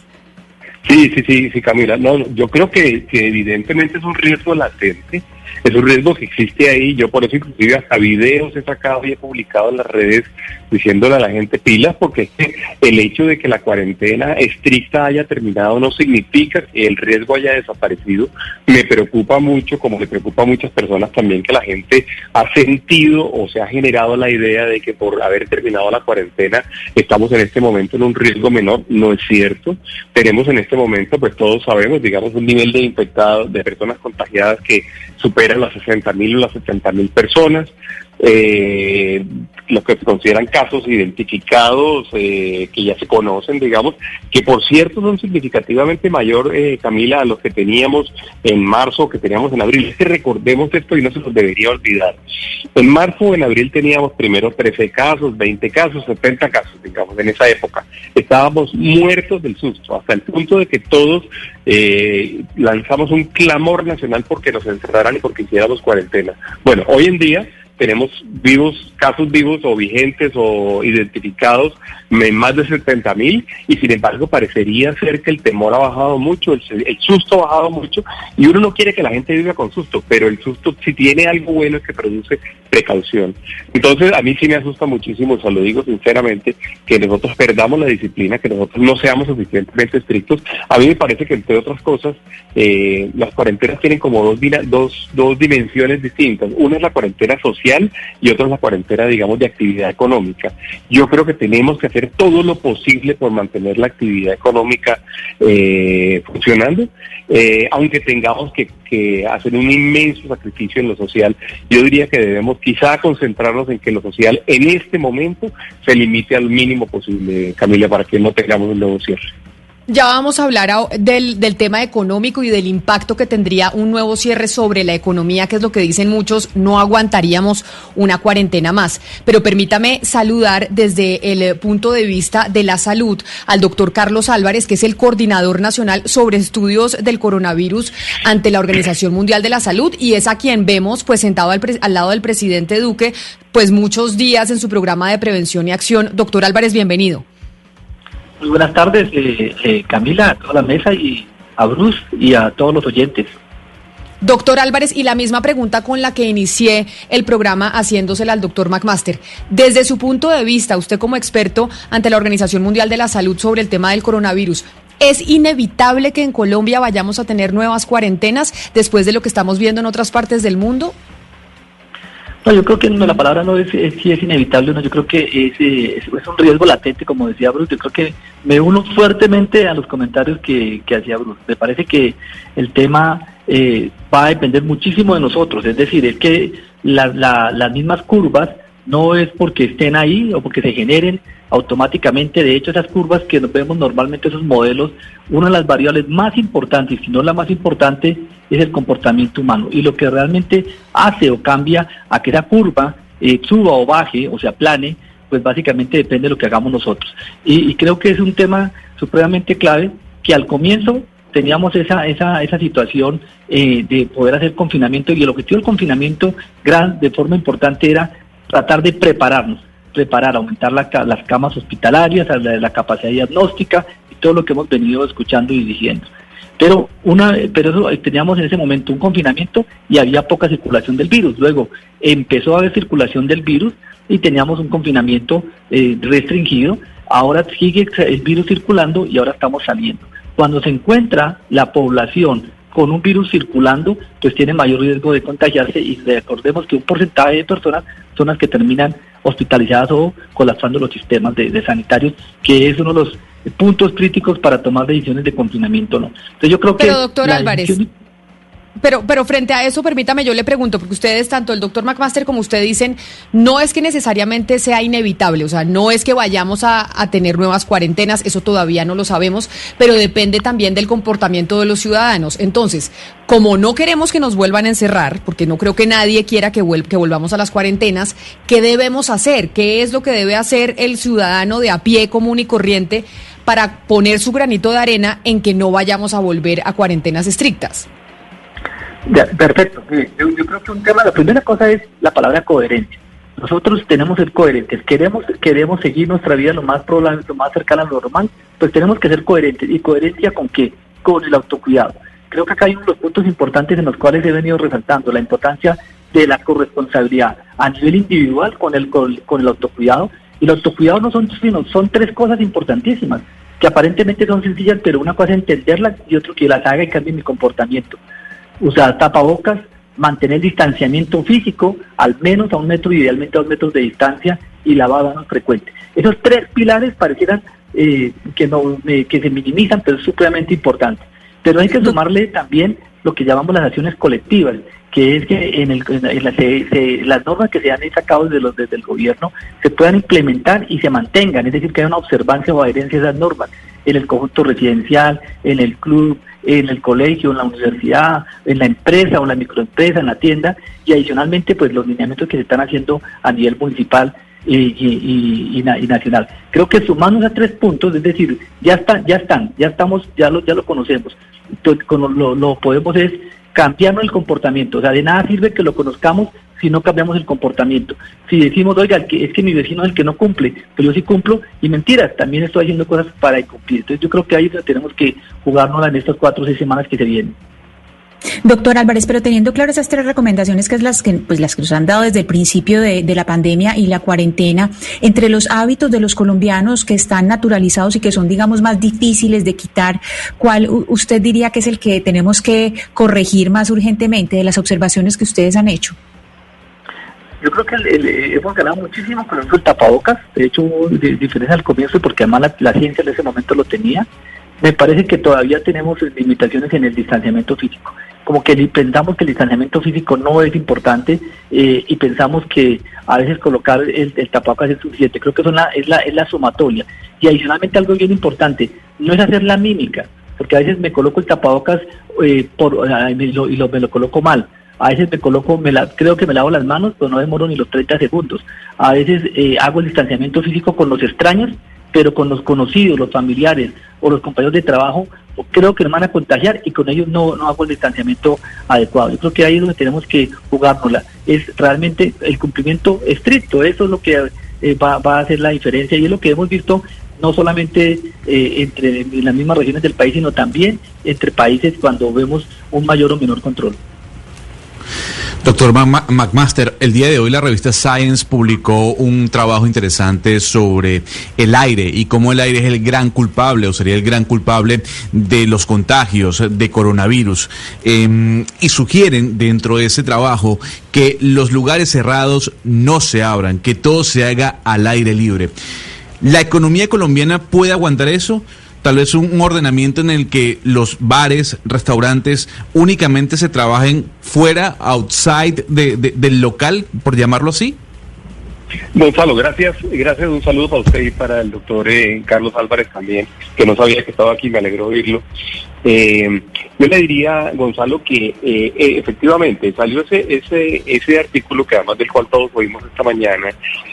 Sí, Camila. No, yo creo que evidentemente es un riesgo latente. Es un riesgo que existe ahí. Yo por eso inclusive hasta videos he sacado y he publicado en las redes diciéndole a la gente pilas, porque el hecho de que la cuarentena estricta haya terminado no significa que el riesgo haya desaparecido. Me preocupa mucho, como le preocupa a muchas personas también, que la gente ha sentido o se ha generado la idea de que por haber terminado la cuarentena estamos en este momento en un riesgo menor. No es cierto. Tenemos en este momento, pues todos sabemos, digamos, un nivel de infectados, de personas contagiadas que superan las 60.000 o las 70.000 personas. Lo que se consideran casos identificados que ya se conocen, digamos, que por cierto son significativamente mayor, Camila, a los que teníamos en marzo o que teníamos en abril. Es que recordemos esto y no se nos debería olvidar. En marzo o en abril teníamos primero 13 casos, 20 casos, 70 casos, digamos, en esa época. Estábamos muertos del susto, hasta el punto de que todos lanzamos un clamor nacional porque nos encerraran y porque hiciéramos cuarentena. Bueno, hoy en día tenemos casos vivos o vigentes o identificados en más de 70.000, y sin embargo parecería ser que el temor ha bajado mucho, el susto ha bajado mucho, y uno no quiere que la gente viva con susto, pero el susto, si tiene algo bueno, es que produce precaución. Entonces a mí sí me asusta muchísimo, o sea, lo digo sinceramente, que nosotros perdamos la disciplina, que nosotros no seamos suficientemente estrictos. A mí me parece que, entre otras cosas, las cuarentenas tienen como dos dimensiones distintas. Una es la cuarentena social y otra es la cuarentena, digamos, de actividad económica. Yo creo que tenemos que hacer todo lo posible por mantener la actividad económica funcionando, aunque tengamos que hacer un inmenso sacrificio en lo social. Yo diría que debemos quizá concentrarnos en que lo social en este momento se limite al mínimo posible, Camila, para que no tengamos un nuevo cierre. Ya vamos a hablar del tema económico y del impacto que tendría un nuevo cierre sobre la economía, que es lo que dicen muchos, no aguantaríamos una cuarentena más. Pero permítame saludar desde el punto de vista de la salud al doctor Carlos Álvarez, que es el coordinador nacional sobre estudios del coronavirus ante la Organización Mundial de la Salud, y es a quien vemos pues sentado al lado del presidente Duque pues muchos días en su programa de prevención y acción. Doctor Álvarez, bienvenido. Muy buenas tardes, Camila, a toda la mesa, y a Bruce y a todos los oyentes. Doctor Álvarez, y la misma pregunta con la que inicié el programa haciéndosela al doctor McMaster. Desde su punto de vista, usted como experto ante la Organización Mundial de la Salud sobre el tema del coronavirus, ¿es inevitable que en Colombia vayamos a tener nuevas cuarentenas después de lo que estamos viendo en otras partes del mundo? No, yo creo que la palabra no es si es inevitable, no, yo creo que es un riesgo latente, como decía Bruce. Yo creo que me uno fuertemente a los comentarios que hacía Bruce. Me parece que el tema va a depender muchísimo de nosotros, es decir, es que las mismas curvas no es porque estén ahí o porque se generen automáticamente. De hecho, esas curvas que nos vemos normalmente, esos modelos, una de las variables más importantes, si no la más importante, es el comportamiento humano. Y lo que realmente hace o cambia a que esa curva suba o baje, o se aplane, pues básicamente depende de lo que hagamos nosotros. Y creo que es un tema supremamente clave, que al comienzo teníamos esa situación de poder hacer confinamiento, y el objetivo del confinamiento de forma importante era tratar de preparar, aumentar las camas hospitalarias, la capacidad diagnóstica y todo lo que hemos venido escuchando y diciendo. Pero eso, teníamos en ese momento un confinamiento y había poca circulación del virus. Luego empezó a haber circulación del virus y teníamos un confinamiento restringido. Ahora sigue el virus circulando y ahora estamos saliendo. Cuando se encuentra la población con un virus circulando, pues tiene mayor riesgo de contagiarse, y recordemos que un porcentaje de personas son las que terminan hospitalizadas o colapsando los sistemas de sanitarios, que es uno de los puntos críticos para tomar decisiones de confinamiento, ¿no? Entonces yo creo que... Pero doctor Álvarez, pero frente a eso, permítame, yo le pregunto, porque ustedes, tanto el doctor McMaster como usted, dicen, no es que necesariamente sea inevitable, o sea, no es que vayamos a tener nuevas cuarentenas, eso todavía no lo sabemos, pero depende también del comportamiento de los ciudadanos. Entonces, como no queremos que nos vuelvan a encerrar, porque no creo que nadie quiera que volvamos a las cuarentenas, ¿qué debemos hacer? ¿Qué es lo que debe hacer el ciudadano de a pie, común y corriente, para poner su granito de arena en que no vayamos a volver a cuarentenas estrictas? Ya, perfecto. Yo creo que un tema, la primera cosa es la palabra coherencia. Nosotros tenemos que ser coherentes. Queremos seguir nuestra vida lo más cercana a lo normal, pues tenemos que ser coherentes. ¿Y coherencia con qué? Con el autocuidado. Creo que acá hay uno de los puntos importantes en los cuales he venido resaltando la importancia de la corresponsabilidad a nivel individual con el autocuidado. Y el autocuidado no son tres cosas importantísimas, que aparentemente son sencillas, pero una cosa es entenderlas y otra que las haga y cambie mi comportamiento. Usar tapabocas, mantener distanciamiento físico, al menos a 1 metro, idealmente a 2 metros de distancia, y lavado manos frecuente. Esos tres pilares parecieran que se minimizan, pero es supremamente importante. Pero hay que sumarle también lo que llamamos las acciones colectivas, que es que las normas que se han sacado desde el gobierno se puedan implementar y se mantengan, es decir, que haya una observancia o adherencia a esas normas en el conjunto residencial, en el club, en el colegio, en la universidad, en la empresa o en la microempresa, en la tienda, y adicionalmente pues los lineamientos que se están haciendo a nivel municipal y nacional. Creo que sumando a 3 puntos, es decir, ya lo conocemos. Entonces, lo podemos es cambiarnos el comportamiento. O sea, de nada sirve que lo conozcamos, si no cambiamos el comportamiento. Si decimos, oiga, es que mi vecino es el que no cumple, pero yo sí cumplo, y mentiras, también estoy haciendo cosas para cumplir. Entonces yo creo que ahí tenemos que jugárnosla en estas 4 o 6 semanas que se vienen. Doctor Álvarez, pero teniendo claro esas 3 recomendaciones, que es las que nos han dado desde el principio de la pandemia y la cuarentena, entre los hábitos de los colombianos que están naturalizados y que son, digamos, más difíciles de quitar, ¿cuál usted diría que es el que tenemos que corregir más urgentemente de las observaciones que ustedes han hecho? Yo creo que hemos ganado muchísimo con el tapabocas. De hecho, hubo diferencia al comienzo porque además la ciencia en ese momento lo tenía. Me parece que todavía tenemos limitaciones en el distanciamiento físico. Como que pensamos que el distanciamiento físico no es importante y pensamos que a veces colocar el tapabocas es suficiente. Creo que es la sumatoria. Y adicionalmente algo bien importante, no es hacer la mímica, porque a veces me coloco el tapabocas me lo coloco mal. A veces creo que me lavo las manos, pero no demoro ni los 30 segundos. A veces hago el distanciamiento físico con los extraños, pero con los conocidos, los familiares o los compañeros de trabajo, creo que nos van a contagiar y con ellos no hago el distanciamiento adecuado. Yo creo que ahí es donde tenemos que jugárnosla. Es realmente el cumplimiento estricto, eso es lo que va a hacer la diferencia y es lo que hemos visto no solamente entre las mismas regiones del país, sino también entre países cuando vemos un mayor o menor control. Doctor McMaster, el día de hoy la revista Science publicó un trabajo interesante sobre el aire y cómo el aire es el gran culpable o sería el gran culpable de los contagios de coronavirus. Y sugieren dentro de ese trabajo que los lugares cerrados no se abran, que todo se haga al aire libre. ¿La economía colombiana puede aguantar eso? Tal vez un ordenamiento en el que los bares, restaurantes únicamente se trabajen fuera, outside del local, por llamarlo así. Gonzalo, gracias, un saludo para usted y para el doctor Carlos Álvarez también, que no sabía que estaba aquí, me alegró oírlo. Yo le diría, Gonzalo, que efectivamente salió ese artículo que además del cual todos oímos esta mañana,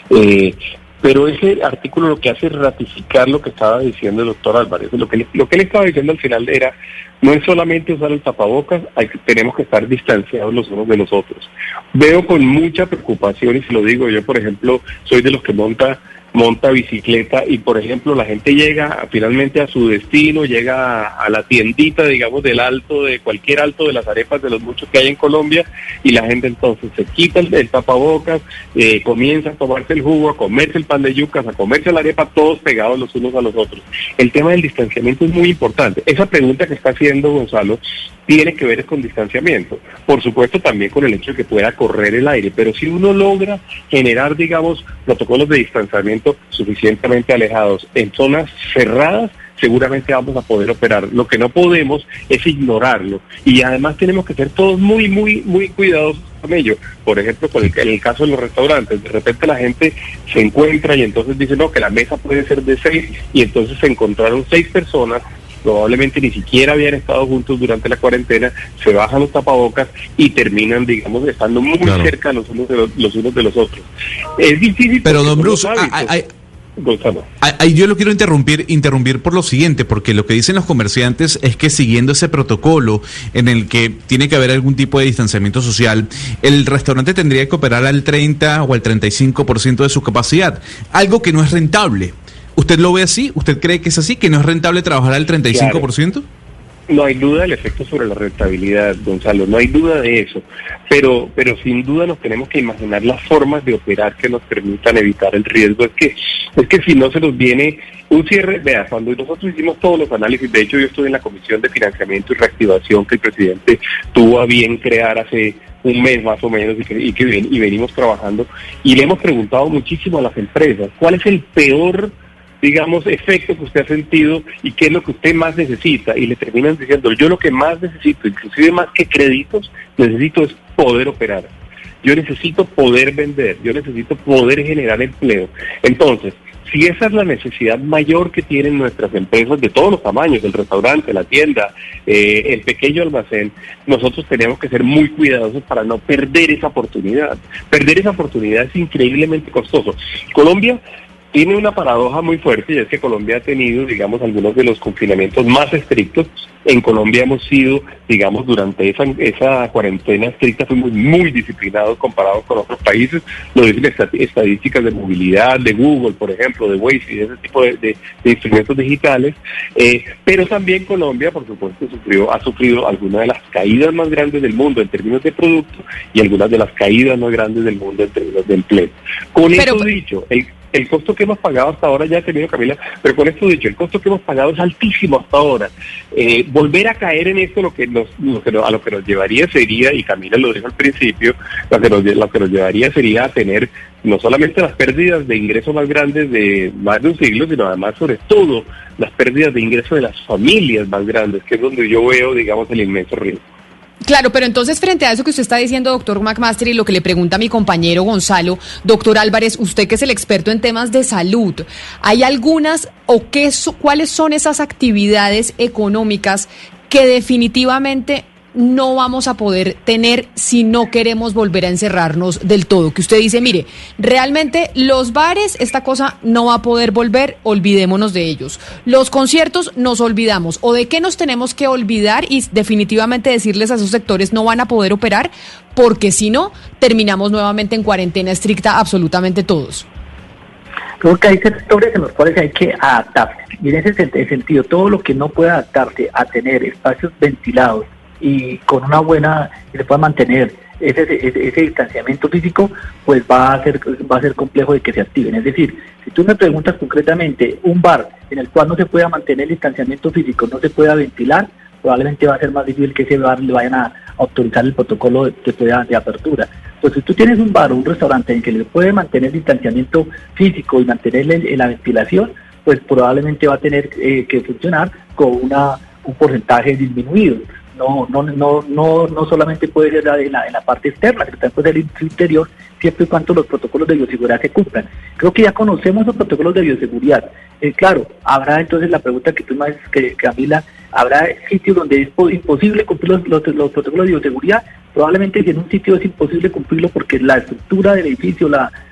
pero ese artículo lo que hace es ratificar lo que estaba diciendo el doctor Álvarez. Lo que él estaba diciendo al final era, no es solamente usar el tapabocas, tenemos que estar distanciados los unos de los otros. Veo con mucha preocupación, y se lo digo, yo por ejemplo soy de los que monta bicicleta y por ejemplo la gente llega finalmente a su destino, llega a la tiendita, digamos, del alto, de cualquier alto de las arepas de los muchos que hay en Colombia, y la gente entonces se quita el tapabocas, comienza a tomarse el jugo, a comerse el pan de yucas, a comerse la arepa, todos pegados los unos a los otros. El tema del distanciamiento es muy importante. Esa pregunta que está haciendo Gonzalo tiene que ver con distanciamiento. Por supuesto también con el hecho de que pueda correr el aire, pero si uno logra generar, digamos, protocolos de distanciamiento suficientemente alejados en zonas cerradas, seguramente vamos a poder operar. Lo que no podemos es ignorarlo y además tenemos que ser todos muy, muy, muy cuidadosos con ello. Por ejemplo, en el caso de los restaurantes, de repente la gente se encuentra y entonces dice, no, que la mesa puede ser de 6 y entonces se encontraron 6 personas, probablemente ni siquiera habían estado juntos durante la cuarentena, se bajan los tapabocas y terminan, digamos, estando muy cerca los unos de los otros. Es difícil. Pero don Bruce, yo lo quiero interrumpir por lo siguiente, porque lo que dicen los comerciantes es que siguiendo ese protocolo en el que tiene que haber algún tipo de distanciamiento social, el restaurante tendría que operar al 30 o al 35% de su capacidad, algo que no es rentable. ¿Usted lo ve así? ¿Usted cree que es así? ¿Que no es rentable trabajar al 35%? Claro. No hay duda del efecto sobre la rentabilidad, Gonzalo, no hay duda de eso, pero sin duda nos tenemos que imaginar las formas de operar que nos permitan evitar el riesgo. Es que si no se nos viene un cierre, vea, cuando nosotros hicimos todos los análisis, de hecho yo estuve en la Comisión de Financiamiento y Reactivación que el presidente tuvo a bien crear hace un mes más o menos y venimos trabajando, y le hemos preguntado muchísimo a las empresas, ¿cuál es el peor, digamos, efecto que usted ha sentido y qué es lo que usted más necesita? Y le terminan diciendo, yo lo que más necesito, inclusive más que créditos, necesito es poder operar. Yo necesito poder vender, yo necesito poder generar empleo. Entonces, si esa es la necesidad mayor que tienen nuestras empresas de todos los tamaños, el restaurante, la tienda, el pequeño almacén, nosotros tenemos que ser muy cuidadosos para no perder esa oportunidad. Perder esa oportunidad es increíblemente costoso. Colombia tiene una paradoja muy fuerte, y es que Colombia ha tenido, digamos, algunos de los confinamientos más estrictos. En Colombia hemos sido, digamos, durante esa cuarentena estricta, fuimos muy disciplinados comparados con otros países. Lo dicen estadísticas de movilidad, de Google, por ejemplo, de Waze y de ese tipo de instrumentos digitales. Pero también Colombia, por supuesto, ha sufrido algunas de las caídas más grandes del mundo en términos de producto y algunas de las caídas más grandes del mundo en términos de empleo. Con eso dicho, el costo que hemos pagado hasta ahora, ya ha tenido Camila, pero con esto dicho, el costo que hemos pagado es altísimo hasta ahora. Volver a caer en esto, a lo que nos llevaría sería, y Camila lo dijo al principio, lo que nos llevaría sería a tener no solamente las pérdidas de ingresos más grandes de más de un siglo, sino además, sobre todo, las pérdidas de ingresos de las familias más grandes, que es donde yo veo, digamos, el inmenso riesgo. Claro, pero entonces frente a eso que usted está diciendo, doctor McMaster, y lo que le pregunta a mi compañero Gonzalo, doctor Álvarez, usted que es el experto en temas de salud, ¿hay algunas cuáles son esas actividades económicas que definitivamente no vamos a poder tener si no queremos volver a encerrarnos del todo? Que usted dice, mire, realmente los bares, esta cosa no va a poder volver, olvidémonos de ellos. Los conciertos nos olvidamos. ¿O de qué nos tenemos que olvidar y definitivamente decirles a esos sectores no van a poder operar? Porque si no, terminamos nuevamente en cuarentena estricta absolutamente todos. Creo que hay sectores en los cuales hay que adaptarse. Y en ese sentido, todo lo que no pueda adaptarse a tener espacios ventilados y con una buena, que se pueda mantener ese distanciamiento físico, pues va a ser complejo de que se activen. Es decir, si tú me preguntas concretamente, un bar en el cual no se pueda mantener el distanciamiento físico, no se pueda ventilar, probablemente va a ser más difícil que ese bar le vayan a autorizar el protocolo de apertura. Pues si tú tienes un bar o un restaurante en que le puede mantener el distanciamiento físico y mantener la ventilación, pues probablemente va a tener que funcionar con un porcentaje disminuido. No solamente puede ser en la parte externa, sino también puede ser en su interior, siempre y cuando los protocolos de bioseguridad se cumplan. Creo que ya conocemos los protocolos de bioseguridad. Claro, habrá entonces la pregunta que tú me haces, Camila, ¿habrá sitios donde es imposible cumplir los protocolos de bioseguridad? Probablemente si en un sitio es imposible cumplirlo porque la estructura del edificio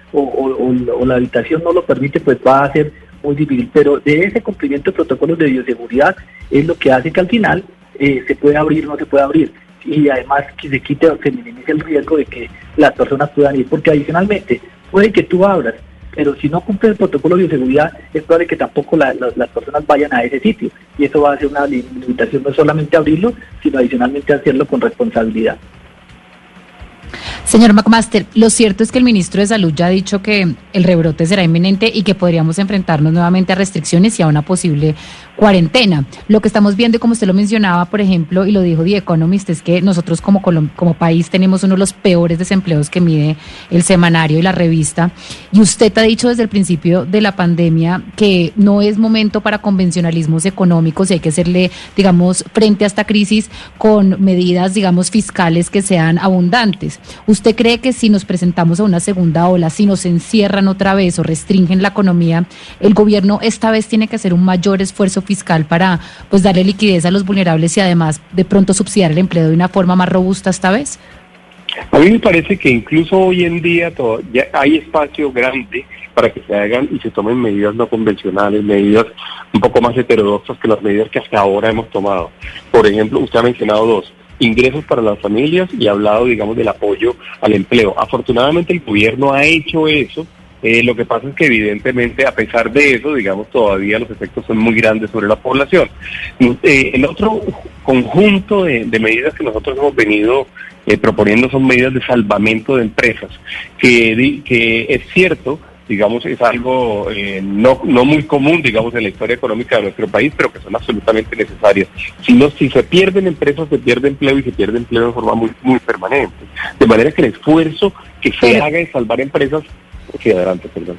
o la habitación no lo permite, pues va a ser muy difícil. Pero de ese cumplimiento de protocolos de bioseguridad es lo que hace que al final se puede abrir o no se puede abrir, y además que se minimice el riesgo de que las personas puedan ir, porque adicionalmente puede que tú abras, pero si no cumple el protocolo de bioseguridad es probable que tampoco las personas vayan a ese sitio, y eso va a ser una limitación, no solamente abrirlo, sino adicionalmente hacerlo con responsabilidad. Señor McMaster, lo cierto es que el ministro de Salud ya ha dicho que el rebrote será inminente y que podríamos enfrentarnos nuevamente a restricciones y a una posible cuarentena. Lo que estamos viendo, como usted lo mencionaba, por ejemplo, y lo dijo The Economist, es que nosotros como país tenemos uno de los peores desempleos que mide el semanario y la revista. Y usted ha dicho desde el principio de la pandemia que no es momento para convencionalismos económicos y hay que hacerle, digamos, frente a esta crisis con medidas, digamos, fiscales que sean abundantes. ¿Usted cree que si nos presentamos a una segunda ola, si nos encierran otra vez o restringen la economía, el gobierno esta vez tiene que hacer un mayor esfuerzo fiscal para pues darle liquidez a los vulnerables y además de pronto subsidiar el empleo de una forma más robusta esta vez? A mí me parece que incluso hoy en día ya hay espacio grande para que se hagan y se tomen medidas no convencionales, medidas un poco más heterodoxas que las medidas que hasta ahora hemos tomado. Por ejemplo, usted ha mencionado dos: ingresos para las familias, y ha hablado, digamos, del apoyo al empleo. Afortunadamente el gobierno ha hecho eso. Lo que pasa es que evidentemente, a pesar de eso, digamos, todavía los efectos son muy grandes sobre la población. El otro conjunto de medidas que nosotros hemos venido proponiendo son medidas de salvamento de empresas, que es cierto, digamos, es algo no muy común, digamos, en la historia económica de nuestro país, pero que son absolutamente necesarias. Si se pierden empresas, se pierde empleo, y se pierde empleo de forma muy, muy permanente. De manera que el esfuerzo que se haga en salvar empresas... Sí, adelante, perdón.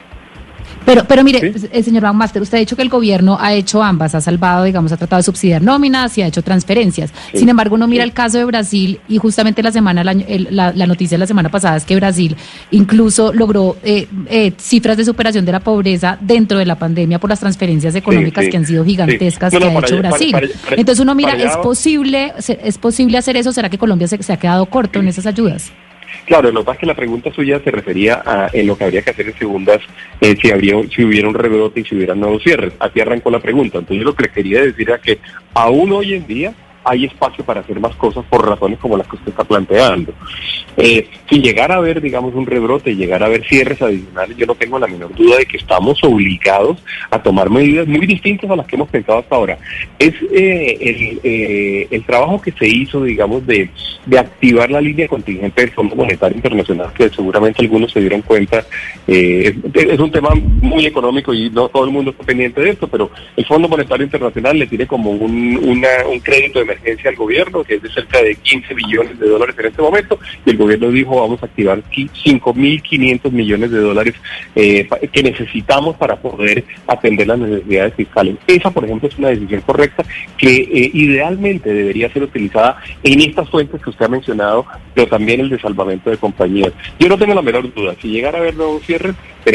Pero mire, señor McMaster, usted ha dicho que el gobierno ha hecho ambas, ha salvado, digamos, ha tratado de subsidiar nóminas y ha hecho transferencias. Sí. Sin embargo, uno mira el caso de Brasil y justamente la noticia de la semana pasada es que Brasil incluso logró cifras de superación de la pobreza dentro de la pandemia por las transferencias económicas que han sido gigantescas que ha hecho Brasil. Entonces uno mira, ¿es posible hacer eso? ¿Será que Colombia se ha quedado corto en esas ayudas? Claro, lo que pasa es que la pregunta suya se refería a en lo que habría que hacer en segundas, si hubiera un rebrote y si hubiera nuevos cierres. Así arrancó la pregunta. Entonces yo lo que le quería decir era que aún hoy en día hay espacio para hacer más cosas por razones como las que usted está planteando. Si llegara a haber, digamos, un rebrote y llegara a haber cierres adicionales, yo no tengo la menor duda de que estamos obligados a tomar medidas muy distintas a las que hemos pensado hasta ahora. Es el trabajo que se hizo, digamos, de activar la línea contingente del Fondo Monetario Internacional, que seguramente algunos se dieron cuenta, es un tema muy económico y no todo el mundo está pendiente de esto, pero el Fondo Monetario Internacional le tiene como un crédito de emergencia al gobierno, que es de cerca de 15 billones de dólares en este momento, y el gobierno dijo vamos a activar 5.500 millones de dólares que necesitamos para poder atender las necesidades fiscales. Esa, por ejemplo, es una decisión correcta que idealmente debería ser utilizada en estas fuentes que usted ha mencionado, pero también el de salvamento de compañías. Yo no tengo la menor duda, si llegara a haber nuevos cierres,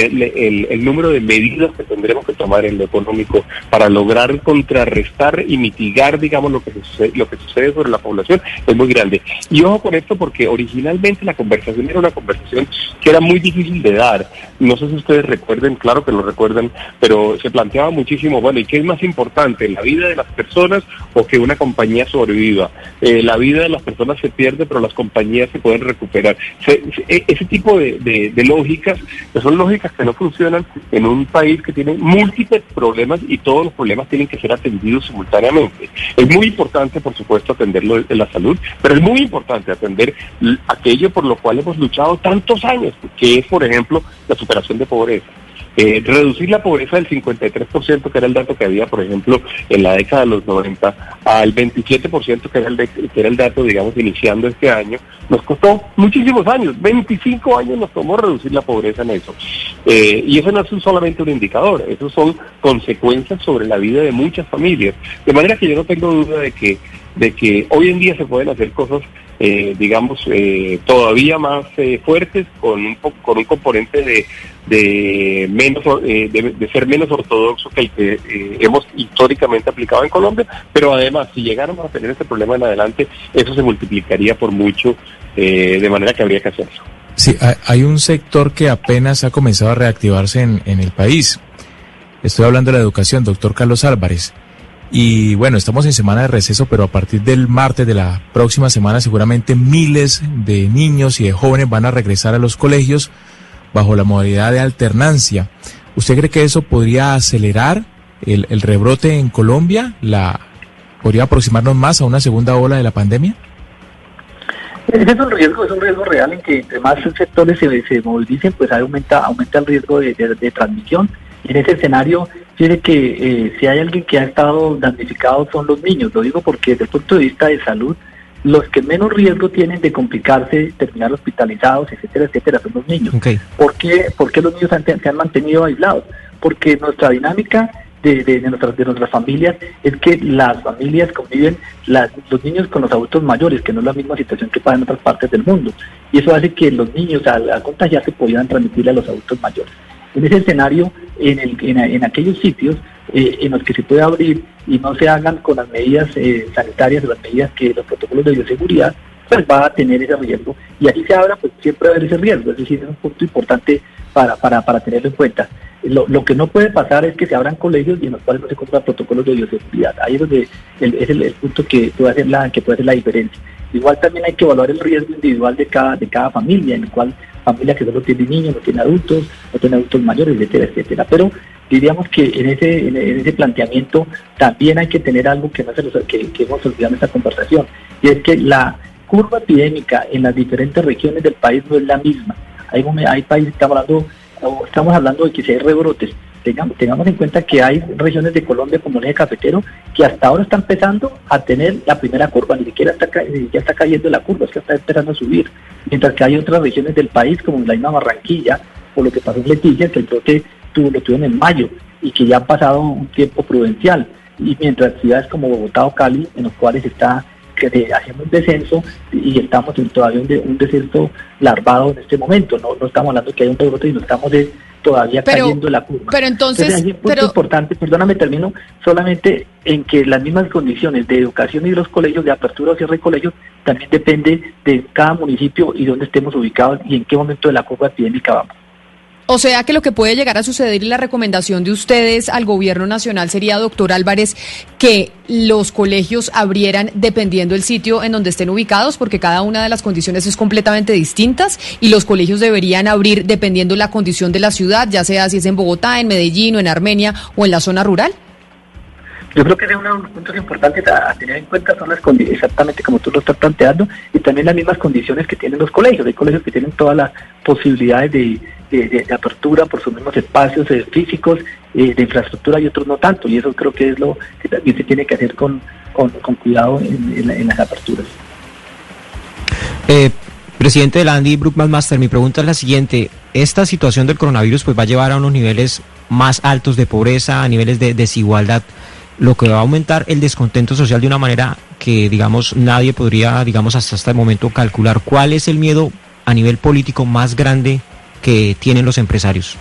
el número de medidas que tendremos que tomar en lo económico para lograr contrarrestar y mitigar, digamos, lo que sucede sobre la población es muy grande. Y ojo con esto porque originalmente la conversación era una conversación que era muy difícil de dar. No sé si ustedes recuerden, claro que lo recuerdan, pero se planteaba muchísimo, bueno, ¿y qué es más importante, la vida de las personas o que una compañía sobreviva? La vida de las personas se pierde, pero las compañías se pueden recuperar. Ese tipo de lógicas, que son lógicas que no funcionan en un país que tiene múltiples problemas y todos los problemas tienen que ser atendidos simultáneamente. Es muy importante, por supuesto, atenderlo de la salud, pero es muy importante atender aquello por lo cual hemos luchado tantos años, que es, por ejemplo, la superación de pobreza. Reducir la pobreza del 53%, que era el dato que había, por ejemplo, en la década de los 90, al 27%, que era el dato, digamos, iniciando este año, nos costó muchísimos años, 25 años nos tomó reducir la pobreza en eso. Y eso no es solamente un indicador, eso son consecuencias sobre la vida de muchas familias. De manera que yo no tengo duda de que hoy en día se pueden hacer cosas, digamos, todavía más fuertes, con un componente de ser menos ortodoxo que el que hemos históricamente aplicado en Colombia, pero además, si llegáramos a tener este problema en adelante, eso se multiplicaría por mucho, de manera que habría que hacerlo. Sí, hay un sector que apenas ha comenzado a reactivarse en el país. Estoy hablando de la educación, doctor Carlos Álvarez. Y bueno, estamos en semana de receso, pero a partir del martes de la próxima semana seguramente miles de niños y de jóvenes van a regresar a los colegios bajo la modalidad de alternancia. ¿Usted cree que eso podría acelerar el rebrote en Colombia? ¿Podría aproximarnos más a una segunda ola de la pandemia? Ese es un riesgo real en que entre más sectores se movilicen, pues aumenta el riesgo de transmisión. En ese escenario, fíjese que si hay alguien que ha estado damnificado son los niños. Lo digo porque desde el punto de vista de salud, los que menos riesgo tienen de complicarse, terminar hospitalizados, etcétera, son los niños. Okay. ¿Por qué los niños se han mantenido aislados? Porque nuestra dinámica de nuestras familias es que las familias conviven, los niños con los adultos mayores, que no es la misma situación que pasa en otras partes del mundo. Y eso hace que los niños al contagiarse puedan transmitirle a los adultos mayores. En ese escenario, en aquellos sitios en los que se puede abrir y no se hagan con las medidas sanitarias, las medidas que los protocolos de bioseguridad, pues va a tener ese riesgo. Y así se abra, pues siempre va a haber ese riesgo. Es decir, es un punto importante para tenerlo en cuenta. Lo que no puede pasar es que se abran colegios y en los cuales no se cumplan protocolos de bioseguridad. Ahí es donde es el punto que puede hacer la diferencia. Igual también hay que evaluar el riesgo individual de cada familia, en el cual familia que solo tiene niños, no tiene adultos mayores, etcétera. Pero diríamos que en ese planteamiento también hay que tener algo que hemos olvidado en esta conversación, y es que la curva epidémica en las diferentes regiones del país no es la misma. Hay países, estamos hablando de que si hay rebrotes, tengamos en cuenta que hay regiones de Colombia como el eje cafetero que hasta ahora está empezando a tener la primera curva, ni siquiera está cayendo la curva, es que está empezando a subir, mientras que hay otras regiones del país como la misma Barranquilla o lo que pasó en Leticia, que el brote lo tuvieron en mayo y que ya ha pasado un tiempo prudencial, y mientras ciudades como Bogotá o Cali, en los cuales está haciendo un descenso y estamos todavía un descenso larvado en este momento. No estamos hablando que hay un rebrote, sino estamos todavía cayendo la curva. Pero entonces hay un punto importante, perdóname, termino solamente en que las mismas condiciones de educación y de los colegios, de apertura o cierre de colegios, también depende de cada municipio y dónde estemos ubicados y en qué momento de la curva epidémica vamos. O sea que lo que puede llegar a suceder y la recomendación de ustedes al gobierno nacional sería, doctor Álvarez, que los colegios abrieran dependiendo del sitio en donde estén ubicados, porque cada una de las condiciones es completamente distintas y los colegios deberían abrir dependiendo la condición de la ciudad, ya sea si es en Bogotá, en Medellín o en Armenia o en la zona rural. Yo creo que uno de los puntos importantes a tener en cuenta son las condiciones, exactamente como tú lo estás planteando, y también las mismas condiciones que tienen los colegios. Hay colegios que tienen todas las posibilidades de apertura por sus mismos espacios físicos, de infraestructura, y otros no tanto, y eso creo que es lo que también se tiene que hacer con cuidado en las aperturas. Presidente de la Andy Brookman Master, mi pregunta es la siguiente: esta situación del coronavirus pues va a llevar a unos niveles más altos de pobreza, a niveles de desigualdad, lo que va a aumentar el descontento social de una manera que, digamos, nadie podría, digamos, hasta este momento calcular. ¿Cuál es el miedo a nivel político más grande que tienen los empresarios?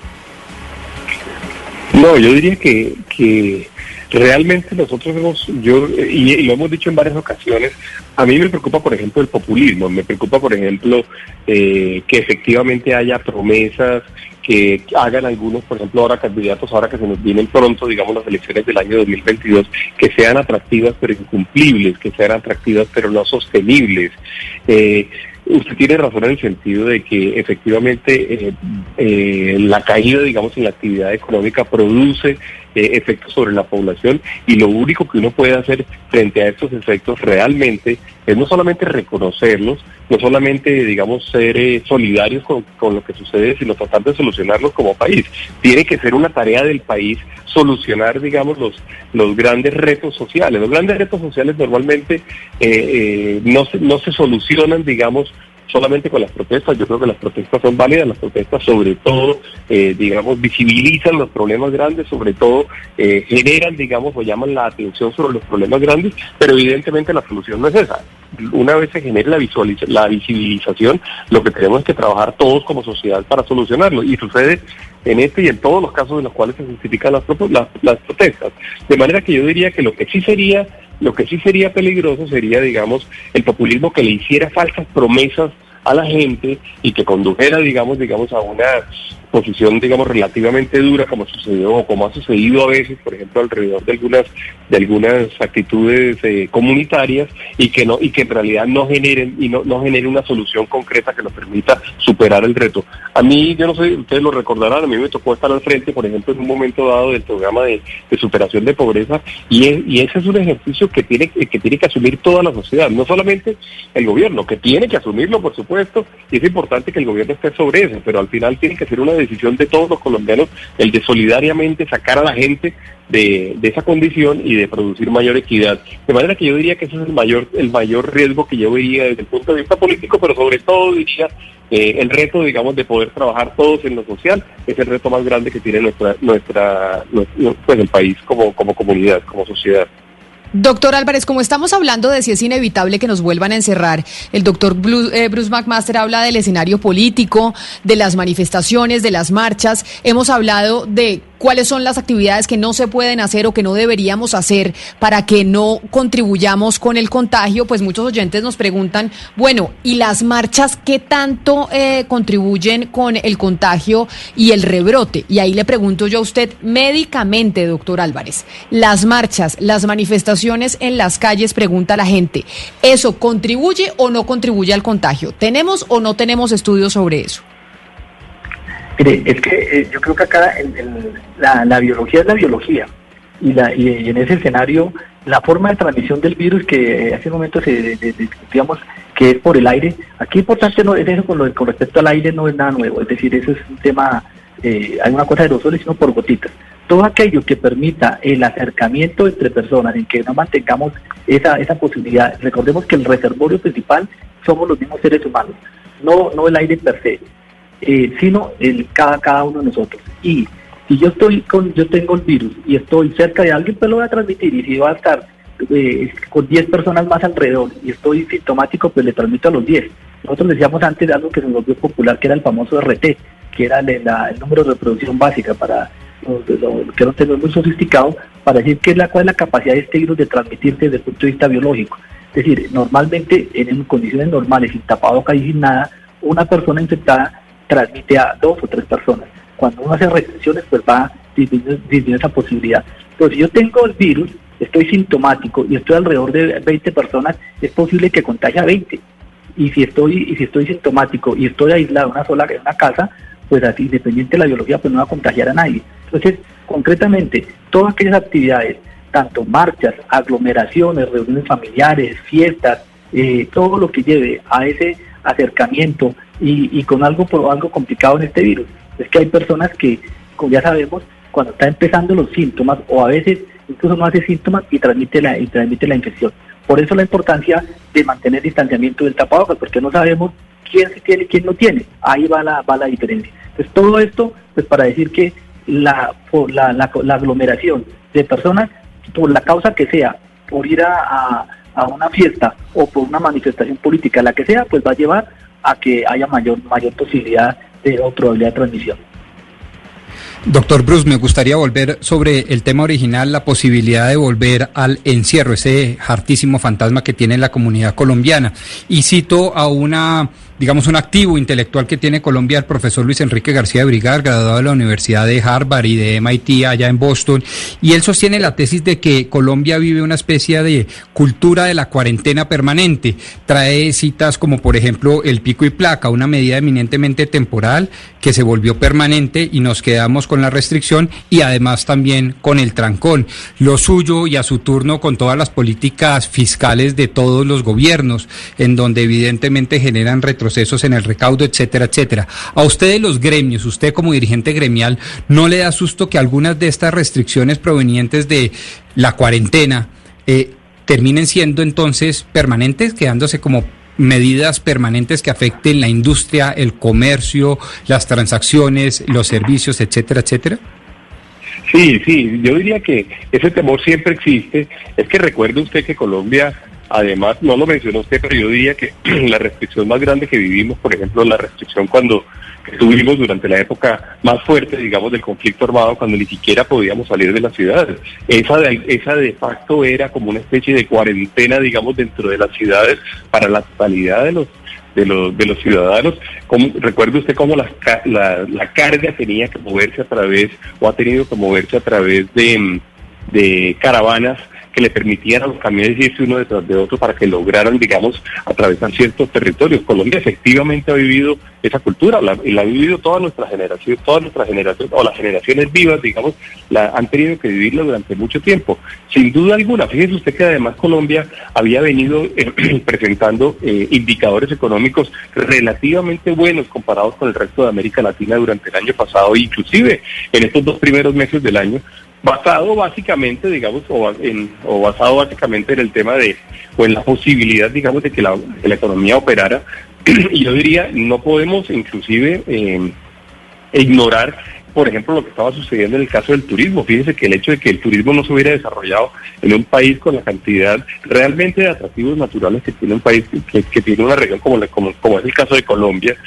No, yo diría que realmente nosotros y lo hemos dicho en varias ocasiones, a mí me preocupa, por ejemplo, el populismo, me preocupa, por ejemplo, que efectivamente haya promesas, que hagan algunos, por ejemplo, ahora candidatos, ahora que se nos vienen pronto, digamos, las elecciones del año 2022, que sean atractivas pero incumplibles, que sean atractivas pero no sostenibles. Usted tiene razón en el sentido de que efectivamente la caída, digamos, en la actividad económica produce efectos sobre la población, y lo único que uno puede hacer frente a estos efectos realmente es no solamente reconocerlos, no solamente, digamos, ser solidarios con lo que sucede, sino tratar de solucionarlos como país. Tiene que ser una tarea del país solucionar, digamos, los grandes retos sociales. Los grandes retos sociales normalmente no se solucionan, digamos, solamente con las protestas. Yo creo que las protestas son válidas, las protestas sobre todo, digamos, visibilizan los problemas grandes, sobre todo generan, digamos, o llaman la atención sobre los problemas grandes, pero evidentemente la solución no es esa. Una vez se genere la visibilización, lo que tenemos es que trabajar todos como sociedad para solucionarlo, y sucede en este y en todos los casos en los cuales se justifican las protestas. De manera que yo diría que lo que sí sería peligroso sería, digamos, el populismo que le hiciera falsas promesas a la gente y que condujera, digamos, a una posición, digamos, relativamente dura, como sucedió o como ha sucedido a veces, por ejemplo, alrededor de algunas actitudes comunitarias, y que en realidad no generen una solución concreta que nos permita superar el reto. A mí, yo no sé, ustedes lo recordarán, a mí me tocó estar al frente, por ejemplo, en un momento dado del programa de superación de pobreza, y ese es un ejercicio que tiene que asumir toda la sociedad, no solamente el gobierno, que tiene que asumirlo, por supuesto, y es importante que el gobierno esté sobre eso, pero al final tiene que ser una decisión de todos los colombianos, el de solidariamente sacar a la gente de esa condición y de producir mayor equidad. De manera que yo diría que ese es el mayor riesgo que yo vería desde el punto de vista político, pero sobre todo diría el reto, digamos, de poder trabajar todos en lo social, es el reto más grande que tiene pues el país como comunidad, como sociedad. Doctor Álvarez, como estamos hablando de si es inevitable que nos vuelvan a encerrar, el doctor Bruce McMaster habla del escenario político, de las manifestaciones, de las marchas. Hemos hablado de cuáles son las actividades que no se pueden hacer o que no deberíamos hacer para que no contribuyamos con el contagio. Pues muchos oyentes nos preguntan, bueno, ¿y las marchas qué tanto contribuyen con el contagio y el rebrote? Y ahí le pregunto yo a usted médicamente, doctor Álvarez, las marchas, las manifestaciones en las calles, pregunta la gente, ¿eso contribuye o no contribuye al contagio? ¿Tenemos o no tenemos estudios sobre eso? Mire, es que yo creo que acá la biología es la biología, y en ese escenario la forma de transmisión del virus, que hace un momento discutíamos que es por el aire, aquí importante no es eso, con respecto al aire no es nada nuevo, es decir, eso es un tema, hay una cosa de aerosoles, sino por gotitas. Todo aquello que permita el acercamiento entre personas, en que no mantengamos esa posibilidad. Recordemos que el reservorio principal somos los mismos seres humanos, no el aire per se, sino cada uno de nosotros. Y si yo tengo el virus y estoy cerca de alguien, pues lo voy a transmitir, y si va a estar con 10 personas más alrededor y estoy sintomático, pues le transmito a los 10. Nosotros decíamos antes de algo que se nos volvió popular, que era el famoso RT, que era el número de reproducción básica para que no tenemos muy sofisticado, para decir cuál es la capacidad de este virus de transmitirse desde el punto de vista biológico. Es decir, normalmente en condiciones normales, sin tapabocas y sin nada, una persona infectada transmite a 2 o 3 personas. Cuando uno hace restricciones, pues va disminuyendo esa posibilidad. Pero si yo tengo el virus, estoy sintomático y estoy alrededor de 20 personas, es posible que contagie a 20. Y si estoy sintomático y estoy aislado en una casa, pues así, independiente de la biología, pues no va a contagiar a nadie. Entonces, concretamente, todas aquellas actividades, tanto marchas, aglomeraciones, reuniones familiares, fiestas, todo lo que lleve a ese acercamiento y con algo complicado en este virus, es que hay personas que, como ya sabemos, cuando está empezando los síntomas, o a veces incluso no hace síntomas y transmite la infección. Por eso la importancia de mantener distanciamiento del tapabocas, porque no sabemos quién se tiene y quién no tiene. Ahí va la diferencia. Entonces todo esto, pues para decir que la aglomeración de personas, por la causa que sea, por ir a una fiesta o por una manifestación política, la que sea, pues va a llevar a que haya mayor posibilidad o probabilidad de transmisión. Doctor Bruce, me gustaría volver sobre el tema original, la posibilidad de volver al encierro, ese hartísimo fantasma que tiene la comunidad colombiana. Y cito a un activo intelectual que tiene Colombia, el profesor Luis Enrique García de Brigar, graduado de la Universidad de Harvard y de MIT allá en Boston, y él sostiene la tesis de que Colombia vive una especie de cultura de la cuarentena permanente. Trae citas como, por ejemplo, el pico y placa, una medida eminentemente temporal que se volvió permanente y nos quedamos con la restricción y además también con el trancón. Lo suyo y a su turno con todas las políticas fiscales de todos los gobiernos, en donde evidentemente generan retrocesos en el recaudo, etcétera, etcétera. A ustedes los gremios, usted como dirigente gremial, ¿no le da susto que algunas de estas restricciones provenientes de la cuarentena terminen siendo entonces permanentes, quedándose como medidas permanentes que afecten la industria, el comercio, las transacciones, los servicios, etcétera, etcétera? Sí, yo diría que ese temor siempre existe. Es que recuerde usted que Colombia, además, no lo mencionó usted, pero yo diría que la restricción más grande que vivimos, por ejemplo, la restricción que tuvimos durante la época más fuerte, digamos, del conflicto armado, cuando ni siquiera podíamos salir de las ciudades. Esa de facto era como una especie de cuarentena, digamos, dentro de las ciudades para la totalidad de los ciudadanos. Recuerde usted cómo la carga tenía que moverse a través, o ha tenido que moverse a través de caravanas que le permitían a los camiones irse uno detrás de otro para que lograran, digamos, atravesar ciertos territorios. Colombia efectivamente ha vivido esa cultura, la ha vivido toda nuestra generación, o las generaciones vivas, digamos, han tenido que vivirla durante mucho tiempo. Sin duda alguna, fíjese usted que además Colombia había venido presentando indicadores económicos relativamente buenos comparados con el resto de América Latina durante el año pasado, inclusive en estos 2 primeros meses del año, basado básicamente, digamos, o basado básicamente en el tema en la posibilidad, digamos, de que la economía operara. Y yo diría, no podemos inclusive ignorar, por ejemplo, lo que estaba sucediendo en el caso del turismo. Fíjense que el hecho de que el turismo no se hubiera desarrollado en un país con la cantidad realmente de atractivos naturales que tiene un país, que tiene una región como es el caso de Colombia,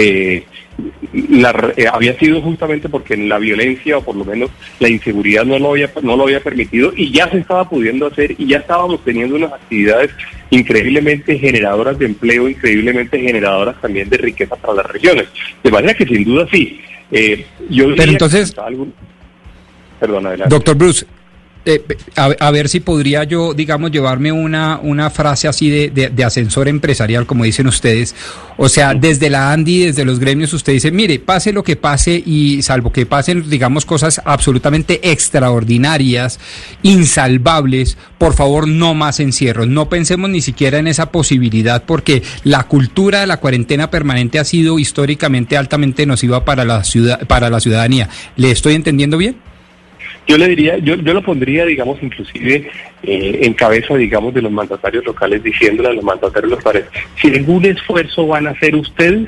había sido justamente porque la violencia, o por lo menos la inseguridad, no lo había permitido, y ya se estaba pudiendo hacer, y ya estábamos teniendo unas actividades increíblemente generadoras de empleo, increíblemente generadoras también de riqueza para las regiones. De manera que sin duda sí. Yo diría. Pero entonces, perdón, adelante. Doctor Bruce, a ver si podría yo, digamos, llevarme una frase así de ascensor empresarial, como dicen ustedes. O sea, desde la ANDI, desde los gremios, usted dice, mire, pase lo que pase, y salvo que pasen, digamos, cosas absolutamente extraordinarias, insalvables, por favor, no más encierros. No pensemos ni siquiera en esa posibilidad, porque la cultura de la cuarentena permanente ha sido históricamente altamente nociva para la ciudadanía. ¿Le estoy entendiendo bien? Yo le diría, yo lo pondría, digamos, inclusive en cabeza, digamos, de los mandatarios locales, diciéndole a los mandatarios locales, si algún esfuerzo van a hacer ustedes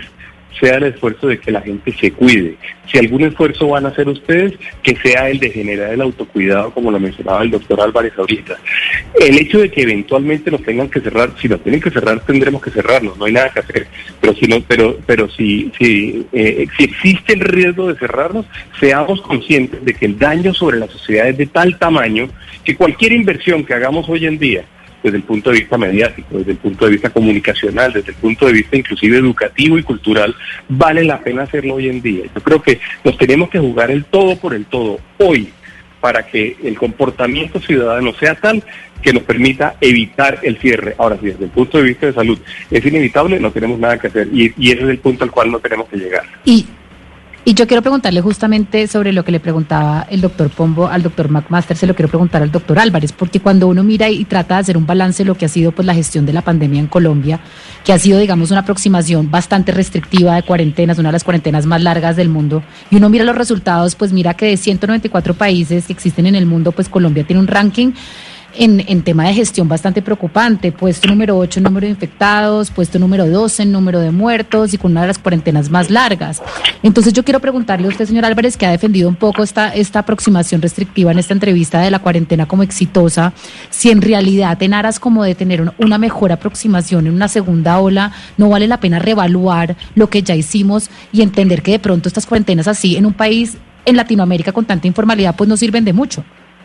sea el esfuerzo de que la gente se cuide. Si algún esfuerzo van a hacer ustedes, que sea el de generar el autocuidado, como lo mencionaba el doctor Álvarez ahorita. El hecho de que eventualmente nos tengan que cerrar, si nos tienen que cerrar, tendremos que cerrarnos, no hay nada que hacer. Pero si existe el riesgo de cerrarnos, seamos conscientes de que el daño sobre la sociedad es de tal tamaño que cualquier inversión que hagamos hoy en día, desde el punto de vista mediático, desde el punto de vista comunicacional, desde el punto de vista inclusive educativo y cultural, vale la pena hacerlo hoy en día. Yo creo que nos tenemos que jugar el todo por el todo hoy para que el comportamiento ciudadano sea tal que nos permita evitar el cierre. Ahora, si desde el punto de vista de salud es inevitable, no tenemos nada que hacer y ese es el punto al cual no tenemos que llegar. Y yo quiero preguntarle justamente sobre lo que le preguntaba el doctor Pombo al doctor McMaster, se lo quiero preguntar al doctor Álvarez, porque cuando uno mira y trata de hacer un balance de lo que ha sido pues la gestión de la pandemia en Colombia, que ha sido digamos una aproximación bastante restrictiva de cuarentenas, una de las cuarentenas más largas del mundo, y uno mira los resultados, pues mira que de 194 países que existen en el mundo, pues Colombia tiene un ranking en tema de gestión bastante preocupante, puesto número 8 en número de infectados, puesto número 12 en número de muertos y con una de las cuarentenas más largas. Entonces yo quiero preguntarle a usted, señor Álvarez, que ha defendido un poco esta aproximación restrictiva en esta entrevista de la cuarentena como exitosa, si en realidad en aras como de tener una mejor aproximación en una segunda ola, no vale la pena reevaluar lo que ya hicimos y entender que de pronto estas cuarentenas así en un país en Latinoamérica con tanta informalidad pues no sirven de mucho.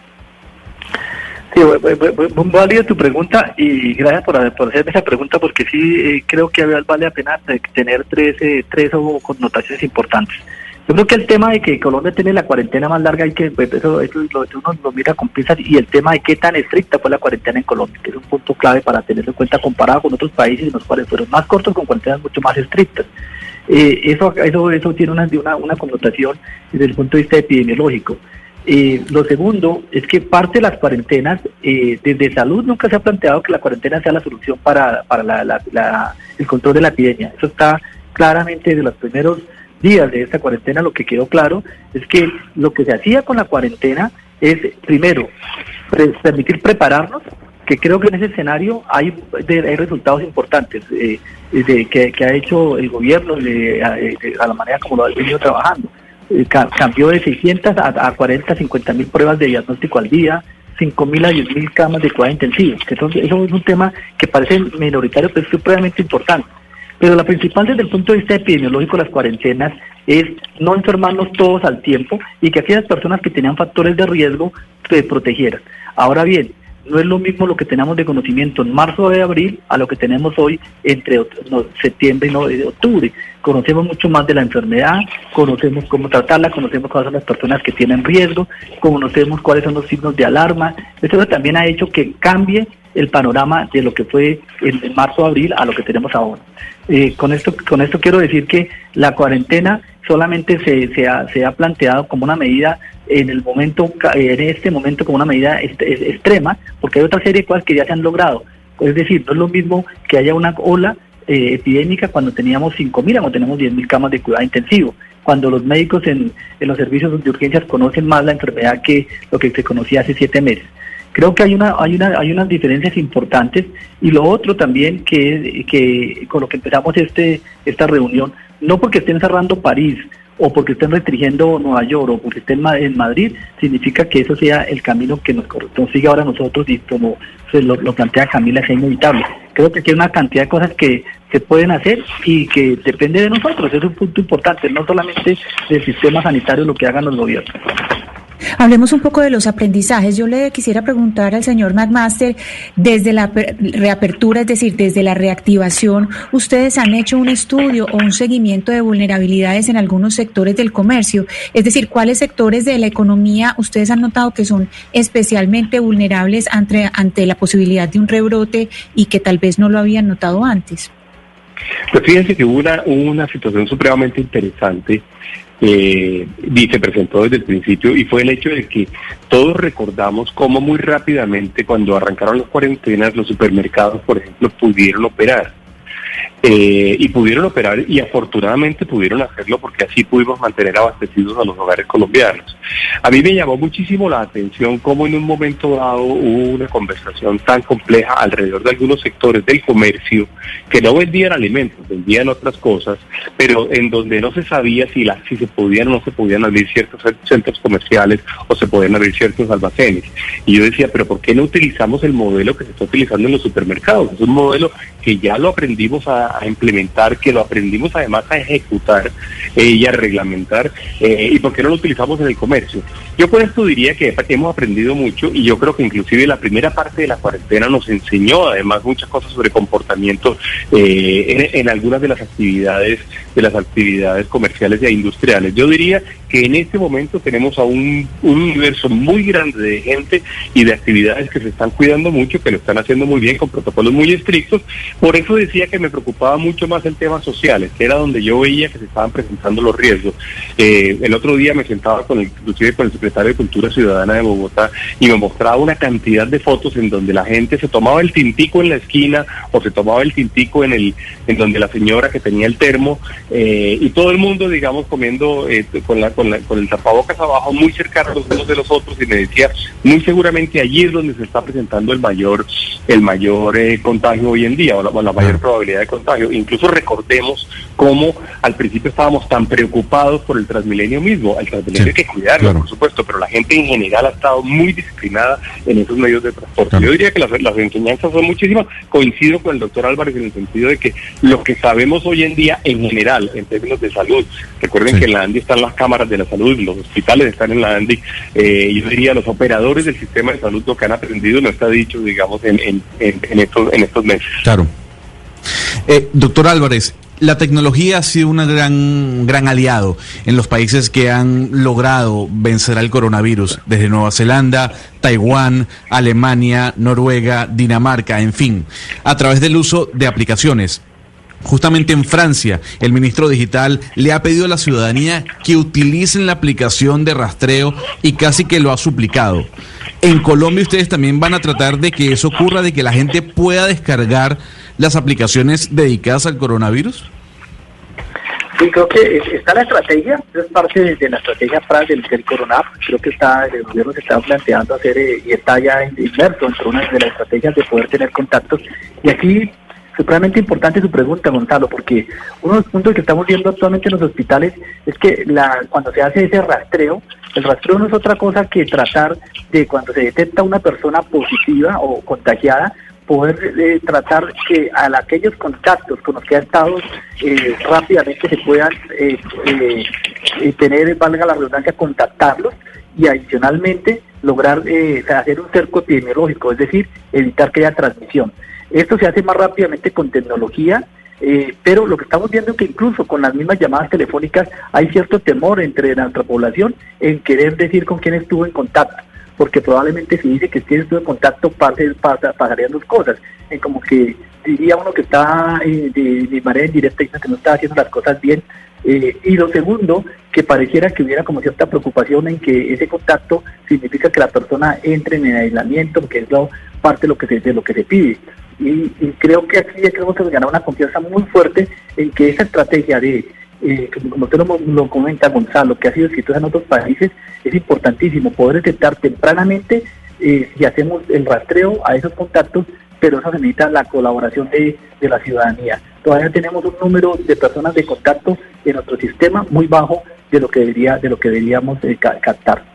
Sí, válida tu pregunta y gracias por hacerme esa pregunta porque sí creo que vale la pena tener tres connotaciones importantes. Yo creo que el tema de que Colombia tiene la cuarentena más larga, eso uno lo mira con pinzas, y el tema de qué tan estricta fue la cuarentena en Colombia, que es un punto clave para tenerlo en cuenta comparado con otros países en los cuales fueron más cortos con cuarentenas mucho más estrictas. Eso tiene una connotación desde el punto de vista epidemiológico. Lo segundo es que parte de las cuarentenas, desde salud nunca se ha planteado que la cuarentena sea la solución para el control de la epidemia. Eso está claramente desde los primeros días de esta cuarentena. Lo que quedó claro es que lo que se hacía con la cuarentena es, primero, permitir prepararnos, que creo que en ese escenario hay resultados importantes que ha hecho el gobierno a la manera como lo ha venido trabajando. Cambió de 600 a 40, 50.000 pruebas de diagnóstico al día, 5.000 a 10.000 camas de cuidado intensivo. Entonces, eso es un tema que parece minoritario, pero es supremamente importante. Pero la principal desde el punto de vista epidemiológico de las cuarentenas es no enfermarnos todos al tiempo y que aquellas personas que tenían factores de riesgo se protegieran. Ahora bien, no es lo mismo lo que tenemos de conocimiento en marzo o de abril a lo que tenemos hoy entre septiembre y octubre. Conocemos mucho más de la enfermedad, conocemos cómo tratarla, conocemos cuáles son las personas que tienen riesgo, conocemos cuáles son los signos de alarma. Eso también ha hecho que cambie el panorama de lo que fue en marzo o abril a lo que tenemos ahora. Con esto quiero decir que la cuarentena solamente se ha planteado como una medida en este momento como una medida extrema, porque hay otra serie de cosas que ya se han logrado. Es decir, no es lo mismo que haya una ola epidémica cuando teníamos 5.000, cuando tenemos 10.000 camas de cuidado intensivo, cuando los médicos en los servicios de urgencias conocen más la enfermedad que lo que se conocía hace 7 meses. Creo que hay unas diferencias importantes, y lo otro también que con lo que empezamos esta reunión, no porque estén cerrando París o porque estén restringiendo Nueva York o porque estén en Madrid, significa que eso sea el camino que nos sigue ahora a nosotros, y como lo plantea Camila, es inevitable. Creo que aquí hay una cantidad de cosas que se pueden hacer y que depende de nosotros. Es un punto importante, no solamente del sistema sanitario lo que hagan los gobiernos. Hablemos un poco de los aprendizajes. Yo le quisiera preguntar al señor McMaster, desde la reapertura, es decir, desde la reactivación, ¿ustedes han hecho un estudio o un seguimiento de vulnerabilidades en algunos sectores del comercio? Es decir, ¿cuáles sectores de la economía ustedes han notado que son especialmente vulnerables ante la posibilidad de un rebrote y que tal vez no lo habían notado antes? Pues fíjense que hubo una situación supremamente interesante se presentó desde el principio, y fue el hecho de que todos recordamos cómo muy rápidamente, cuando arrancaron las cuarentenas, los supermercados, por ejemplo, pudieron operar. y pudieron operar, y afortunadamente pudieron hacerlo porque así pudimos mantener abastecidos a los hogares colombianos. A mí me llamó muchísimo la atención cómo en un momento dado hubo una conversación tan compleja alrededor de algunos sectores del comercio que no vendían alimentos, vendían otras cosas, pero en donde no se sabía si se podían o no se podían abrir ciertos centros comerciales o se podían abrir ciertos almacenes. Y yo decía, pero ¿por qué no utilizamos el modelo que se está utilizando en los supermercados? Es un modelo que ya lo aprendimos a implementar, que lo aprendimos además a ejecutar y a reglamentar, y ¿por qué no lo utilizamos en el comercio? Yo con esto diría que hemos aprendido mucho, y yo creo que inclusive la primera parte de la cuarentena nos enseñó además muchas cosas sobre comportamiento en algunas de las actividades comerciales e industriales. Yo diría que en este momento tenemos a un universo muy grande de gente y de actividades que se están cuidando mucho, que lo están haciendo muy bien, con protocolos muy estrictos. Por eso decía que me preocupaba mucho más el tema sociales, que era donde yo veía que se estaban presentando los riesgos. El otro día me sentaba inclusive con el secretario de Cultura Ciudadana de Bogotá, y me mostraba una cantidad de fotos en donde la gente se tomaba el tintico en la esquina, o se tomaba el tintico en donde la señora que tenía el termo, y todo el mundo, digamos, comiendo con el tapabocas abajo, muy cercanos los unos de los otros, y me decía, muy seguramente allí es donde se está presentando el mayor contagio hoy en día, o la mayor probabilidad de contagio. Incluso recordemos cómo al principio estábamos tan preocupados por el Transmilenio mismo. Al Transmilenio hay que cuidarlo, claro, por supuesto, pero la gente en general ha estado muy disciplinada en esos medios de transporte. Claro. Yo diría que las enseñanzas son muchísimas. Coincido con el doctor Álvarez en el sentido de que lo que sabemos hoy en día en general, en términos de salud, recuerden que en la ANDI están las cámaras de la salud, los hospitales están en la ANDI, yo diría los operadores del sistema de salud, lo que han aprendido no está dicho, digamos, en estos meses. Claro. Doctor Álvarez, la tecnología ha sido un gran aliado en los países que han logrado vencer al coronavirus, desde Nueva Zelanda, Taiwán, Alemania, Noruega, Dinamarca, en fin, a través del uso de aplicaciones. Justamente en Francia, el ministro digital le ha pedido a la ciudadanía que utilicen la aplicación de rastreo y casi que lo ha suplicado. En Colombia ustedes también van a tratar de que eso ocurra, de que la gente pueda descargar las aplicaciones dedicadas al coronavirus. Sí, creo que está la estrategia, es parte de la estrategia del Coronap. Creo que el gobierno se está planteando hacer y está ya inmerso entre una de las estrategias de poder tener contactos. Y aquí, supremamente importante su pregunta, Gonzalo, porque uno de los puntos que estamos viendo actualmente en los hospitales es que cuando se hace ese rastreo, el rastreo no es otra cosa que tratar de, cuando se detecta una persona positiva o contagiada, poder tratar que a aquellos contactos con los que ha estado rápidamente se puedan tener, valga la redundancia, contactarlos, y adicionalmente lograr hacer un cerco epidemiológico, es decir, evitar que haya transmisión. Esto se hace más rápidamente con tecnología, pero lo que estamos viendo es que incluso con las mismas llamadas telefónicas hay cierto temor entre nuestra población en querer decir con quién estuvo en contacto, porque probablemente si dice que estuvo en contacto pasarían dos cosas, como que diría uno que está de manera indirecta y que no está haciendo las cosas bien, y lo segundo, que pareciera que hubiera como cierta preocupación en que ese contacto significa que la persona entre en aislamiento, que es parte de lo que se pide. Y creo que aquí ya tenemos que ganar una confianza muy fuerte en que esa estrategia como usted lo comenta, Gonzalo, que ha sido exitosa en otros países, es importantísimo poder detectar tempranamente si hacemos el rastreo a esos contactos, pero eso necesita la colaboración de la ciudadanía. Todavía tenemos un número de personas de contacto en nuestro sistema muy bajo de lo que deberíamos captar.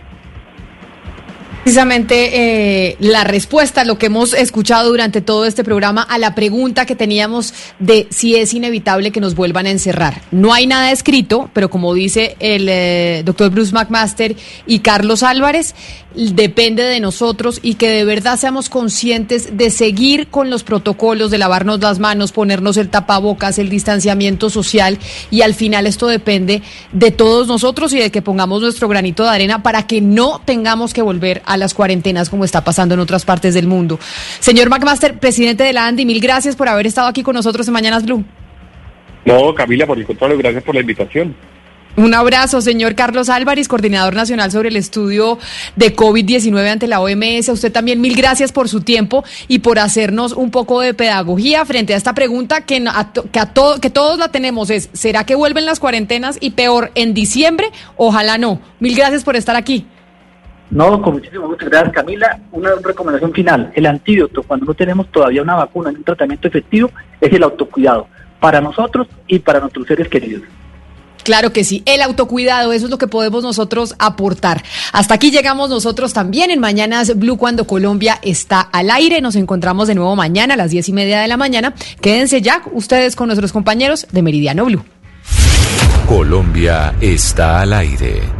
Precisamente la respuesta a lo que hemos escuchado durante todo este programa a la pregunta que teníamos de si es inevitable que nos vuelvan a encerrar. No hay nada escrito, pero como dice el doctor Bruce McMaster y Carlos Álvarez, depende de nosotros y que de verdad seamos conscientes de seguir con los protocolos, de lavarnos las manos, ponernos el tapabocas, el distanciamiento social, y al final esto depende de todos nosotros y de que pongamos nuestro granito de arena para que no tengamos que volver a las cuarentenas como está pasando en otras partes del mundo. Señor McMaster, presidente de la ANDI, mil gracias por haber estado aquí con nosotros en Mañanas Blue. No, Camila, por el contrario, gracias por la invitación. Un abrazo, señor Carlos Álvarez, coordinador nacional sobre el estudio de COVID-19 ante la OMS. A usted también, mil gracias por su tiempo y por hacernos un poco de pedagogía frente a esta pregunta que todos la tenemos. ¿Será que vuelven las cuarentenas y peor en diciembre? Ojalá no. Mil gracias por estar aquí. No, con muchísimas gracias, Camila. Una recomendación final. El antídoto, cuando no tenemos todavía una vacuna ni un tratamiento efectivo, es el autocuidado, para nosotros y para nuestros seres queridos. Claro que sí, el autocuidado, eso es lo que podemos nosotros aportar. Hasta aquí llegamos nosotros también en Mañanas Blue cuando Colombia está al aire. Nos encontramos de nuevo mañana a las 10:30 de la mañana. Quédense ya ustedes con nuestros compañeros de Meridiano Blue. Colombia está al aire.